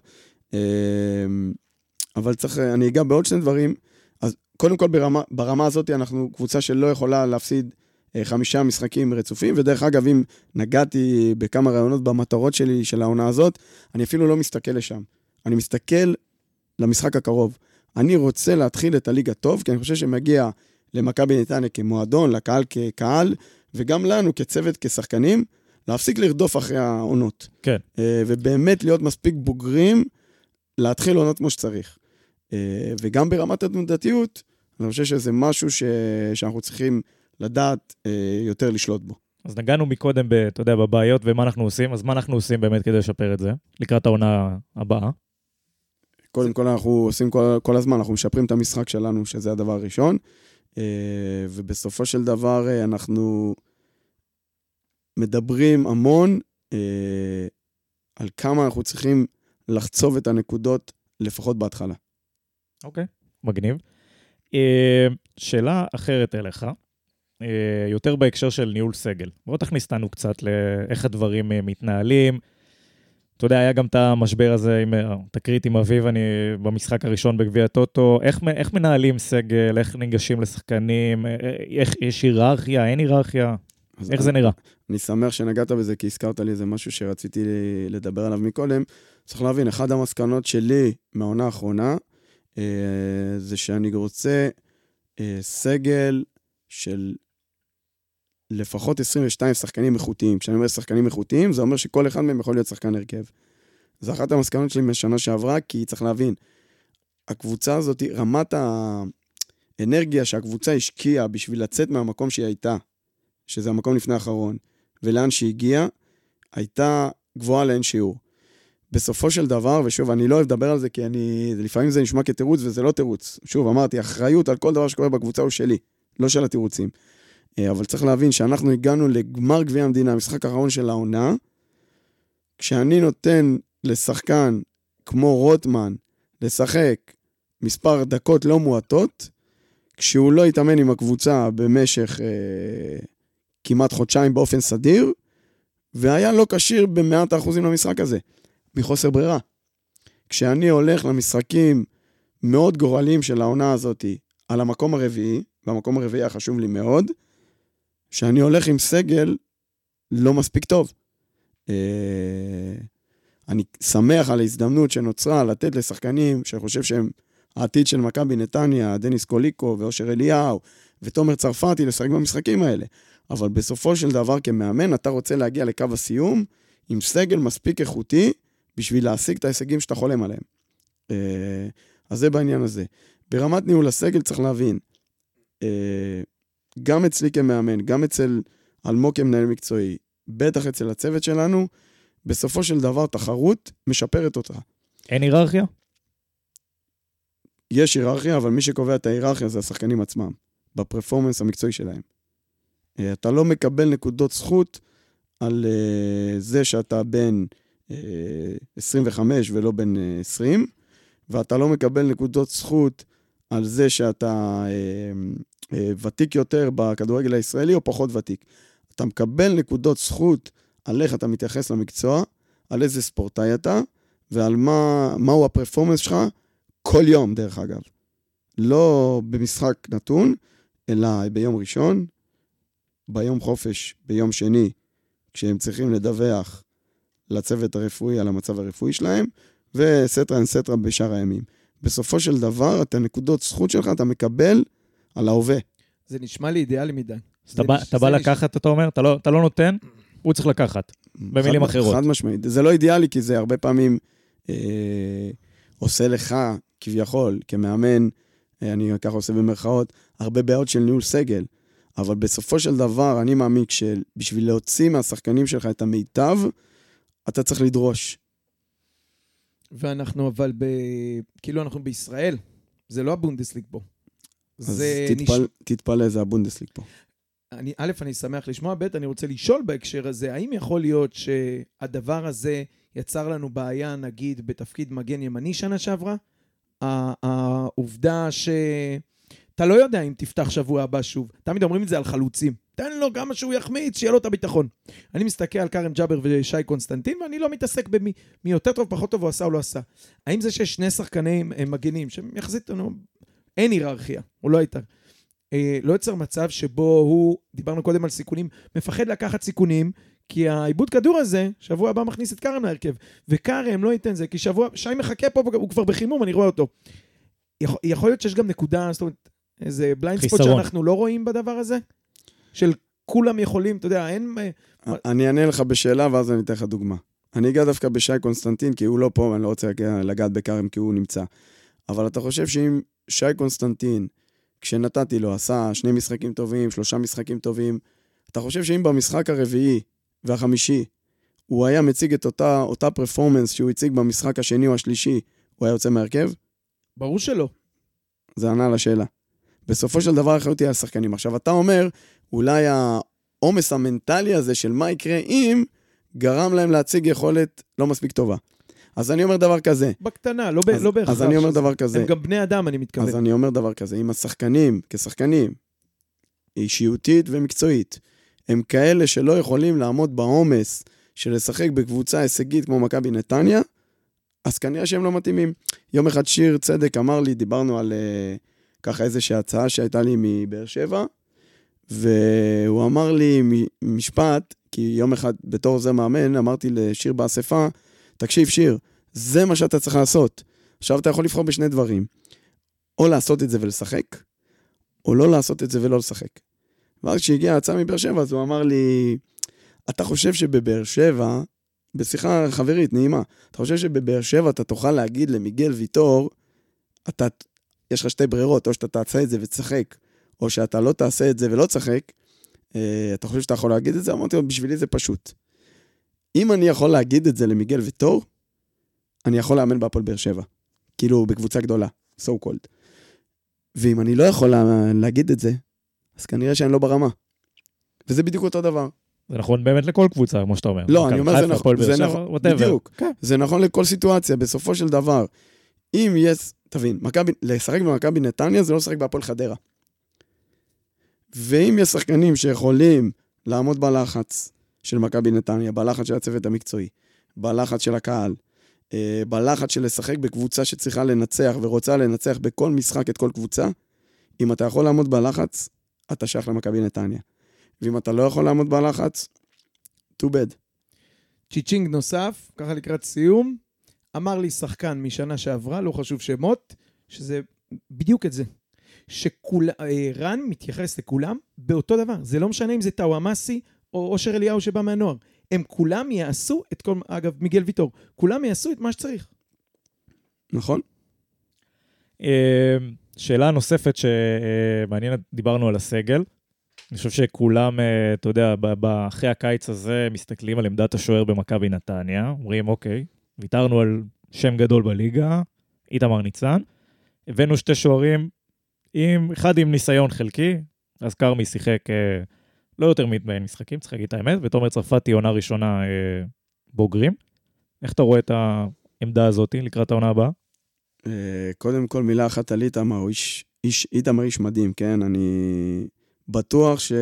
אבל צריך, אני אגע בעוד שני דברים, אז קודם כל ברמה, ברמה הזאת אנחנו קבוצה שלא יכולה להפסיד חמישה משחקים רצופים, ודרך אגב, אם נגעתי בכמה רעיונות במטרות שלי של העונה הזאת, אני אפילו לא מסתכל לשם. אני מסתכל למשחק הקרוב. אני רוצה להתחיל את הליגה טוב, כי אני חושב שמגיע למכבי נתניה כמועדון, לקהל כקהל, וגם לנו כצוות, כשחקנים, להפסיק לרדוף אחרי העונות. כן. ובאמת להיות מספיק בוגרים, להתחיל עונות כמו שצריך. וגם ברמת התנודתיות, אני חושב שזה משהו ש... שאנחנו צריכים לדעת יותר לשלוט בו. אז נגענו מקודם, אתה יודע, בבעיות ומה אנחנו עושים, אז מה אנחנו עושים באמת כדי לשפר את זה, לקראת העונה הבאה? קודם כל אנחנו עושים כל, כל הזמן, אנחנו משפרים את המשחק שלנו, שזה הדבר הראשון, ובסופו של דבר אנחנו מדברים המון על כמה אנחנו צריכים לחצוב את הנקודות, לפחות בהתחלה. אוקיי, מגניב. שאלה אחרת אליך, יותר בהקשר של ניהול סגל. בואו תכניס אותנו קצת לאיך הדברים מתנהלים. אתה יודע, היה גם את המשבר הזה, עם, תקרית עם אביב, אני במשחק הראשון בגביע הטוטו, איך, איך מנהלים סגל, איך ניגשים לשחקנים, איך, יש היררכיה, אין היררכיה, איך זה נראה? אני שמח שנגעת בזה, כי הזכרת לי איזה משהו שרציתי לדבר עליו מקודם. צריך להבין, אחד המסקנות שלי מהעונה האחרונה, זה שאני רוצה סגל של לפחות עשרים ושתיים שחקנים איכותיים. כשאני אומר שחקנים איכותיים, זה אומר שכל אחד מהם יכול להיות שחקן הרכב. זו אחת המסקנות שלי משנה שעברה, כי צריך להבין, הקבוצה הזאת, רמת האנרגיה שהקבוצה השקיעה בשביל לצאת מהמקום שהיא הייתה, שזה המקום לפני האחרון, ולאן שהיא הגיעה, הייתה גבוהה לאין שיעור. בסופו של דבר, ושוב, אני לא אוהב לדבר על זה, כי אני, לפעמים זה נשמע כתירוץ, וזה לא תירוץ. שוב, אמרתי, אחריות על כל דבר שקורה בקבוצה הוא שלי, לא של התירוצים. אבל צריך להבין שאנחנו הגענו לגמר גביע המדינה, המשחק האחרון של העונה, כשאני נותן לשחקן כמו רוטמן לשחק מספר דקות לא מועטות, כשהוא לא יתאמן עם הקבוצה במשך אה, כמעט חודשיים באופן סדיר, והיה לא קשיר במאת האחוזים למשחק הזה, מחוסר ברירה. כשאני הולך למשחקים מאוד גורליים של העונה הזאת, על המקום הרביעי, והמקום הרביעי החשוב לי מאוד, שאני הולך עם סגל לא מספיק טוב. אני שמח על ההזדמנות שנוצרה לתת לשחקנים שאני חושב שהם העתיד של מכבי נתניה, דניס קוליקו ואושר אליהו ותומר צרפתי לשחק במשחקים האלה. אבל בסופו של דבר כמאמן אתה רוצה להגיע לקו הסיום עם סגל מספיק איכותי בשביל להשיג את ההישגים שאתה חולם עליהם. אז זה בעניין הזה. ברמת ניהול הסגל צריך להבין, גם אצלי כמאמן, גם אצל אלמוג כמנהל מקצועי, בטח אצל הצוות שלנו, בסופו של דבר תחרות משפרת אותה. אין היררכיה? יש היררכיה, אבל מי שקובע את ההיררכיה זה השחקנים עצמם, בפרפורמנס המקצועי שלהם. אתה לא מקבל נקודות זכות על זה שאתה בין עשרים וחמש ולא בין עשרים, ואתה לא מקבל נקודות זכות על זה שאתה ותיק יותר בכדורגל הישראלי או פחות ותיק. אתה מקבל נקודות זכות על איך אתה מתייחס למקצוע, על איזה ספורטאי אתה, ועל מה, מהו הפרפורמנס שלך כל יום, דרך אגב. לא במשחק נתון, אלא ביום ראשון, ביום חופש, ביום שני, כשהם צריכים לדווח לצוות הרפואי על המצב הרפואי שלהם, וסטרה אין סטרה בשאר הימים. בסופו של דבר, את הנקודות זכות שלך אתה מקבל על ההווה. זה נשמע לי אידיאלי מדי. אתה בא לקחת, אתה אומר, אתה לא נותן, הוא צריך לקחת, במילים אחרות. חד משמעית. זה לא אידיאלי, כי זה הרבה פעמים עושה לך, כביכול, כמאמן, אני ככה עושה במרכאות, הרבה בעיות של ניהול סגל. אבל בסופו של דבר, אני מאמין שבשביל להוציא מהשחקנים שלך את המיטב, אתה צריך לדרוש. ואנחנו אבל, ב... כאילו אנחנו בישראל, זה לא הבונדסליג פה. אז תתפל... נש... תתפלא, זה הבונדסליג פה. אני, א', אני שמח לשמוע, ב', אני רוצה לשאול בהקשר הזה, האם יכול להיות שהדבר הזה יצר לנו בעיה, נגיד, בתפקיד מגן ימני שנה שעברה? העובדה ש... אתה לא יודע אם תפתח שבוע הבא שוב. תמיד אומרים את זה על חלוצים. תן לו כמה שהוא יחמיץ, שיהיה לו את הביטחון. אני מסתכל על קרם ג'אבר ושי קונסטנטין, ואני לא מתעסק במי מי יותר טוב, פחות טוב, הוא עשה או לא עשה. האם זה שיש שני שחקנים מגנים, שהם יחזית, אין היררכיה, הוא לא הייתה. אה, לא יצר מצב שבו הוא, דיברנו קודם על סיכונים, מפחד לקחת סיכונים, כי העיבוד כדור הזה, שבוע הבא מכניס את קרם להרכב, וקרם לא ייתן זה, כי שבוע, שי מחכה פה, הוא כבר בחימום, אני רואה אותו. יכול, יכול להיות שיש גם נקודה, זאת אומרת, איזה בליינד ספוט שאנחנו לא רואים בדבר הזה? של כולם יכולים, אתה יודע, אין... אני אענה לך בשאלה, ואז אני אתן לך דוגמה. אני אגע דווקא בשי קונסטנטין, כי הוא לא פה, ואני לא רוצה לגעת בקרם, כי הוא נמצא. אבל אתה חושב שאם שי קונסטנטין, כשנתתי לו, עשה שני משחקים טובים, שלושה משחקים טובים, אתה חושב שאם במשחק הרביעי והחמישי, הוא היה מציג את אותה, אותה פרפורמנס שהוא הציג במשחק השני או השלישי, הוא היה יוצא מהרכב? ברור שלא. זה ענה לשאלה. בסופו של דבר אחריותי על שחקנים. עכשיו, אתה אומר, אולי העומס המנטלי הזה של מה יקרה אם גרם להם להציג יכולת לא מספיק טובה. אז אני אומר דבר כזה. בקטנה, לא, אז, לא בהכרח. אז אני אומר דבר כזה. הם גם בני אדם, אני מתכוון. אז אני אומר דבר כזה. אם השחקנים, כשחקנים, אישיותית ומקצועית, הם כאלה שלא יכולים לעמוד בעומס של לשחק בקבוצה הישגית כמו מכבי נתניה, אז כנראה שהם לא מתאימים. יום אחד שיר צדק אמר לי, דיברנו על ככה איזושהי הצעה שהייתה לי מבאר שבע, והוא אמר לי משפט, כי יום אחד בתור זה מאמן, אמרתי לשיר באספה, תקשיב שיר, זה מה שאתה צריך לעשות. עכשיו אתה יכול לבחור בשני דברים, או לעשות את זה ולשחק, או לא לעשות את זה ולא לשחק. ואז כשהגיעה ההצעה מבאר שבע, אז הוא אמר לי, אתה חושב שבבאר שבע, בשיחה חברית, נעימה, אתה חושב שבבאר שבע אתה תוכל להגיד למיגל ויטור, אתה, יש לך שתי ברירות, או שאתה תעשה את זה ותשחק, או שאתה לא תעשה את זה ולא תשחק, אתה חושב שאתה יכול להגיד את זה? אמרתי לו, בשבילי זה פשוט. אם אני יכול להגיד את זה למיגל ויטור, אני יכול לאמן בהפועל באר שבע. כאילו בקבוצה גדולה, so called. ואם אני לא יכול לה, להגיד את זה, אז כנראה שאני לא ברמה. וזה בדיוק אותו דבר. זה נכון באמת לכל קבוצה, כמו שאתה אומר. לא, אני אומר, זה נכון, זה נכון, בדיוק. זה נכון לכל סיטואציה, בסופו של דבר. אם יש, תבין, לשחק במכבי נתניה, זה לא לשחק בהפועל חדרה. ואם יש שחקנים שיכולים לעמוד בלחץ של מכבי נתניה, בלחץ של הצוות המקצועי, בלחץ של הקהל, בלחץ של לשחק בקבוצה שצריכה לנצח ורוצה לנצח בכל משחק את כל קבוצה, אם אתה יכול לעמוד בלחץ, אתה שייך למכבי נתניה. ואם אתה לא יכול לעמוד בלחץ, too bad. צ'יצ'ינג נוסף, ככה לקראת סיום, אמר לי שחקן משנה שעברה, לא חשוב שמות, שזה בדיוק את זה. שרן מתייחס לכולם באותו דבר. זה לא משנה אם זה טאוואמאסי או אושר אליהו שבא מהנוער. הם כולם יעשו את כל, אגב, מיגל ויטור, כולם יעשו את מה שצריך. נכון. שאלה נוספת שמעניינת, דיברנו על הסגל. אני חושב שכולם, אתה יודע, אחרי הקיץ הזה מסתכלים על עמדת השוער במכבי נתניה, אומרים, אוקיי, ויתרנו על שם גדול בליגה, איתמר ניצן, הבאנו שתי שוערים, עם, אחד עם ניסיון חלקי, אז קרמי שיחק לא יותר מבין משחקים, צריך להגיד את האמת, ותומר צרפתי עונה ראשונה בוגרים. איך אתה רואה את העמדה הזאת לקראת העונה הבאה? קודם כל מילה אחת על איתמר, הוא איש, איש, איתמר איש מדהים, כן? אני בטוח ש...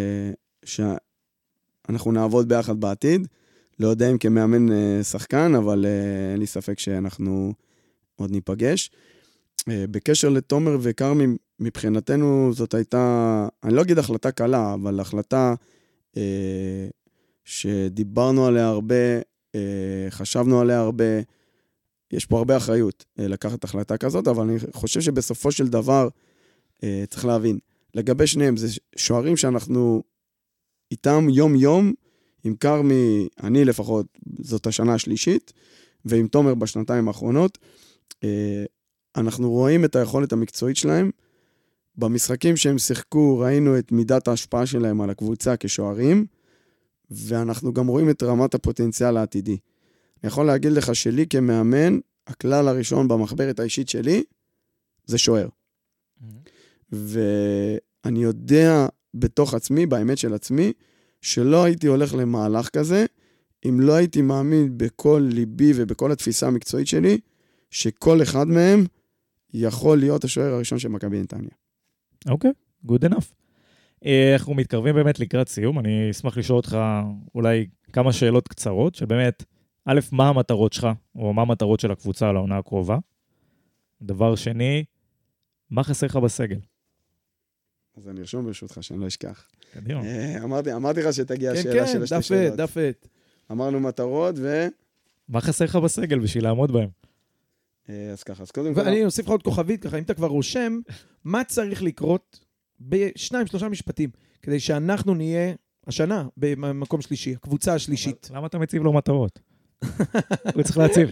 שאנחנו נעבוד ביחד בעתיד, לא יודע אם כמאמן שחקן, אבל אין לי ספק שאנחנו עוד ניפגש. בקשר לתומר וקרמי, מבחינתנו זאת הייתה, אני לא אגיד החלטה קלה, אבל החלטה אה, שדיברנו עליה הרבה, אה, חשבנו עליה הרבה, יש פה הרבה אחריות אה, לקחת החלטה כזאת, אבל אני חושב שבסופו של דבר אה, צריך להבין, לגבי שניהם, זה שוערים שאנחנו איתם יום יום, עם קרמי, אני לפחות, זאת השנה השלישית, ועם תומר בשנתיים האחרונות, אה, אנחנו רואים את היכולת המקצועית שלהם, במשחקים שהם שיחקו, ראינו את מידת ההשפעה שלהם על הקבוצה כשוערים, ואנחנו גם רואים את רמת הפוטנציאל העתידי. אני יכול להגיד לך שלי כמאמן, הכלל הראשון במחברת האישית שלי, זה שוער. Mm-hmm. ואני יודע בתוך עצמי, באמת של עצמי, שלא הייתי הולך למהלך כזה, אם לא הייתי מאמין בכל ליבי ובכל התפיסה המקצועית שלי, שכל אחד מהם יכול להיות השוער הראשון של מכבי נתניה. אוקיי, okay, good enough. אנחנו מתקרבים באמת לקראת סיום, אני אשמח לשאול אותך אולי כמה שאלות קצרות, שבאמת, א', מה המטרות שלך, או מה המטרות של הקבוצה על העונה הקרובה? דבר שני, מה חסר לך בסגל? אז אני ארשום ברשותך, שאני לא אשכח. קדימה. אמרתי, אמרתי לך שתגיע כן, השאלה כן, של השתי דף שאלות. את, דף את. אמרנו מטרות ו... מה חסר לך בסגל בשביל לעמוד בהם? אז ככה, אז קודם כל... ואני אוסיף לך עוד כוכבית, ככה, אם אתה כבר רושם, מה צריך לקרות בשניים, שלושה משפטים, כדי שאנחנו נהיה השנה במקום שלישי, הקבוצה השלישית. למה אתה מציב לו מטרות? הוא צריך להציב.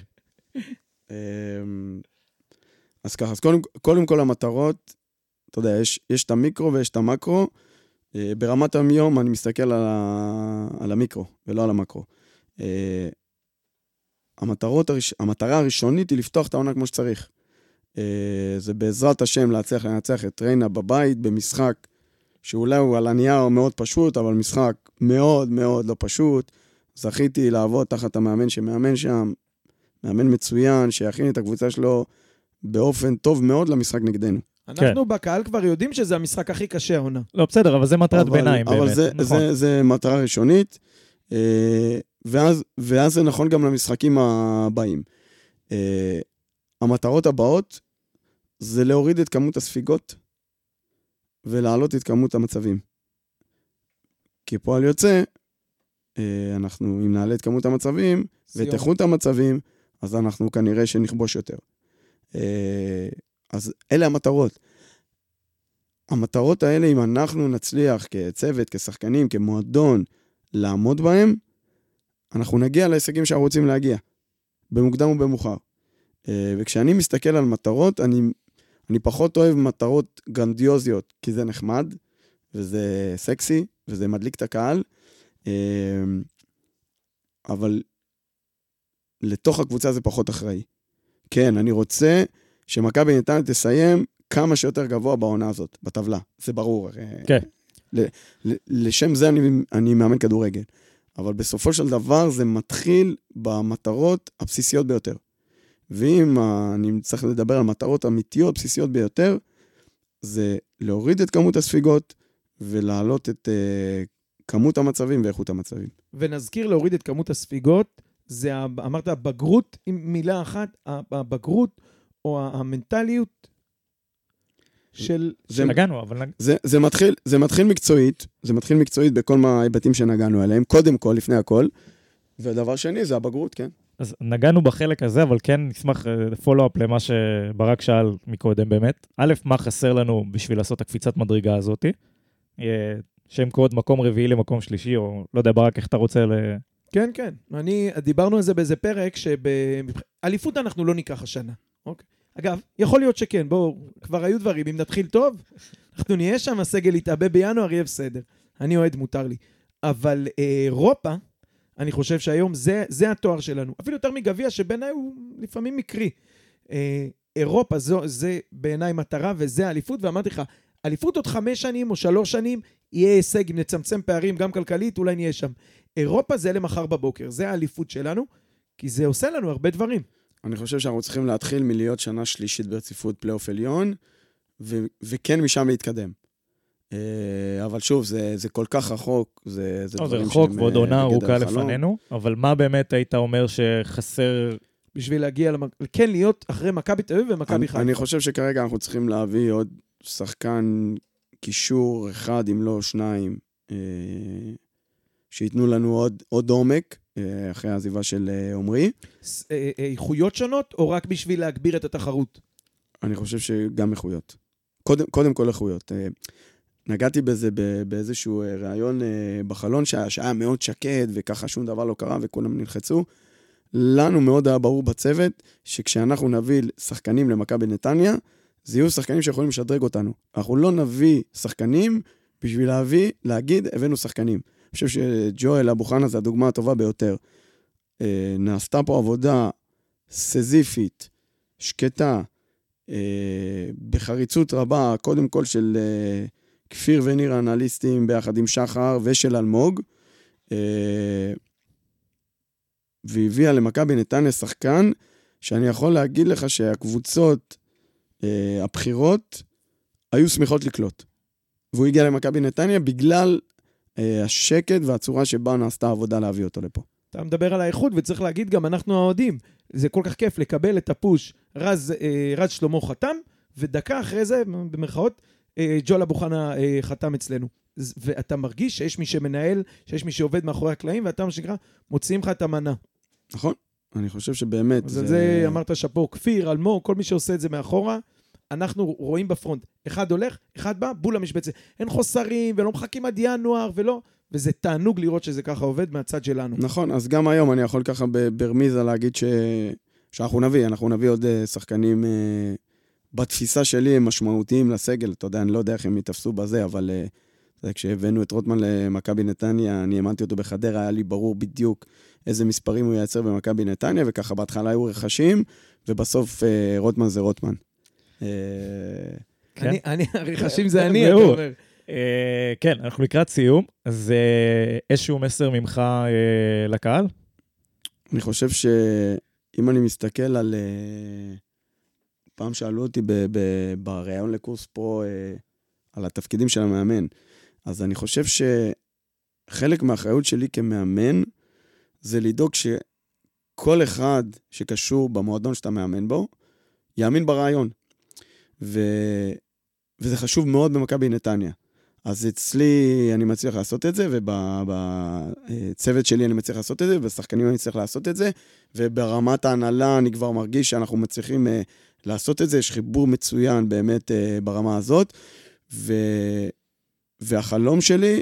אז ככה, אז קודם, קודם כל המטרות, אתה יודע, יש, יש את המיקרו ויש את המקרו. ברמת היום אני מסתכל על, ה, על המיקרו ולא על המקרו. המטרות, המטרה הראשונית היא לפתוח את העונה כמו שצריך. זה בעזרת השם להצליח לנצח את ריינה בבית במשחק שאולי הוא על הנייר מאוד פשוט, אבל משחק מאוד מאוד לא פשוט. זכיתי לעבוד תחת המאמן שמאמן שם, מאמן מצוין, שיכין את הקבוצה שלו באופן טוב מאוד למשחק נגדנו. אנחנו בקהל כבר יודעים שזה המשחק הכי קשה העונה. לא, בסדר, אבל זה מטרת ביניים באמת. אבל זה, זה, זה מטרה ראשונית, ואז, ואז זה נכון גם למשחקים הבאים. המטרות הבאות זה להוריד את כמות הספיגות, ולהעלות את כמות המצבים. כי פועל יוצא, אנחנו, אם נעלה את כמות המצבים, ואת איכות המצבים, אז אנחנו כנראה שנכבוש יותר. אז אלה המטרות. המטרות האלה, אם אנחנו נצליח כצוות, כשחקנים, כמועדון, לעמוד בהם, אנחנו נגיע להישגים שאנחנו רוצים להגיע, במוקדם ובמאוחר. וכשאני מסתכל על מטרות, אני, אני פחות אוהב מטרות גרנדיוזיות, כי זה נחמד, וזה סקסי, וזה מדליק את הקהל, אבל לתוך הקבוצה זה פחות אחראי. כן, אני רוצה שמכבי נתניה תסיים כמה שיותר גבוה בעונה הזאת, בטבלה, זה ברור. כן. לשם זה אני, אני מאמן כדורגל. אבל בסופו של דבר זה מתחיל במטרות הבסיסיות ביותר. ואם אני צריך לדבר על מטרות אמיתיות, בסיסיות ביותר, זה להוריד את כמות הספיגות, ולהעלות את uh, כמות המצבים ואיכות המצבים. ונזכיר להוריד את כמות הספיגות, זה, אמרת, הבגרות, עם מילה אחת, הבגרות או המנטליות של... זה נגענו, אבל... זה, זה, מתחיל, זה מתחיל מקצועית, זה מתחיל מקצועית בכל מההיבטים שנגענו עליהם, קודם כל, לפני הכל, ודבר שני, זה הבגרות, כן. אז נגענו בחלק הזה, אבל כן נשמח פולו-אפ למה שברק שאל מקודם באמת. א', מה חסר לנו בשביל לעשות הקפיצת מדרגה הזאת? שהם קוראות מקום רביעי למקום שלישי, או לא יודע, ברק, איך אתה רוצה ל... כן, כן. אני, דיברנו על זה באיזה פרק, שבאליפות אנחנו לא ניקח השנה. אוקיי? אגב, יכול להיות שכן, בואו, כבר היו דברים, אם נתחיל טוב, אנחנו נהיה שם, הסגל יתאבא בינואר, יהיה בסדר. אני אוהד, מותר לי. אבל אירופה, אני חושב שהיום זה, זה התואר שלנו. אפילו יותר מגביע, שבעיניי הוא לפעמים מקרי. אירופה, זו, זה בעיניי מטרה, וזה האליפות, ואמרתי לך, אליפות עוד חמש שנים או שלוש שנים, יהיה הישג, אם נצמצם פערים, גם כלכלית, אולי נהיה שם. אירופה זה למחר בבוקר, זה האליפות שלנו, כי זה עושה לנו הרבה דברים. אני חושב שאנחנו צריכים להתחיל מלהיות שנה שלישית ברציפות פלייאוף עליון, ו- וכן משם להתקדם. אבל שוב, זה, זה כל כך רחוק, זה, זה לא, דברים זה רחוק שהם ועוד עונה בגדר ארוכה החלום. לפנינו, אבל מה באמת היית אומר שחסר? בשביל להגיע, למק... כן להיות אחרי מכבי תל אביב ומכבי אני, חיפה. אני חושב שכרגע אנחנו צריכים להביא עוד שחקן קישור אחד, אם לא שניים, אה, שיתנו לנו עוד, עוד עומק, אה, אחרי העזיבה של אה, עומרי. ס- אה, אה, איכויות שונות, או רק בשביל להגביר את התחרות? אני חושב שגם איכויות. קודם, קודם כל איכויות. אה, נגעתי בזה ב- באיזשהו אה, ראיון אה, בחלון, שהיה, שהיה מאוד שקט, וככה שום דבר לא קרה, וכולם נלחצו. לנו מאוד היה ברור בצוות, שכשאנחנו נביא שחקנים למכבי נתניה, זה יהיו שחקנים שיכולים לשדרג אותנו. אנחנו לא נביא שחקנים בשביל להביא, להגיד, הבאנו שחקנים. אני חושב שג'ואל אבו חנה זה הדוגמה הטובה ביותר. אה, נעשתה פה עבודה סזיפית, שקטה, אה, בחריצות רבה, קודם כל של אה, כפיר וניר האנליסטים, ביחד עם שחר ושל אלמוג, אה, והביאה למכבי נתניה שחקן, שאני יכול להגיד לך שהקבוצות אה, הבחירות היו שמחות לקלוט. והוא הגיע למכבי נתניה בגלל אה, השקט והצורה שבה נעשתה עבודה להביא אותו לפה. אתה מדבר על האיכות, וצריך להגיד גם אנחנו האוהדים. זה כל כך כיף לקבל את הפוש, רז, אה, רז שלמה חתם, ודקה אחרי זה, במרכאות, אה, ג'ול אבו חנה אה, חתם אצלנו. ואתה מרגיש שיש מי שמנהל, שיש מי שעובד מאחורי הקלעים, ואתה מה שנקרא, מוציאים לך את המנה. נכון? אני חושב שבאמת... אז על זה אמרת שפו, כפיר, אלמוג, כל מי שעושה את זה מאחורה, אנחנו רואים בפרונט. אחד הולך, אחד בא, בול המשבצה. אין חוסרים, ולא מחכים עד ינואר, ולא... וזה תענוג לראות שזה ככה עובד מהצד שלנו. נכון, אז גם היום אני יכול ככה ברמיזה להגיד ש... שאנחנו נביא, אנחנו נביא עוד שחקנים אה, בתפיסה שלי הם משמעותיים לסגל, אתה יודע, אני לא יודע איך הם יתפסו בזה, אבל אה, זה, כשהבאנו את רוטמן למכבי נתניה, אני האמנתי אותו בחדר, היה לי ברור בדיוק איזה מספרים הוא ייצר במכבי נתניה, וככה בהתחלה היו רכשים, ובסוף אה, רוטמן זה רוטמן. אה... כן? אני, אני, הרכשים זה אני, אתה אומר. Uh, כן, אנחנו לקראת סיום, אז uh, איזשהו מסר ממך uh, לקהל? אני חושב שאם אני מסתכל על... Uh, פעם שאלו אותי ב- ב- בראיון לקורס פרו uh, על התפקידים של המאמן, אז אני חושב שחלק מהאחריות שלי כמאמן זה לדאוג שכל אחד שקשור במועדון שאתה מאמן בו, יאמין ברעיון. ו- וזה חשוב מאוד במכבי נתניה. אז אצלי אני מצליח לעשות את זה, ובצוות שלי אני מצליח לעשות את זה, ובשחקנים אני צריך לעשות את זה, וברמת ההנהלה אני כבר מרגיש שאנחנו מצליחים לעשות את זה, יש חיבור מצוין באמת ברמה הזאת, ו... והחלום שלי,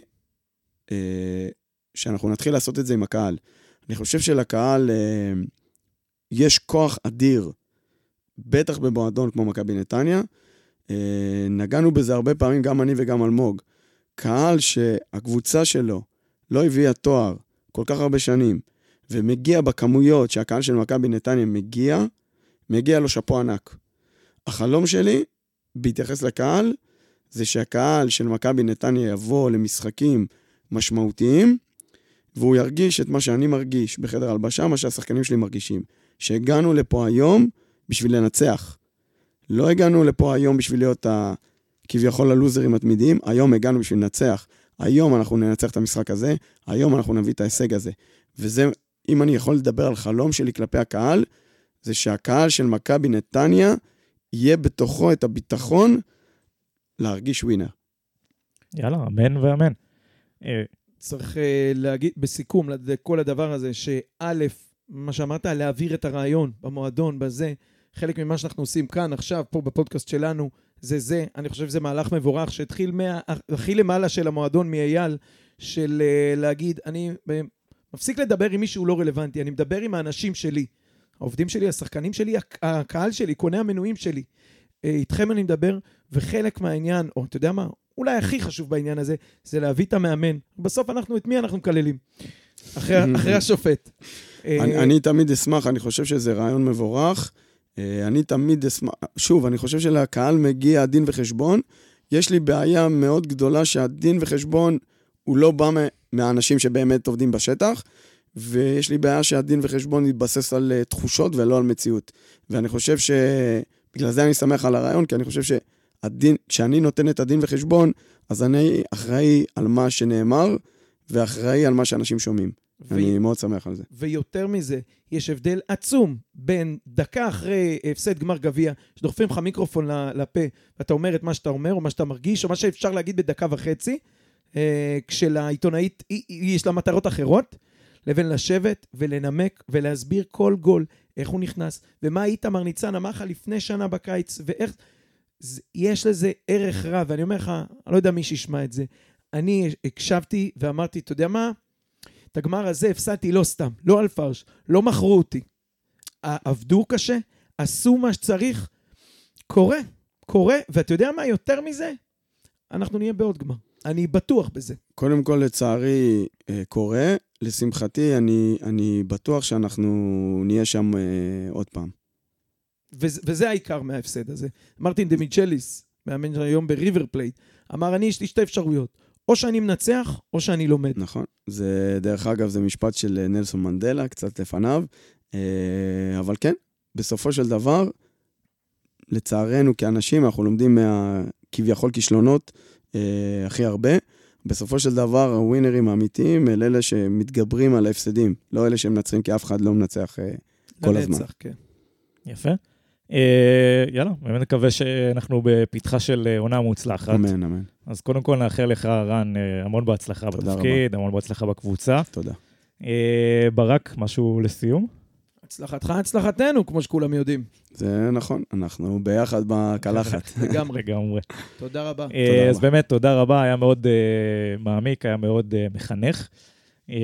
שאנחנו נתחיל לעשות את זה עם הקהל. אני חושב שלקהל יש כוח אדיר, בטח במועדון כמו מכבי נתניה, נגענו בזה הרבה פעמים, גם אני וגם אלמוג. קהל שהקבוצה שלו לא הביאה תואר כל כך הרבה שנים, ומגיע בכמויות שהקהל של מכבי נתניה מגיע, מגיע לו שפו ענק. החלום שלי, בהתייחס לקהל, זה שהקהל של מכבי נתניה יבוא למשחקים משמעותיים, והוא ירגיש את מה שאני מרגיש בחדר הלבשה, מה שהשחקנים שלי מרגישים. שהגענו לפה היום בשביל לנצח. לא הגענו לפה היום בשביל להיות ה... כביכול הלוזרים התמידיים, היום הגענו בשביל לנצח. היום אנחנו ננצח את המשחק הזה, היום אנחנו נביא את ההישג הזה. וזה, אם אני יכול לדבר על חלום שלי כלפי הקהל, זה שהקהל של מכבי נתניה יהיה בתוכו את הביטחון להרגיש ווינר. יאללה, אמן ואמן. צריך להגיד בסיכום לכל הדבר הזה, שא', מה שאמרת, להעביר את הרעיון במועדון, בזה, חלק ממה שאנחנו עושים כאן, עכשיו, פה בפודקאסט שלנו, זה זה. אני חושב שזה מהלך מבורך, שהתחיל מה, הכי למעלה של המועדון מאייל, של להגיד, אני מפסיק לדבר עם מישהו לא רלוונטי, אני מדבר עם האנשים שלי, העובדים שלי, השחקנים שלי, הקהל שלי, קוני המנויים שלי. איתכם אני מדבר, וחלק מהעניין, או אתה יודע מה, אולי הכי חשוב בעניין הזה, זה להביא את המאמן. בסוף אנחנו, את מי אנחנו מקללים? אחרי, אחרי השופט. אני, אני תמיד אשמח, אני חושב שזה רעיון מבורך. אני תמיד אשמח, שוב, אני חושב שלקהל מגיע דין וחשבון. יש לי בעיה מאוד גדולה שהדין וחשבון הוא לא בא מהאנשים שבאמת עובדים בשטח, ויש לי בעיה שהדין וחשבון יתבסס על תחושות ולא על מציאות. ואני חושב שבגלל זה אני שמח על הרעיון, כי אני חושב שהדין, כשאני נותן את הדין וחשבון, אז אני אחראי על מה שנאמר, ואחראי על מה שאנשים שומעים. ו... אני מאוד שמח על זה. ויותר מזה, יש הבדל עצום בין דקה אחרי הפסד גמר גביע, שדוחפים לך מיקרופון לפה, ואתה אומר את מה שאתה אומר, או מה שאתה מרגיש, או מה שאפשר להגיד בדקה וחצי, כשלעיתונאית יש לה מטרות אחרות, לבין לשבת ולנמק ולהסביר כל גול, איך הוא נכנס, ומה איתמר ניצן אמר לך לפני שנה בקיץ, ואיך, יש לזה ערך רב, ואני אומר לך, אני לא יודע מי שישמע את זה, אני הקשבתי ואמרתי, אתה יודע מה? את הגמר הזה הפסדתי לא סתם, לא על פרש, לא מכרו אותי. עבדו קשה, עשו מה שצריך, קורה, קורה, ואתה יודע מה? יותר מזה, אנחנו נהיה בעוד גמר. אני בטוח בזה. קודם כל, לצערי, קורה. לשמחתי, אני, אני בטוח שאנחנו נהיה שם עוד פעם. וזה, וזה העיקר מההפסד הזה. מרטין דמיצ'ליס, מאמן היום בריבר פלייט, אמר, אני יש לי שתי אפשרויות. או שאני מנצח, או שאני לומד. נכון. זה, דרך אגב, זה משפט של נלסון מנדלה, קצת לפניו. אבל כן, בסופו של דבר, לצערנו כאנשים, אנחנו לומדים מהכביכול כישלונות הכי הרבה. בסופו של דבר, הווינרים האמיתיים, אלה אלה שמתגברים על ההפסדים, לא אלה שמנצחים, כי אף אחד לא מנצח כל הזמן. לנצח, כן. יפה. יאללה, באמת מקווה שאנחנו בפתחה של עונה מוצלחת. אמן, אמן. אז קודם כל נאחל לך, רן, המון בהצלחה בתפקיד, המון בהצלחה בקבוצה. תודה. ברק, משהו לסיום? הצלחתך, הצלחתנו, כמו שכולם יודעים. זה נכון, אנחנו ביחד בקלחת. לגמרי. לגמרי. תודה רבה. אז באמת, תודה רבה, היה מאוד מעמיק, היה מאוד מחנך. ואני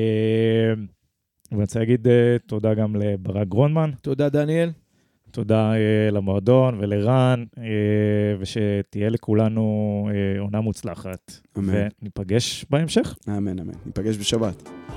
רוצה להגיד תודה גם לברק גרונמן. תודה, דניאל. תודה למועדון ולרן, ושתהיה לכולנו עונה מוצלחת. אמן. וניפגש בהמשך. אמן, אמן. ניפגש בשבת.